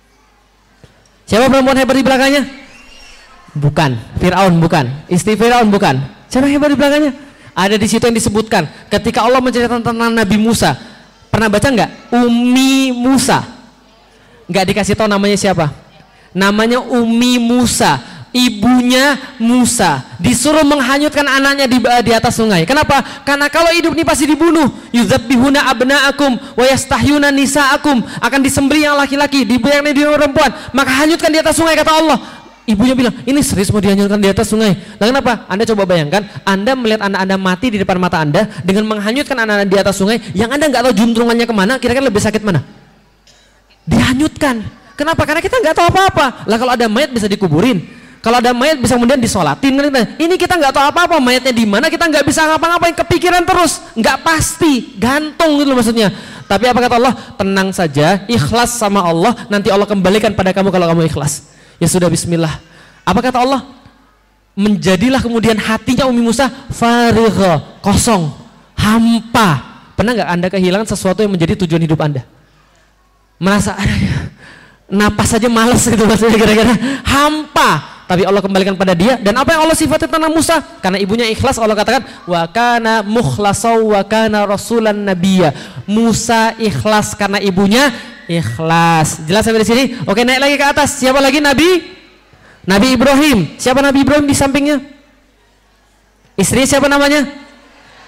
B: Siapa perempuan hebat di belakangnya? Bukan. Firaun bukan. Istri Firaun bukan. Siapa yang hebat di belakangnya? Ada di situ yang disebutkan. Ketika Allah menceritakan tentang Nabi Musa. Pernah baca nggak? Umi Musa. Nggak dikasih tahu namanya siapa. Namanya Umi Musa. Ibunya Musa disuruh menghanyutkan anaknya di, di atas sungai. Kenapa? Karena kalau hidup ini pasti dibunuh. Yudzabihuna abna'akum wa yastahyuna nisa'akum. Akan disembelih yang laki-laki, dibunuh yang perempuan. Maka hanyutkan di atas sungai, kata Allah. Ibunya bilang, ini serius mau dihanyutkan di atas sungai. Nah, kenapa? Anda coba bayangkan, Anda melihat anak Anda mati di depan mata Anda dengan menghanyutkan anak Anda di atas sungai, yang Anda nggak tahu juntrungannya kemana, kira-kira lebih sakit mana? Dihanyutkan. Kenapa? Karena kita nggak tahu apa-apa. Lah kalau ada mayat bisa dikuburin. Kalau ada mayat bisa kemudian disolatin. Ini kita nggak tahu apa-apa, mayatnya di mana, kita nggak bisa ngapa-ngapain, kepikiran terus, nggak pasti, gantung gitu maksudnya. Tapi apa kata Allah? Tenang saja, ikhlas sama Allah, nanti Allah kembalikan pada kamu kalau kamu ikhlas. Ya sudah, bismillah. Apa kata Allah? Menjadilah kemudian hatinya Umi Musa farigha, kosong, hampa. Pernah nggak Anda kehilangan sesuatu yang menjadi tujuan hidup Anda? Merasa napas saja males gitu maksudnya, kira-kira hampa. Tapi Allah kembalikan pada dia. Dan apa yang Allah sifatkan tentang Musa? Karena ibunya ikhlas, Allah katakan wa kana mukhlasau wa kana rasulan nabiyya. Musa ikhlas karena ibunya ikhlas. Jelas sampai di sini? Oke, naik lagi ke atas. Siapa lagi? Nabi Nabi Ibrahim. Siapa Nabi Ibrahim di sampingnya? Istrinya siapa namanya?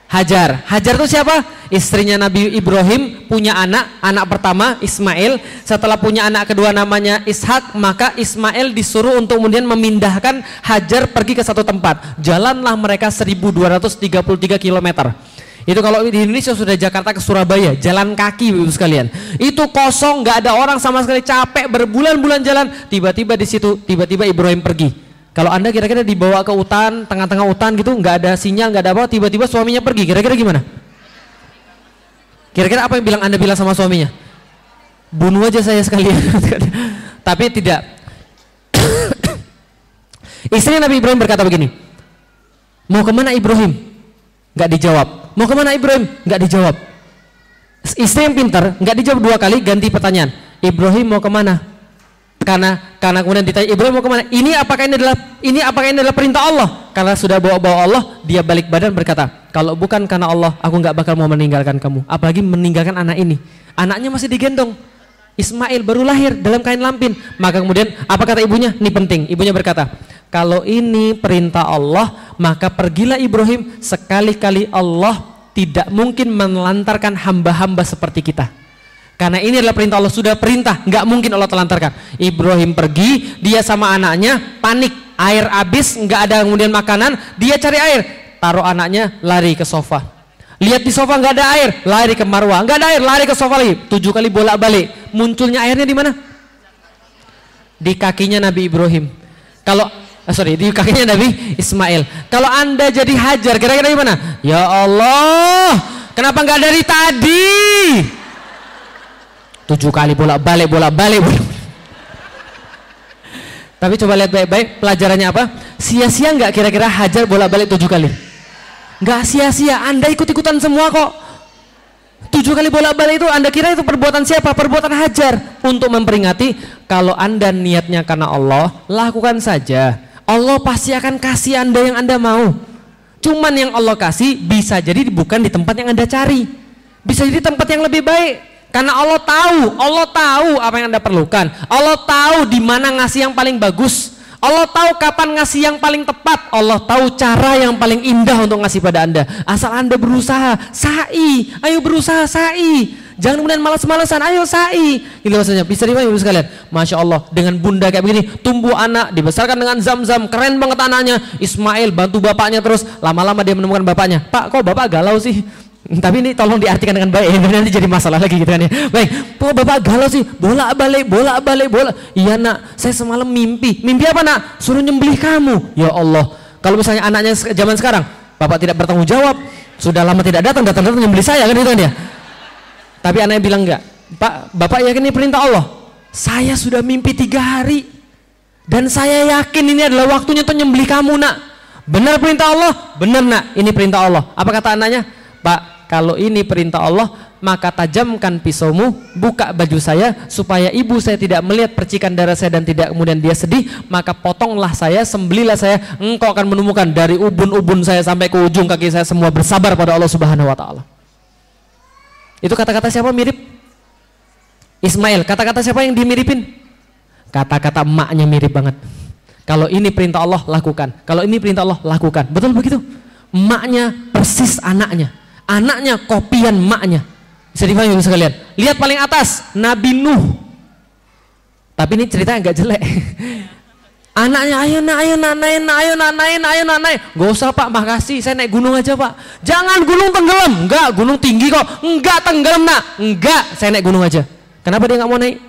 B: Hajar. Hajar itu siapa? Istrinya Nabi Ibrahim, punya anak, anak pertama Ismail. Setelah punya anak kedua namanya Ishak, maka Ismail disuruh untuk kemudian memindahkan Hajar pergi ke satu tempat. Jalanlah mereka seribu dua ratus tiga puluh tiga kilometer. Itu kalau di Indonesia sudah Jakarta ke Surabaya, jalan kaki Ibu sekalian. Itu kosong, nggak ada orang sama sekali, capek berbulan-bulan jalan. Tiba-tiba di situ, tiba-tiba Ibrahim pergi. Kalau Anda kira-kira dibawa ke hutan, tengah-tengah hutan gitu, nggak ada sinyal, nggak ada apa, tiba-tiba suaminya pergi, kira-kira gimana? Kira-kira apa yang bilang Anda bilang sama suaminya? Bunuh aja saya sekalian. Tapi tidak. Istri Nabi Ibrahim berkata begini, mau kemana Ibrahim? Nggak dijawab. Mau kemana Ibrahim? Nggak dijawab. Istri yang pintar, nggak dijawab dua kali, ganti pertanyaan. Ibrahim mau kemana? Karena karena kemudian ditanya Ibrahim mau kemana? Ini apakah ini adalah ini apakah ini adalah perintah Allah? Karena sudah bawa-bawa Allah, dia balik badan berkata, kalau bukan karena Allah, aku nggak bakal mau meninggalkan kamu. Apalagi meninggalkan anak ini. Anaknya masih digendong. Ismail baru lahir dalam kain lampin. Maka kemudian apa kata ibunya? Ini penting. Ibunya berkata, kalau ini perintah Allah, maka pergilah Ibrahim. Sekali-kali Allah tidak mungkin menelantarkan hamba-hamba seperti kita. Karena ini adalah perintah Allah, sudah perintah, nggak mungkin Allah telantarkan. Ibrahim pergi, dia sama anaknya panik, air habis, nggak ada kemudian makanan, dia cari air, taruh anaknya, lari ke sofa. Lihat di sofa nggak ada air, lari ke marwah, nggak ada air, lari ke sofa lagi, tujuh kali bolak-balik. Munculnya airnya di mana? Di kakinya Nabi Ibrahim. Kalau eh, sorry, di kakinya Nabi Ismail. Kalau Anda jadi Hajar, kira-kira gimana? Ya Allah, kenapa nggak dari tadi? Tujuh kali bolak-balik, bolak-balik. Tapi coba lihat baik-baik pelajarannya apa? Sia-sia nggak kira-kira Hajar bolak-balik tujuh kali? Nggak sia-sia, Anda ikut-ikutan semua kok. Tujuh kali bolak-balik itu Anda kira itu perbuatan siapa? Perbuatan Hajar. Untuk memperingati, kalau Anda niatnya karena Allah, lakukan saja. Allah pasti akan kasih Anda yang Anda mau. Cuman yang Allah kasih bisa jadi bukan di tempat yang Anda cari. Bisa jadi tempat yang lebih baik. Karena Allah tahu, Allah tahu apa yang Anda perlukan. Allah tahu di mana ngasih yang paling bagus. Allah tahu kapan ngasih yang paling tepat. Allah tahu cara yang paling indah untuk ngasih pada Anda. Asal Anda berusaha, sa'i. Ayo berusaha, sa'i. Jangan kemudian malas-malasan, ayo sa'i. Gitu maksudnya. Bisa dipahami Ibu sekalian? Masya Allah, dengan bunda kayak begini, tumbuh anak, dibesarkan dengan zam-zam, keren banget anaknya. Ismail bantu bapaknya terus. Lama-lama dia menemukan bapaknya. Pak, kok bapak galau sih? Tapi ini tolong diartikan dengan baik, nanti jadi masalah lagi gitu kan ya. Baik, kok bapak galau sih? Bolak balik, bolak balik, bola. Iya nak, saya semalam mimpi. Mimpi apa nak? Suruh nyembelih kamu. Ya Allah, kalau misalnya anaknya zaman sekarang, bapak tidak bertanggung jawab, sudah lama tidak datang, datang datang nyembelih saya kan itu kan ya. Tapi anaknya bilang enggak, Pak, bapak yakin ini perintah Allah? Saya sudah mimpi tiga hari dan saya yakin ini adalah waktunya untuk nyembelih kamu nak. Benar perintah Allah? Benar nak, ini perintah Allah. Apa kata anaknya? Pak, kalau ini perintah Allah, maka tajamkan pisaumu, buka baju saya supaya ibu saya tidak melihat percikan darah saya dan tidak kemudian dia sedih, maka potonglah saya, sembelilah saya, engkau akan menemukan dari ubun-ubun saya sampai ke ujung kaki saya semua bersabar pada Allah Subhanahu wa taala. Itu kata-kata siapa mirip? Ismail. Kata-kata siapa yang dimiripin? Kata-kata emaknya mirip banget. Kalau ini perintah Allah, lakukan. Kalau ini perintah Allah, lakukan. Betul begitu? Emaknya persis anaknya. Anaknya kopian maknya. Bisa dipahami sekalian. Lihat paling atas, Nabi Nuh. Tapi ini ceritanya agak jelek. Anaknya, ayo nak, ayo nak, naik, nak, ayo nak, naik, ayo nak, naik. Gak usah pak, makasih, saya naik gunung aja pak. Jangan gunung tenggelam. Enggak, gunung tinggi kok. Enggak tenggelam nak. Enggak, saya naik gunung aja. Kenapa dia nggak mau naik?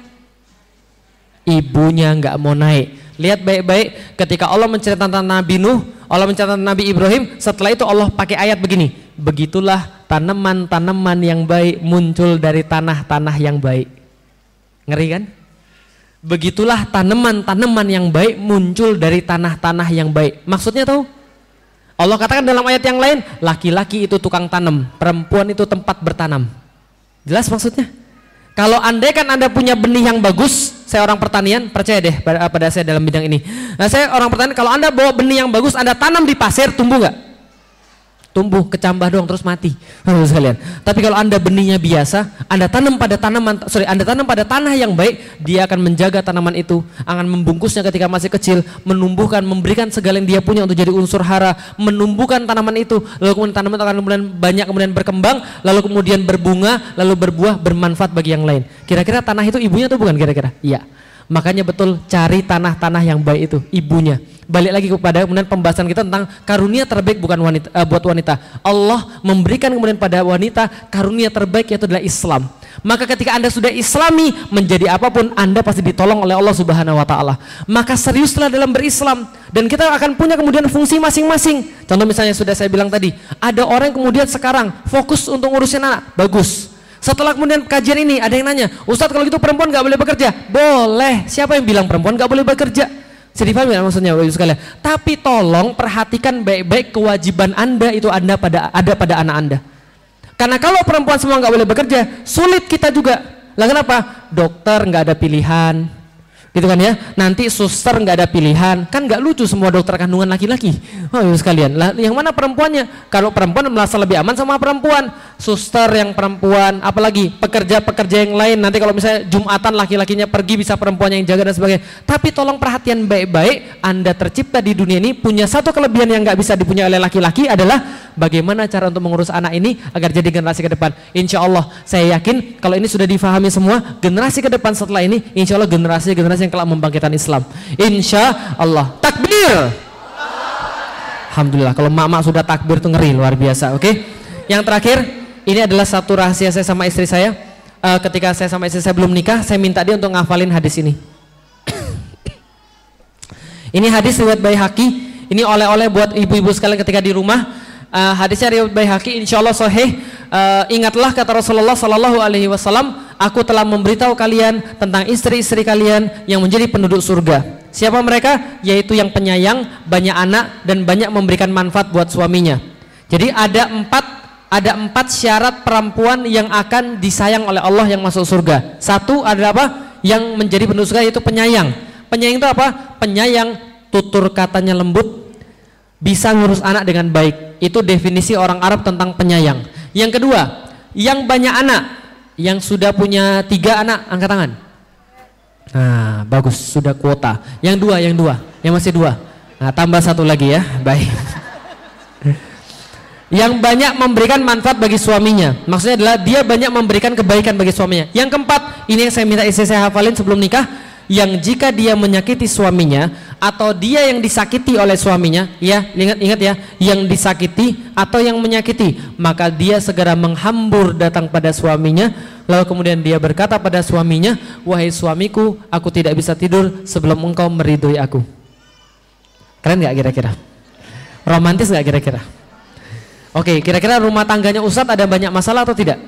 B: Ibunya nggak mau naik. Lihat baik-baik, ketika Allah menceritakan tentang Nabi Nuh, Allah menceritakan tentang Nabi Ibrahim, setelah itu Allah pakai ayat begini, begitulah tanaman-tanaman yang baik muncul dari tanah-tanah yang baik. Ngeri kan? Begitulah tanaman-tanaman yang baik muncul dari tanah-tanah yang baik. Maksudnya tahu? Allah katakan dalam ayat yang lain, laki-laki itu tukang tanam, perempuan itu tempat bertanam. Jelas maksudnya? Kalau andai kan Anda punya benih yang bagus, saya orang pertanian, percaya deh pada, pada saya dalam bidang ini. Nah, saya orang pertanian, kalau Anda bawa benih yang bagus, Anda tanam di pasir, tumbuh nggak? tumbuh kecambah doang terus mati. Sekalian. Tapi kalau Anda benihnya biasa, Anda tanam pada tanaman sorry, Anda tanam pada tanah yang baik, dia akan menjaga tanaman itu, akan membungkusnya ketika masih kecil, menumbuhkan, memberikan segala yang dia punya untuk jadi unsur hara, menumbuhkan tanaman itu, lalu kemudian tanaman itu akan kemudian banyak kemudian berkembang, lalu kemudian berbunga, lalu berbuah, bermanfaat bagi yang lain. Kira-kira tanah itu ibunya atau bukan kira-kira? Iya. Makanya betul cari tanah-tanah yang baik itu, ibunya. Balik lagi kepada kemudian pembahasan kita tentang karunia terbaik bukan wanita, uh, buat wanita. Allah memberikan kemudian pada wanita karunia terbaik yaitu adalah Islam. Maka ketika Anda sudah Islami, menjadi apapun Anda pasti ditolong oleh Allah Subhanahu wa taala. Maka seriuslah dalam berislam dan kita akan punya kemudian fungsi masing-masing. Contoh misalnya sudah saya bilang tadi, ada orang yang kemudian sekarang fokus untuk ngurusin anak, bagus. Setelah kemudian kajian ini ada yang nanya, Ustadz kalau gitu perempuan gak boleh bekerja? Boleh, siapa yang bilang perempuan gak boleh bekerja? Saya dipahami ya maksudnya Bapak Ibu sekalian. Tapi tolong perhatikan baik-baik kewajiban Anda itu Anda pada ada pada anak Anda. Karena kalau perempuan semua gak boleh bekerja, sulit kita juga. Lah kenapa? Dokter gak ada pilihan, gitu kan ya, nanti suster nggak ada pilihan, kan nggak lucu semua dokter kandungan laki-laki. Oh ya sekalian, lah yang mana perempuannya? Kalau perempuan merasa lebih aman sama perempuan, suster yang perempuan, apalagi pekerja-pekerja yang lain. Nanti kalau misalnya Jumatan laki-lakinya pergi bisa perempuan yang jaga dan sebagainya. Tapi tolong perhatian baik-baik, Anda tercipta di dunia ini punya satu kelebihan yang nggak bisa dipunyai oleh laki-laki adalah bagaimana cara untuk mengurus anak ini agar jadi generasi ke depan. Insya Allah saya yakin kalau ini sudah difahami semua, generasi ke depan setelah ini insya Allah generasi-generasi yang kelak membangkitkan Islam. Insya Allah. Takbir. Alhamdulillah. Kalau mak-mak sudah takbir tuh ngeri luar biasa. Oke. Okay? Yang terakhir, ini adalah satu rahasia saya sama istri saya. Uh, ketika saya sama istri saya belum nikah, saya minta dia untuk ngafalin hadis ini. Ini hadis riwayat Baihaqi. Ini oleh-oleh buat ibu-ibu sekalian ketika di rumah. Uh, hadisnya riwayat Baihaqi, insyaallah sahih. Uh, ingatlah kata Rasulullah sallallahu alaihi wasallam, aku telah memberitahu kalian tentang istri-istri kalian yang menjadi penduduk surga. Siapa mereka? Yaitu yang penyayang, banyak anak dan banyak memberikan manfaat buat suaminya. Jadi ada empat ada empat syarat perempuan yang akan disayang oleh Allah yang masuk surga. Satu adalah apa? Yang menjadi penduduk surga yaitu penyayang. Penyayang itu apa? Penyayang, tutur katanya lembut, bisa ngurus anak dengan baik. Itu definisi orang Arab tentang penyayang. Yang kedua, yang banyak anak, yang sudah punya tiga anak, angkat tangan. Nah, bagus, sudah kuota. Yang dua, yang dua, yang masih dua. Nah, tambah satu lagi ya, baik. Yang banyak memberikan manfaat bagi suaminya, maksudnya adalah dia banyak memberikan kebaikan bagi suaminya. Yang keempat, ini yang saya minta istri saya hafalin sebelum nikah, yang jika dia menyakiti suaminya atau dia yang disakiti oleh suaminya, ya ingat-ingat ya, yang disakiti atau yang menyakiti, maka dia segera menghambur datang pada suaminya, lalu kemudian dia berkata pada suaminya, wahai suamiku, aku tidak bisa tidur sebelum engkau meridhoi aku. Keren nggak kira-kira? Romantis nggak kira-kira? Oke, kira-kira rumah tangganya Ustadz ada banyak masalah atau tidak?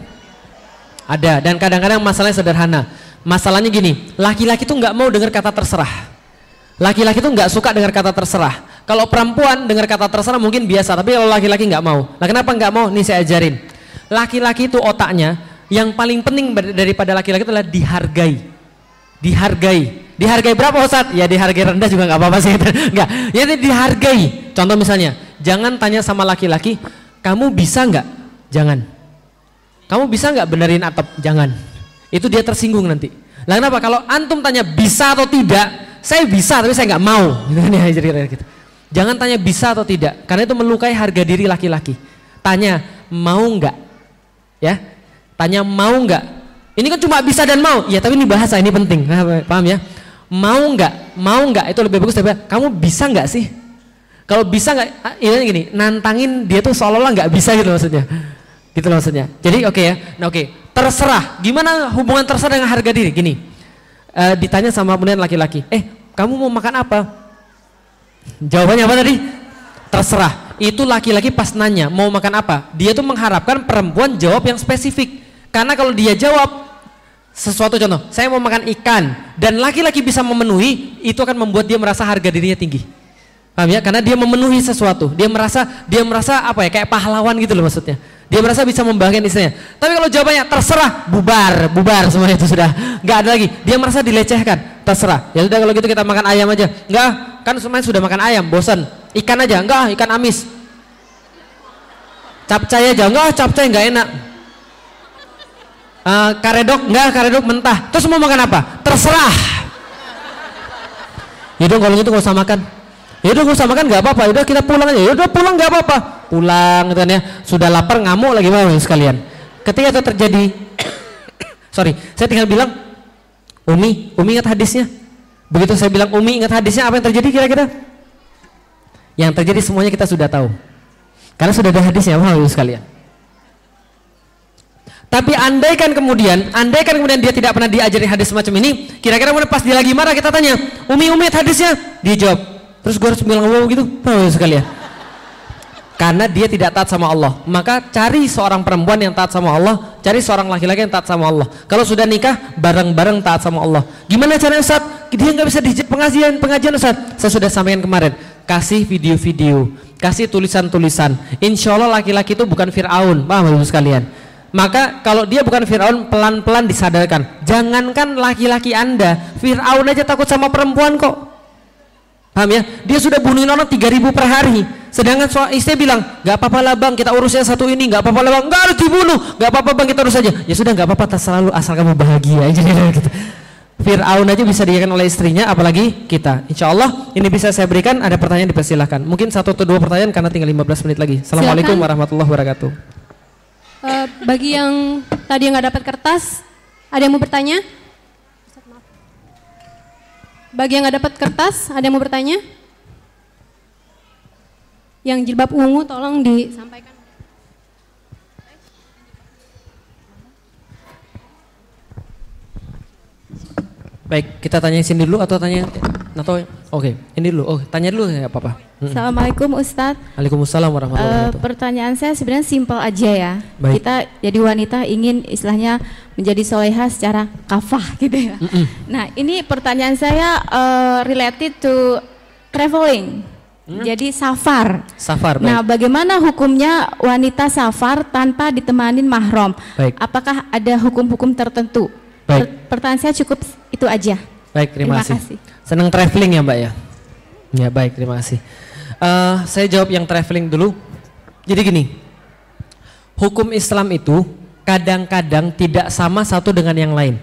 B: Ada, dan kadang-kadang masalahnya sederhana. Masalahnya gini, laki-laki tuh nggak mau dengar kata terserah. Laki-laki tuh nggak suka dengar kata terserah. Kalau perempuan dengar kata terserah mungkin biasa, tapi kalau laki-laki nggak mau. Nah, kenapa nggak mau? Nih saya ajarin. Laki-laki itu otaknya yang paling penting daripada laki-laki itu adalah dihargai. Dihargai. Dihargai berapa Ustadz? Ya dihargai rendah juga nggak apa-apa sih. Nggak. Ya dihargai. Contoh misalnya, jangan tanya sama laki-laki, kamu bisa nggak? Jangan. Kamu bisa nggak benerin atap? Jangan. Itu dia tersinggung nanti. Lah kenapa? Kalau antum tanya bisa atau tidak, saya bisa tapi saya nggak mau. Gitu kan ya, jadi gitu. Jangan tanya bisa atau tidak, karena itu melukai harga diri laki-laki. Tanya mau nggak, ya? Tanya mau nggak. Ini kan cuma bisa dan mau. Ya tapi ini bahasa, ini penting. Nah, paham ya? Mau nggak, mau nggak itu lebih bagus daripada kamu bisa nggak sih? Kalau bisa nggak, ini gini, nantangin dia tuh seolah-olah nggak bisa gitu maksudnya. Gitu maksudnya. Jadi oke okay ya. Nah oke. Okay. Terserah, gimana hubungan terserah dengan harga diri? Gini, e, ditanya sama kemudian laki-laki, eh kamu mau makan apa? Jawabannya apa tadi? Terserah. Itu laki-laki pas nanya mau makan apa, dia tuh mengharapkan perempuan jawab yang spesifik. Karena kalau dia jawab sesuatu, contoh, saya mau makan ikan, dan laki-laki bisa memenuhi, itu akan membuat dia merasa harga dirinya tinggi. Paham ya? Karena dia memenuhi sesuatu, dia merasa dia merasa apa ya, kayak pahlawan gitu loh maksudnya. Dia merasa bisa membahagiakan istrinya. Tapi kalau jawabannya terserah, bubar, bubar semuanya itu sudah nggak ada lagi. Dia merasa dilecehkan, terserah. Ya sudah kalau gitu kita makan ayam aja. Enggak, kan semuanya sudah makan ayam, bosan. Ikan aja, enggak, ikan amis. Capcay aja, enggak capcay enggak enak. Uh, karedok enggak, karedok mentah. Terus mau makan apa? Terserah. Yaudah kalau gitu gak usah makan. Yaudah gak usah makan nggak apa-apa. Yaudah kita pulang aja. Yaudah pulang nggak apa-apa. Pulang gitu kan ya. Sudah lapar ngamuk lagi mau sekalian. Ketika itu terjadi, sorry, saya tinggal bilang, Umi, Umi ingat hadisnya. Begitu saya bilang Umi ingat hadisnya, apa yang terjadi kira-kira? Yang terjadi semuanya kita sudah tahu. Karena sudah ada hadisnya, Bapak sekalian. Tapi andaikan kemudian, andaikan kemudian dia tidak pernah diajari hadis semacam ini, kira-kira pas dia lagi marah kita tanya, Umi, Umi hadisnya, dia jawab, terus gue harus bilang wow gitu, wow sekalian. Karena dia tidak taat sama Allah, maka cari seorang perempuan yang taat sama Allah, cari seorang laki-laki yang taat sama Allah. Kalau sudah nikah, bareng-bareng taat sama Allah. Gimana caranya Ustaz? Dia nggak bisa di pengajian, pengajian Ustaz. Saya sudah sampaikan kemarin, kasih video-video, kasih tulisan-tulisan. Insya Allah laki-laki itu bukan Fir'aun, paham Bapak sekalian? Maka kalau dia bukan Fir'aun, pelan-pelan disadarkan. Jangankan laki-laki Anda, Fir'aun aja takut sama perempuan kok. Paham ya? Dia sudah bunuhin orang tiga ribu per hari. Sedangkan soal istri bilang, gak apa-apa lah bang, kita urusnya satu ini, gak apa-apa lah bang, gak harus dibunuh, gak apa-apa bang, kita urus aja. Ya sudah gak apa-apa, selalu asal kamu bahagia aja gitu. Fir'aun aja bisa diikan oleh istrinya, apalagi kita. Insya Allah ini bisa saya berikan. Ada pertanyaan dipersilahkan. Mungkin satu atau dua pertanyaan karena tinggal lima belas menit lagi. Assalamualaikum warahmatullahi wabarakatuh.
C: Uh, bagi yang tadi yang nggak dapat kertas, ada yang mau bertanya? Bagi yang nggak dapat kertas, ada yang mau bertanya? Yang jilbab ungu, tolong disampaikan.
B: Baik, kita tanya sini dulu atau tanya atau oke, okay, ini dulu. Oh, tanya dulu ya apa-apa. Hmm.
D: Assalamualaikum Ustadz.
B: Waalaikumsalam warahmatullahi wabarakatuh.
D: Uh, pertanyaan saya sebenarnya simpel aja ya.
B: Baik.
D: Kita jadi wanita ingin istilahnya menjadi soleha secara kafah gitu ya. Mm -mm. Nah, ini pertanyaan saya uh, related to traveling. Hmm? Jadi safar.
B: Safar. Baik.
D: Nah, bagaimana hukumnya wanita safar tanpa ditemanin mahram? Baik. Apakah ada hukum-hukum tertentu?
B: Baik.
D: Pertanyaan saya cukup itu aja.
B: Baik, terima, terima kasih. kasih. Senang traveling ya Mbak ya? Ya baik, terima kasih. Uh, saya jawab yang traveling dulu. Jadi gini, hukum Islam itu kadang-kadang tidak sama satu dengan yang lain.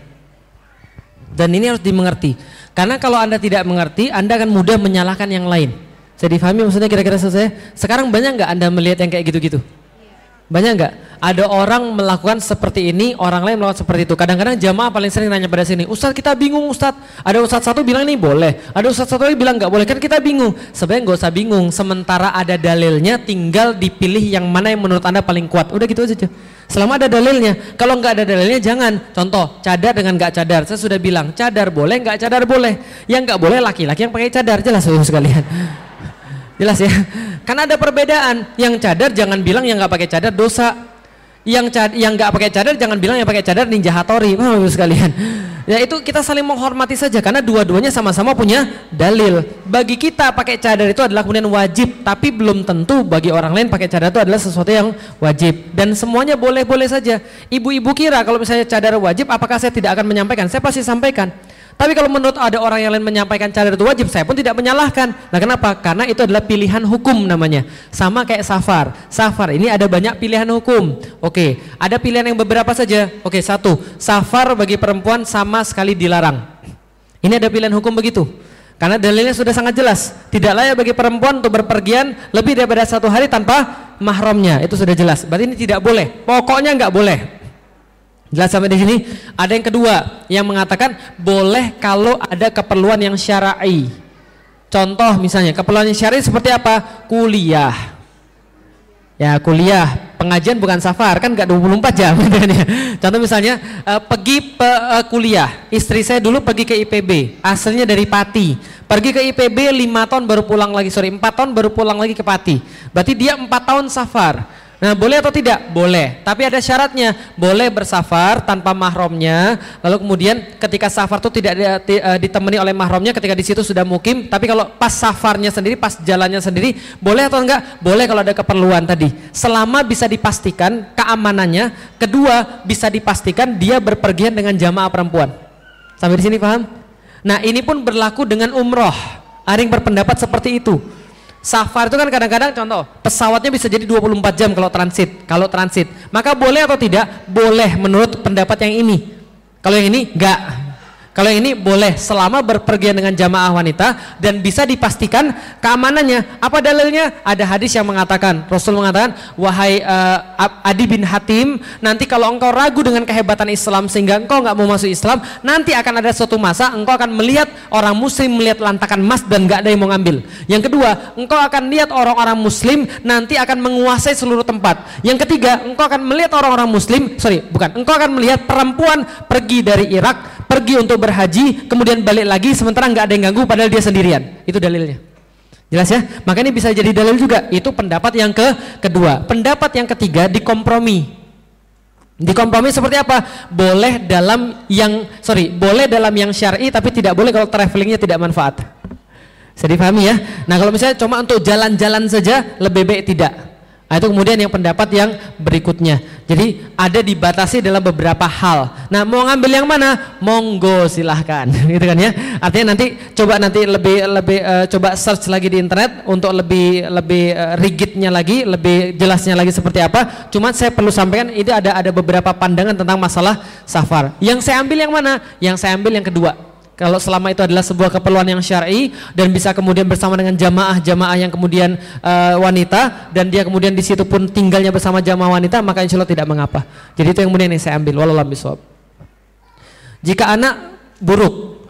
B: Dan ini harus dimengerti. Karena kalau Anda tidak mengerti, Anda akan mudah menyalahkan yang lain. Saya difahami maksudnya kira-kira selesai? Sekarang banyak nggak Anda melihat yang kayak gitu-gitu? Banyak nggak? Ada orang melakukan seperti ini, orang lain melakukan seperti itu. Kadang-kadang jamaah paling sering nanya pada sini, Ustadz kita bingung Ustadz. Ada Ustadz satu bilang ini boleh, ada Ustadz satu lagi bilang nggak boleh. Kan kita bingung. Sebenarnya nggak usah bingung. Sementara ada dalilnya, tinggal dipilih yang mana yang menurut Anda paling kuat. Udah gitu aja. Selama ada dalilnya. Kalau nggak ada dalilnya jangan. Contoh, cadar dengan nggak cadar. Saya sudah bilang cadar boleh, nggak cadar boleh. Yang nggak boleh laki-laki yang pakai cadar. Jelas sekalian. Jelas ya, karena ada perbedaan. Yang cadar jangan bilang yang nggak pakai cadar dosa. Yang cad yang nggak pakai cadar jangan bilang yang pakai cadar ninja hatori. Wah, sekalian. Ya itu kita saling menghormati saja karena dua-duanya sama-sama punya dalil. Bagi kita pakai cadar itu adalah kemudian wajib, tapi belum tentu bagi orang lain pakai cadar itu adalah sesuatu yang wajib. Dan semuanya boleh-boleh saja. Ibu-ibu kira kalau misalnya cadar wajib, apakah saya tidak akan menyampaikan? Saya pasti sampaikan. Tapi kalau menurut ada orang yang lain menyampaikan cadar itu wajib, saya pun tidak menyalahkan. Nah kenapa? Karena itu adalah pilihan hukum namanya. Sama kayak safar. Safar ini ada banyak pilihan hukum. Oke, ada pilihan yang beberapa saja. Oke, satu, safar bagi perempuan sama sekali dilarang. Ini ada pilihan hukum begitu. Karena dalilnya sudah sangat jelas. Tidak layak bagi perempuan untuk berpergian lebih daripada satu hari tanpa mahramnya. Itu sudah jelas. Berarti ini tidak boleh. Pokoknya nggak boleh. Jelas sampai di sini. Ada yang kedua yang mengatakan boleh kalau ada keperluan yang syar'i. Contoh misalnya keperluan yang syar'i seperti apa? Kuliah. Ya kuliah, pengajian bukan safar kan nggak dua puluh empat jam. Contoh misalnya uh, pergi pe, uh, kuliah. Istri saya dulu pergi ke I P B, asalnya dari Pati. Pergi ke I P B lima tahun baru pulang lagi, sorry empat tahun baru pulang lagi ke Pati. Berarti dia empat tahun safar. Nah boleh atau tidak? Boleh, tapi ada syaratnya. Boleh bersafar tanpa mahramnya. Lalu kemudian ketika safar itu tidak ditemani oleh mahramnya, ketika di situ sudah mukim. Tapi kalau pas safarnya sendiri, pas jalannya sendiri, boleh atau enggak? Boleh kalau ada keperluan tadi. Selama bisa dipastikan keamanannya. Kedua, bisa dipastikan dia berpergian dengan jamaah perempuan. Sampai di sini paham? Nah ini pun berlaku dengan umroh. Ada yang berpendapat seperti itu. Safar itu kan kadang-kadang contoh pesawatnya bisa jadi dua puluh empat jam kalau transit. Kalau transit, maka boleh atau tidak? Boleh menurut pendapat yang ini. Kalau yang ini enggak. Kalau yang ini boleh selama berpergian dengan jamaah wanita dan bisa dipastikan keamanannya. Apa dalilnya? Ada hadis yang mengatakan, Rasul mengatakan, wahai uh, Adi bin Hatim, nanti kalau engkau ragu dengan kehebatan Islam sehingga engkau nggak mau masuk Islam, nanti akan ada suatu masa engkau akan melihat orang muslim melihat lantakan emas dan nggak ada yang mau ngambil. Yang kedua, engkau akan lihat orang-orang muslim nanti akan menguasai seluruh tempat. Yang ketiga, engkau akan melihat orang-orang muslim, sorry bukan, engkau akan melihat perempuan pergi dari Irak, pergi untuk berhaji, kemudian balik lagi sementara nggak ada yang ganggu padahal dia sendirian. Itu dalilnya. Jelas ya? Maka ini bisa jadi dalil juga. Itu pendapat yang ke kedua. Pendapat yang ketiga dikompromi. Dikompromi seperti apa? Boleh dalam yang sorry, boleh dalam yang syar'i tapi tidak boleh kalau travelingnya tidak manfaat. Bisa dipahami ya? Nah kalau misalnya cuma untuk jalan-jalan saja lebih baik tidak. Nah, itu kemudian yang pendapat yang berikutnya. Jadi ada dibatasi dalam beberapa hal. Nah, mau ngambil yang mana? Monggo silahkan, gitu kan ya. Artinya nanti coba nanti lebih lebih uh, coba search lagi di internet untuk lebih lebih uh, rigidnya lagi, lebih jelasnya lagi seperti apa. Cuma saya perlu sampaikan ini ada ada beberapa pandangan tentang masalah safar. Yang saya ambil yang mana? Yang saya ambil yang kedua. Kalau selama itu adalah sebuah keperluan yang syar'i dan bisa kemudian bersama dengan jamaah-jamaah yang kemudian uh, wanita dan dia kemudian di situ pun tinggalnya bersama jamaah wanita, maka insya Allah tidak mengapa. Jadi itu yang kemudian yang saya ambil. Wallahu a'lam bishawab. Jika anak buruk,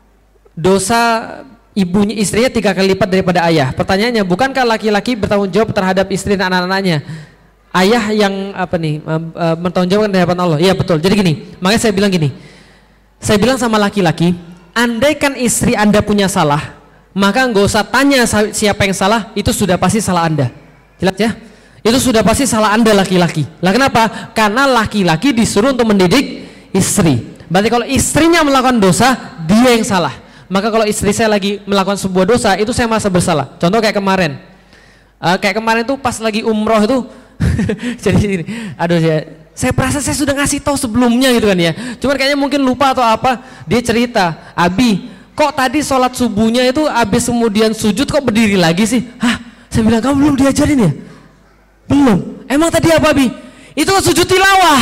B: dosa ibunya istrinya tiga kali lipat daripada ayah. Pertanyaannya, bukankah laki-laki bertanggung jawab terhadap istri dan anak-anaknya? Ayah yang apa nih uh, uh, bertanggung jawab di hadapan Allah. Iya betul. Jadi gini, makanya saya bilang gini. Saya bilang sama laki-laki, andaikan istri Anda punya salah, maka nggak usah tanya siapa yang salah, itu sudah pasti salah Anda. Jelas ya? Itu sudah pasti salah Anda laki-laki. Lah kenapa? Karena laki-laki disuruh untuk mendidik istri. Berarti kalau istrinya melakukan dosa, dia yang salah. Maka kalau istri saya lagi melakukan sebuah dosa, itu saya merasa bersalah. Contoh kayak kemarin, uh, kayak kemarin tuh pas lagi umroh itu, jadi ini, aduh ya. Saya perasa saya sudah ngasih tahu sebelumnya gitu kan ya. Cuman kayaknya mungkin lupa atau apa. Dia cerita, Abi, kok tadi sholat subuhnya itu habis kemudian sujud kok berdiri lagi sih? Hah? Saya bilang, kamu belum diajarin ya? Belum. Emang tadi apa, Abi? Itu kan sujud tilawah.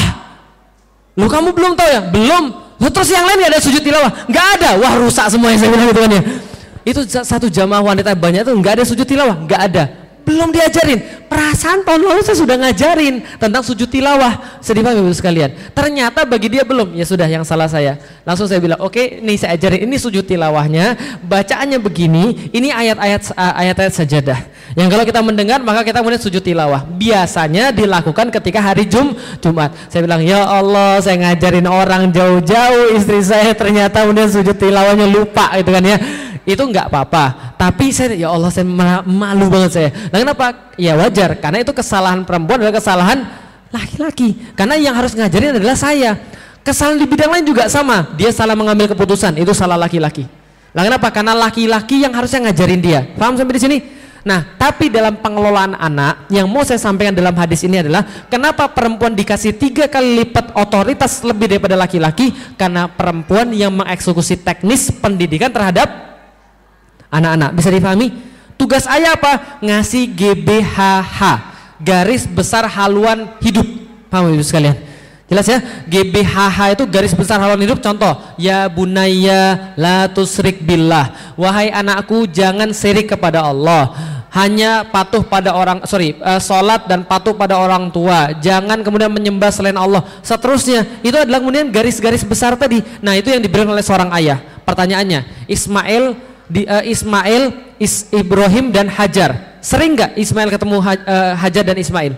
B: Loh kamu belum tahu ya? Belum. Loh, terus yang lain gak ada sujud tilawah? Gak ada. Wah rusak semua yang saya bilang gitu kan ya. Itu satu jamaah wanita banyak tuh gak ada sujud tilawah. Gak ada. Belum diajarin. Perasaan tahun lalu saya sudah ngajarin tentang sujud tilawah. Sedih banget Ibu sekalian. Ternyata bagi dia belum. Ya sudah, yang salah saya. Langsung saya bilang, oke, okay, nih saya ajarin. Ini sujud tilawahnya, bacaannya begini. Ini ayat-ayat ayat-ayat sajadah. Yang kalau kita mendengar maka kita kemudian sujud tilawah. Biasanya dilakukan ketika hari Jum Jumat. Saya bilang, ya Allah, saya ngajarin orang jauh-jauh, istri saya ternyata kemudian sujud tilawahnya lupa gitu kan ya. Itu enggak apa-apa, tapi saya ya Allah saya malu banget saya. Nah kenapa? Ya wajar, karena itu kesalahan perempuan adalah kesalahan laki-laki. Karena yang harus ngajarin adalah saya. Kesalahan di bidang lain juga sama. Dia salah mengambil keputusan, itu salah laki-laki. Nah kenapa? Karena laki-laki yang harusnya ngajarin dia. Paham sampai di sini? Nah, tapi dalam pengelolaan anak yang mau saya sampaikan dalam hadis ini adalah kenapa perempuan dikasih tiga kali lipat otoritas lebih daripada laki-laki? Karena perempuan yang mengeksekusi teknis pendidikan terhadap anak-anak. Bisa dipahami? Tugas ayah apa? Ngasih G B H H, garis besar haluan hidup. Paham Ibu sekalian? Jelas ya? G B H H itu garis besar haluan hidup. Contoh, ya bunayya la tusrik billah. Wahai anakku, jangan syirik kepada Allah. Hanya patuh pada orang, sorry, uh, sholat dan patuh pada orang tua. Jangan kemudian menyembah selain Allah. Seterusnya, itu adalah kemudian garis-garis besar tadi. Nah, itu yang diberikan oleh seorang ayah. Pertanyaannya, Ismail Di, uh, Ismail, Is, Ibrahim dan Hajar. Sering nggak Ismail ketemu ha, uh, Hajar dan Ismail?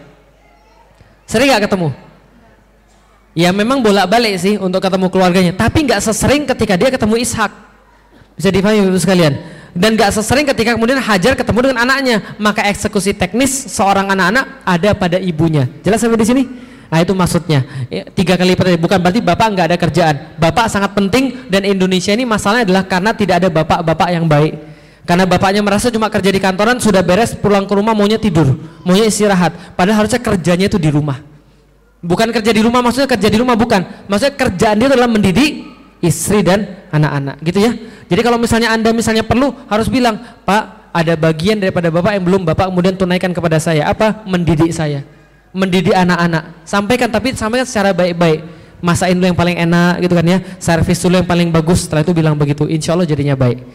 B: Sering nggak ketemu? Ya memang bolak-balik sih untuk ketemu keluarganya. Tapi nggak sesering ketika dia ketemu Ishak. Bisa dipahami Ibu sekalian. Dan nggak sesering ketika kemudian Hajar ketemu dengan anaknya. Maka eksekusi teknis seorang anak-anak ada pada ibunya. Jelas sampai di sini? Nah itu maksudnya tiga kali lipat, bukan berarti bapak nggak ada kerjaan. Bapak sangat penting dan Indonesia ini masalahnya adalah karena tidak ada bapak-bapak yang baik. Karena bapaknya merasa cuma kerja di kantoran sudah beres, pulang ke rumah maunya tidur, maunya istirahat. Padahal harusnya kerjanya itu di rumah. Bukan kerja di rumah maksudnya kerja di rumah, bukan. Maksudnya kerjaan dia adalah mendidik istri dan anak-anak, gitu ya. Jadi kalau misalnya Anda misalnya perlu harus bilang, Pak, ada bagian daripada Bapak yang belum Bapak kemudian tunaikan kepada saya. Apa? Mendidik saya, mendidik anak-anak. Sampaikan, tapi sampaikan secara baik-baik. Masain dulu yang paling enak gitu kan ya, servis dulu yang paling bagus, setelah itu bilang begitu, insya Allah jadinya baik.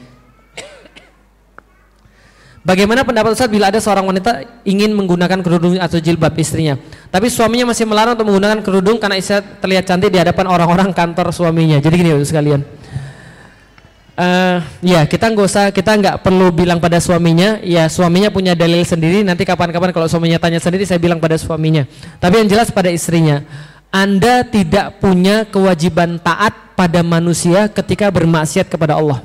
B: Bagaimana pendapat Ustaz bila ada seorang wanita ingin menggunakan kerudung atau jilbab istrinya, tapi suaminya masih melarang untuk menggunakan kerudung karena istri terlihat cantik di hadapan orang-orang kantor suaminya. Jadi gini sekalian, uh, ya kita nggak usah, kita nggak perlu bilang pada suaminya, ya suaminya punya dalil sendiri. Nanti kapan-kapan kalau suaminya tanya sendiri, saya bilang pada suaminya. Tapi yang jelas pada istrinya, Anda tidak punya kewajiban taat pada manusia ketika bermaksiat kepada Allah.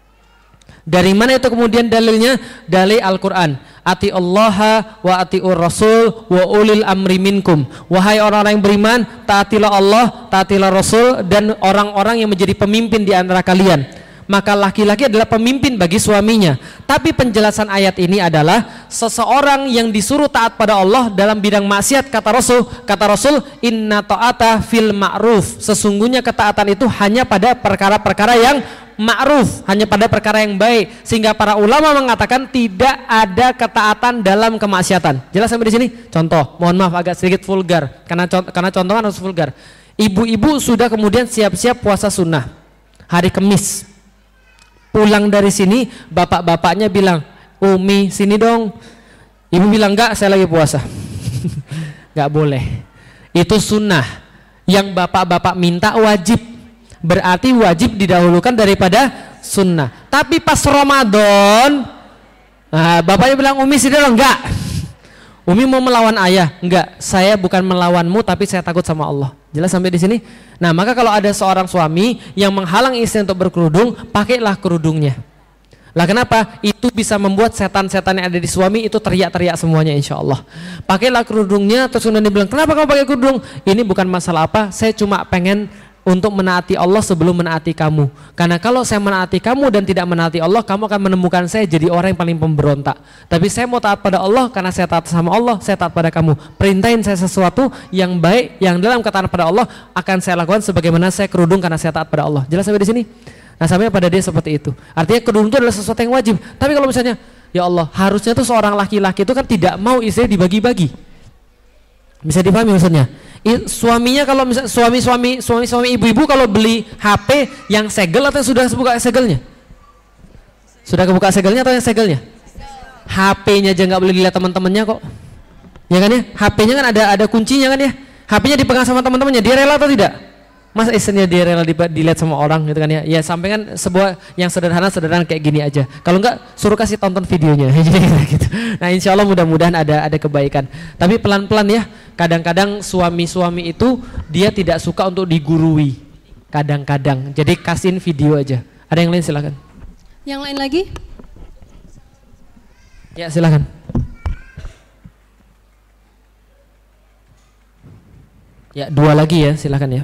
B: Dari mana itu kemudian dalilnya? Dalil Al-Quran. Ati Allaha wa ati'ur Rasul wa ulil amri minkum. Wahai orang-orang yang beriman, taatilah Allah, taatilah Rasul, dan orang-orang yang menjadi pemimpin di antara kalian. Maka laki-laki adalah pemimpin bagi suaminya. Tapi penjelasan ayat ini adalah seseorang yang disuruh taat pada Allah dalam bidang maksiat, kata Rasul, kata Rasul, inna ta'ata fil ma'ruf. Sesungguhnya ketaatan itu hanya pada perkara-perkara yang ma'ruf, hanya pada perkara yang baik. Sehingga para ulama mengatakan tidak ada ketaatan dalam kemaksiatan. Jelas sampai di sini? Contoh, mohon maaf agak sedikit vulgar karena karena contoh kan harus vulgar. Ibu-ibu sudah kemudian siap-siap puasa sunnah hari Kamis. Pulang dari sini, bapak-bapaknya bilang, Umi sini dong. Ibu bilang enggak, saya lagi puasa. Enggak boleh. Itu sunnah. Yang bapak-bapak minta wajib. Berarti wajib didahulukan daripada sunnah. Tapi pas Ramadan, nah, bapaknya bilang, Umi sini dong. Enggak. Umi mau melawan ayah? Enggak. Saya bukan melawanmu, tapi saya takut sama Allah. Jelas sampai di sini? Nah, maka kalau ada seorang suami yang menghalang istri untuk berkerudung, pakailah kerudungnya. Lah kenapa? Itu bisa membuat setan-setan yang ada di suami itu teriak-teriak semuanya, insya Allah. Pakailah kerudungnya, terus kemudian dia bilang, kenapa kamu pakai kerudung? Ini bukan masalah apa, saya cuma pengen untuk menaati Allah sebelum menaati kamu. Karena kalau saya menaati kamu dan tidak menaati Allah, kamu akan menemukan saya jadi orang yang paling pemberontak. Tapi saya mau taat pada Allah karena saya taat sama Allah, saya taat pada kamu. Perintahin saya sesuatu yang baik, yang dalam ketaatan pada Allah akan saya lakukan sebagaimana saya kerudung karena saya taat pada Allah. Jelas sampai di sini? Nah, sampai pada dia seperti itu. Artinya kerudung itu adalah sesuatu yang wajib. Tapi kalau misalnya, ya Allah, harusnya tuh seorang laki-laki itu kan tidak mau istrinya dibagi-bagi. Bisa dipahami maksudnya? I, suaminya kalau misalnya suami-suami suami-suami ibu-ibu kalau beli H P yang segel atau sudah buka segelnya? Sudah kebuka segelnya atau yang segelnya? H P-nya aja nggak boleh dilihat teman-temannya kok. Ya kan ya? H P-nya kan ada ada kuncinya kan ya? H P-nya dipegang sama teman-temannya, dia rela atau tidak? Masa istrinya dia rela dilihat sama orang gitu kan ya? Ya sampaikan sebuah yang sederhana-sederhana kayak gini aja. Kalau enggak suruh kasih tonton videonya gitu. Nah, insya Allah mudah-mudahan ada ada kebaikan. Tapi pelan-pelan ya. Kadang-kadang suami-suami itu dia tidak suka untuk digurui. Kadang-kadang. Jadi kasihin video aja. Ada yang lain silakan.
C: Yang lain lagi?
B: Ya silakan. Ya dua lagi ya silakan ya.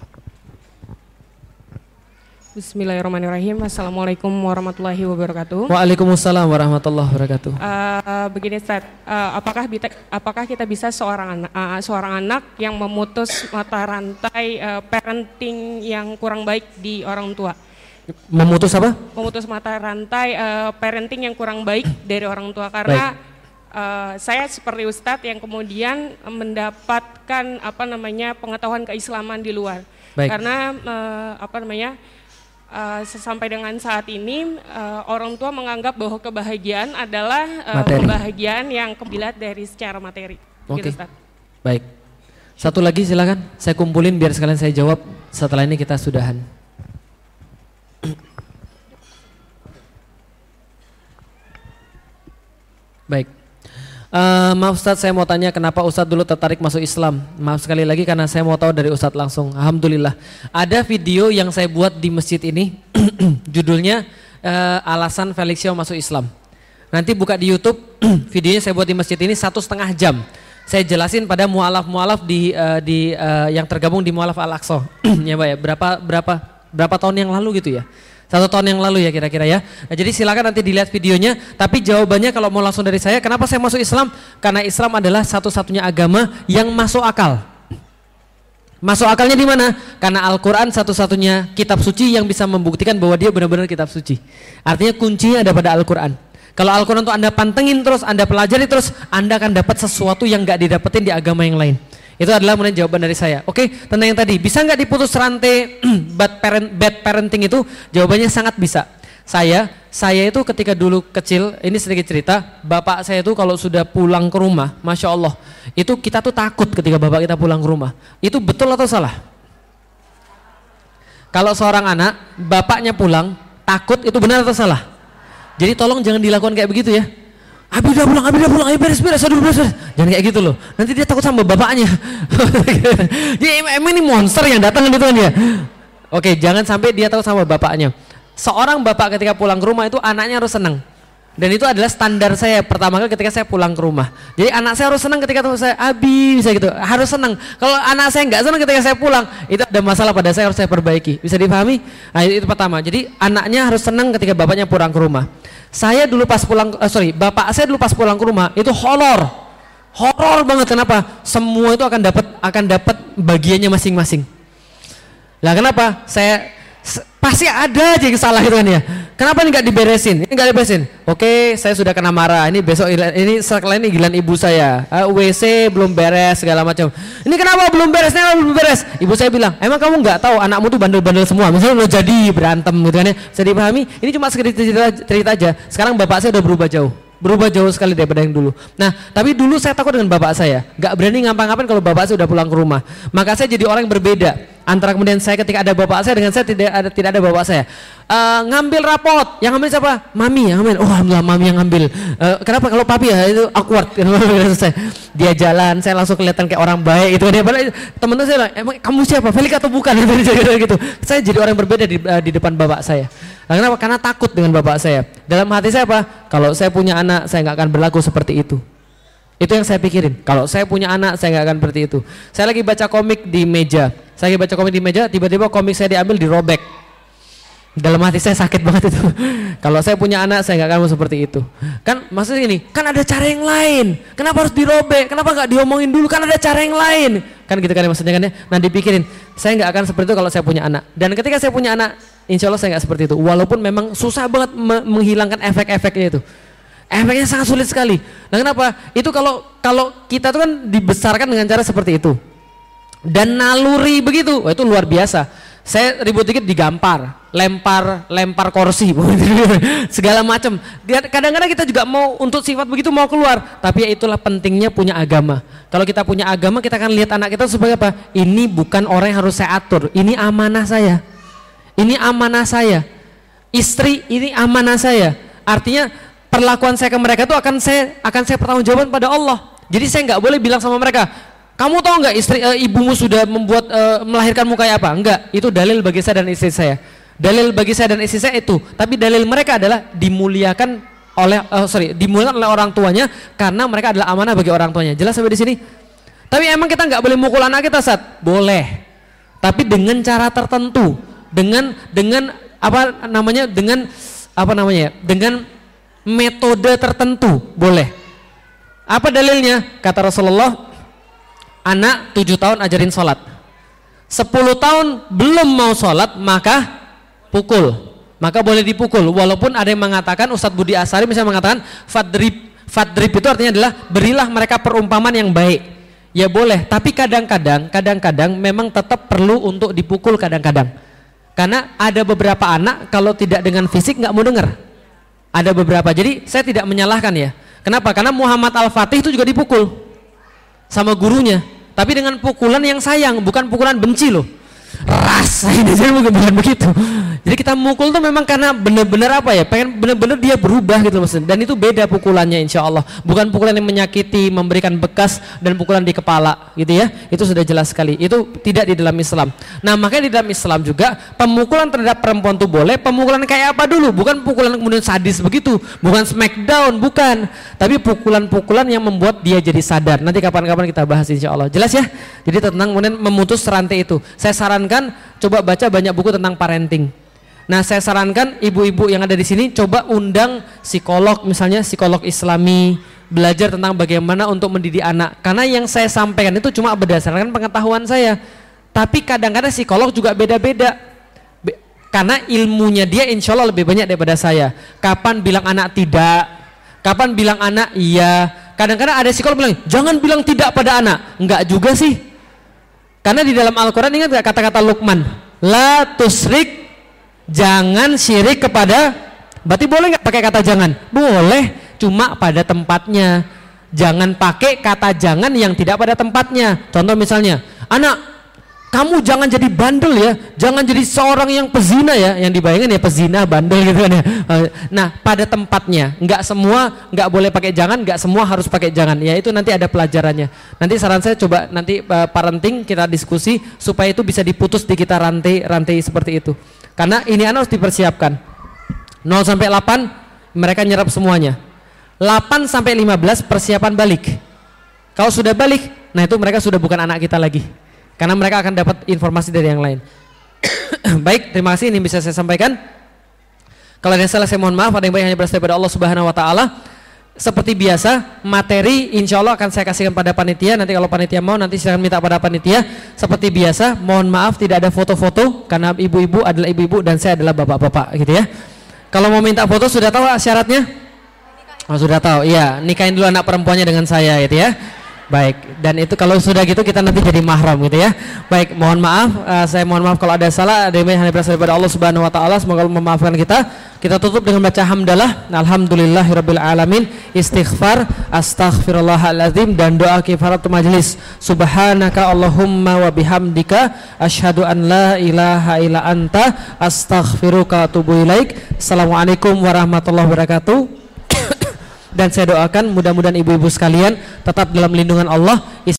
E: Bismillahirrahmanirrahim. Assalamualaikum warahmatullahi wabarakatuh.
B: Waalaikumsalam warahmatullahi wabarakatuh.
E: Uh, begini Ustaz, uh, apakah bita, apakah kita bisa seorang anak, uh, seorang anak yang memutus mata rantai uh, parenting yang kurang baik di orang tua?
B: Memutus apa?
E: Memutus mata rantai uh, parenting yang kurang baik dari orang tua karena uh, saya seperti Ustadz yang kemudian mendapatkan apa namanya pengetahuan keislaman di luar. Baik. Karena uh, apa namanya Uh, sampai dengan saat ini uh, orang tua menganggap bahwa kebahagiaan adalah uh, kebahagiaan yang dilihat dari secara materi.
B: Oke.
E: Gitu,
B: baik. Satu lagi silakan. Saya kumpulin biar sekalian saya jawab. Setelah ini kita sudahan. Baik. Uh, maaf Ustadz, saya mau tanya kenapa Ustadz dulu tertarik masuk Islam. Maaf sekali lagi karena saya mau tahu dari Ustadz langsung. Alhamdulillah. Ada video yang saya buat di masjid ini, judulnya uh, alasan Felix Xiao masuk Islam. Nanti buka di YouTube, videonya saya buat di masjid ini satu setengah jam. Saya jelasin pada mualaf-mualaf di uh, di uh, yang tergabung di mualaf Al-Aqsa. Ya Pak ya, berapa berapa berapa tahun yang lalu gitu ya. Satu tahun yang lalu ya kira-kira ya. Nah, jadi silakan nanti dilihat videonya. Tapi jawabannya kalau mau langsung dari saya, kenapa saya masuk Islam? Karena Islam adalah satu-satunya agama yang masuk akal. Masuk akalnya di mana? Karena Al-Quran satu-satunya kitab suci yang bisa membuktikan bahwa dia benar-benar kitab suci. Artinya kuncinya ada pada Al-Quran. Kalau Al-Quran itu Anda pantengin terus, Anda pelajari terus, Anda akan dapat sesuatu yang gak didapetin di agama yang lain. Itu adalah kemudian jawaban dari saya. Oke, tentang yang tadi, bisa gak diputus rantai bad, parent, bad parenting itu? Jawabannya sangat bisa. Saya, saya itu ketika dulu kecil, ini sedikit cerita, bapak saya itu kalau sudah pulang ke rumah, Masya Allah, itu kita tuh takut ketika bapak kita pulang ke rumah. Itu betul atau salah? Kalau seorang anak, bapaknya pulang, takut, itu benar atau salah? Jadi tolong jangan dilakukan kayak begitu ya. Abi udah pulang, Abi udah pulang, ayo beres-beres, aduh beres-beres. Jangan kayak gitu loh. Nanti dia takut sama bapaknya. Jadi emang ini monster yang datang gitu kan ya. Oke, jangan sampai dia takut sama bapaknya. Seorang bapak ketika pulang ke rumah itu anaknya harus senang. Dan itu adalah standar saya pertama kali ketika saya pulang ke rumah. Jadi anak saya harus senang ketika saya Abi bisa gitu, harus senang. Kalau anak saya nggak senang ketika saya pulang, itu ada masalah pada saya, harus saya perbaiki. Bisa dipahami? Nah, itu pertama. Jadi anaknya harus senang ketika bapaknya pulang ke rumah. Saya dulu pas pulang, uh, sorry, bapak saya dulu pas pulang ke rumah itu horor, horor banget. Kenapa? Semua itu akan dapat akan dapat bagiannya masing-masing. Lah kenapa? Saya pasti ada aja yang salah itu kan ya. Kenapa ini nggak diberesin? Ini nggak diberesin. Oke, saya sudah kena marah. Ini besok ini setelah ini gilan ibu saya. Uh, W C belum beres segala macam. Ini kenapa belum beres? Ini belum beres. Ibu saya bilang, emang kamu nggak tahu anakmu tuh bandel-bandel semua. Misalnya lo jadi berantem gitu kan ya. Bisa dipahami? Ini cuma sedikit cerita, cerita aja. Sekarang bapak saya udah berubah jauh. Berubah jauh sekali daripada yang dulu. Nah, tapi dulu saya takut dengan bapak saya. Gak berani ngapa-ngapain kalau bapak saya udah pulang ke rumah. Maka saya jadi orang yang berbeda. Antara kemudian saya ketika ada bapak saya dengan saya tidak ada tidak ada bapak saya. Uh, ngambil rapot, yang ngambil siapa? Mami yang ngambil. Oh, alhamdulillah mami yang ngambil. Uh, kenapa kalau papi ya itu awkward. Dia jalan, saya langsung kelihatan kayak orang baik itu. Dia teman-teman saya bilang, emang kamu siapa? Felix atau bukan? Gitu. Saya jadi orang yang berbeda di, uh, di depan bapak saya. Nah, kenapa? Karena takut dengan bapak saya. Dalam hati saya apa? Kalau saya punya anak, saya nggak akan berlaku seperti itu. Itu yang saya pikirin. Kalau saya punya anak, saya nggak akan seperti itu. Saya lagi baca komik di meja. Saya lagi baca komik di meja, tiba-tiba komik saya diambil, dirobek. Dalam hati saya sakit banget itu. Kalau saya punya anak, saya nggak akan mau seperti itu. Kan maksudnya ini, kan ada cara yang lain. Kenapa harus dirobek? Kenapa nggak diomongin dulu? Kan ada cara yang lain. Kan gitu kan maksudnya kan ya. Nah dipikirin, saya nggak akan seperti itu kalau saya punya anak. Dan ketika saya punya anak, insya Allah saya nggak seperti itu. Walaupun memang susah banget me- menghilangkan efek-efeknya itu. Efeknya sangat sulit sekali. Nah kenapa? Itu kalau kalau kita tuh kan dibesarkan dengan cara seperti itu. Dan naluri begitu, wah itu luar biasa. Saya ribut dikit digampar, lempar, lempar kursi, segala macam. Kadang-kadang kita juga mau untuk sifat begitu mau keluar, tapi ya itulah pentingnya punya agama. Kalau kita punya agama, kita akan lihat anak kita sebagai apa? Ini bukan orang yang harus saya atur, ini amanah saya. Ini amanah saya. Istri, ini amanah saya. Artinya perlakuan saya ke mereka itu akan saya akan saya pertanggungjawaban pada Allah. Jadi saya nggak boleh bilang sama mereka, kamu tahu nggak istri e, ibumu sudah membuat e, melahirkanmu kayak apa? Enggak, itu dalil bagi saya dan istri saya. Dalil bagi saya dan istri saya itu. Tapi dalil mereka adalah dimuliakan oleh uh, sorry dimuliakan oleh orang tuanya karena mereka adalah amanah bagi orang tuanya. Jelas sampai di sini? Tapi emang kita nggak boleh mukul anak kita saat boleh, tapi dengan cara tertentu, dengan dengan apa namanya dengan apa namanya dengan metode tertentu boleh. Apa dalilnya? Kata Rasulullah, anak tujuh tahun ajarin sholat, sepuluh tahun belum mau sholat maka pukul, maka boleh dipukul. Walaupun ada yang mengatakan, Ustadz Budi Asari misalnya mengatakan fadrib, fadrib itu artinya adalah berilah mereka perumpamaan yang baik. Ya boleh, tapi kadang-kadang kadang-kadang memang tetap perlu untuk dipukul kadang-kadang. Karena ada beberapa anak kalau tidak dengan fisik nggak mau dengar. Ada beberapa, jadi saya tidak menyalahkan ya. Kenapa? Karena Muhammad Al-Fatih itu juga dipukul sama gurunya, tapi dengan pukulan yang sayang, bukan pukulan benci loh. Ras, ini jadi bukan begitu. Jadi kita mukul tuh memang karena benar-benar apa ya, pengen benar-benar dia berubah gitu maksudnya. Dan itu beda pukulannya insya Allah. Bukan pukulan yang menyakiti, memberikan bekas dan pukulan di kepala gitu ya. Itu sudah jelas sekali. Itu tidak di dalam Islam. Nah makanya di dalam Islam juga pemukulan terhadap perempuan tuh boleh. Pemukulan kayak apa dulu? Bukan pukulan kemudian sadis begitu. Bukan smackdown, bukan. Tapi pukulan-pukulan yang membuat dia jadi sadar. Nanti kapan-kapan kita bahas insya Allah. Jelas ya? Jadi tentang kemudian memutus rantai itu. Saya sarankan coba baca banyak buku tentang parenting. Nah, saya sarankan ibu-ibu yang ada di sini coba undang psikolog, misalnya psikolog Islami, belajar tentang bagaimana untuk mendidik anak. Karena yang saya sampaikan itu cuma berdasarkan pengetahuan saya. Tapi kadang-kadang psikolog juga beda-beda. Be- karena ilmunya dia insya Allah lebih banyak daripada saya. Kapan bilang anak tidak, Kapan bilang anak? Iya. Kadang-kadang ada psikolog bilang, jangan bilang tidak pada anak. Enggak juga sih. Karena di dalam Al-Quran ingat gak kata-kata Luqman? La tusrik, jangan syirik kepada. Berarti boleh nggak pakai kata jangan? Boleh, cuma pada tempatnya. Jangan pakai kata jangan yang tidak pada tempatnya. Contoh misalnya, anak, kamu jangan jadi bandel ya, jangan jadi seorang yang pezina ya, yang dibayangin ya pezina, bandel gitu kan ya. Nah, pada tempatnya, nggak semua, nggak boleh pakai jangan, nggak semua harus pakai jangan. Ya itu nanti ada pelajarannya. Nanti saran saya coba nanti uh, parenting kita diskusi supaya itu bisa diputus di kita rantai-rantai seperti itu. Karena ini anak harus dipersiapkan. nol sampai delapan mereka nyerap semuanya. delapan sampai lima belas persiapan balik. Kalau sudah balik, nah itu mereka sudah bukan anak kita lagi. Karena mereka akan dapat informasi dari yang lain. Baik, terima kasih, ini bisa saya sampaikan. Kalau ada yang salah saya mohon maaf, ada yang baik hanya berasal daripada Allah Subhanahu wa taala. Seperti biasa, materi insya Allah akan saya kasihkan pada panitia. Nanti kalau panitia mau, nanti silakan minta pada panitia. Seperti biasa, mohon maaf tidak ada foto-foto karena ibu-ibu adalah ibu-ibu dan saya adalah bapak-bapak gitu ya. Kalau mau minta foto sudah tahu syaratnya? Oh, sudah tahu. Iya, nikahin dulu anak perempuannya dengan saya gitu ya. Baik, dan itu kalau sudah gitu kita nanti jadi mahram gitu ya. Baik, mohon maaf, uh, saya mohon maaf kalau ada salah, ada yang hanya berasal daripada Allah Subhanahu wa taala. Semoga Allah memaafkan kita. Kita tutup dengan baca hamdalah, alhamdulillahirabbil alamin, istighfar, astaghfirullahalazim, dan doa kifaratul majlis. Subhanaka Allahumma wa bihamdika asyhadu an la ilaha illa anta astaghfiruka wa atubu ilaik. Assalamualaikum warahmatullahi wabarakatuh. Dan saya doakan mudah-mudahan ibu-ibu sekalian tetap dalam lindungan Allah.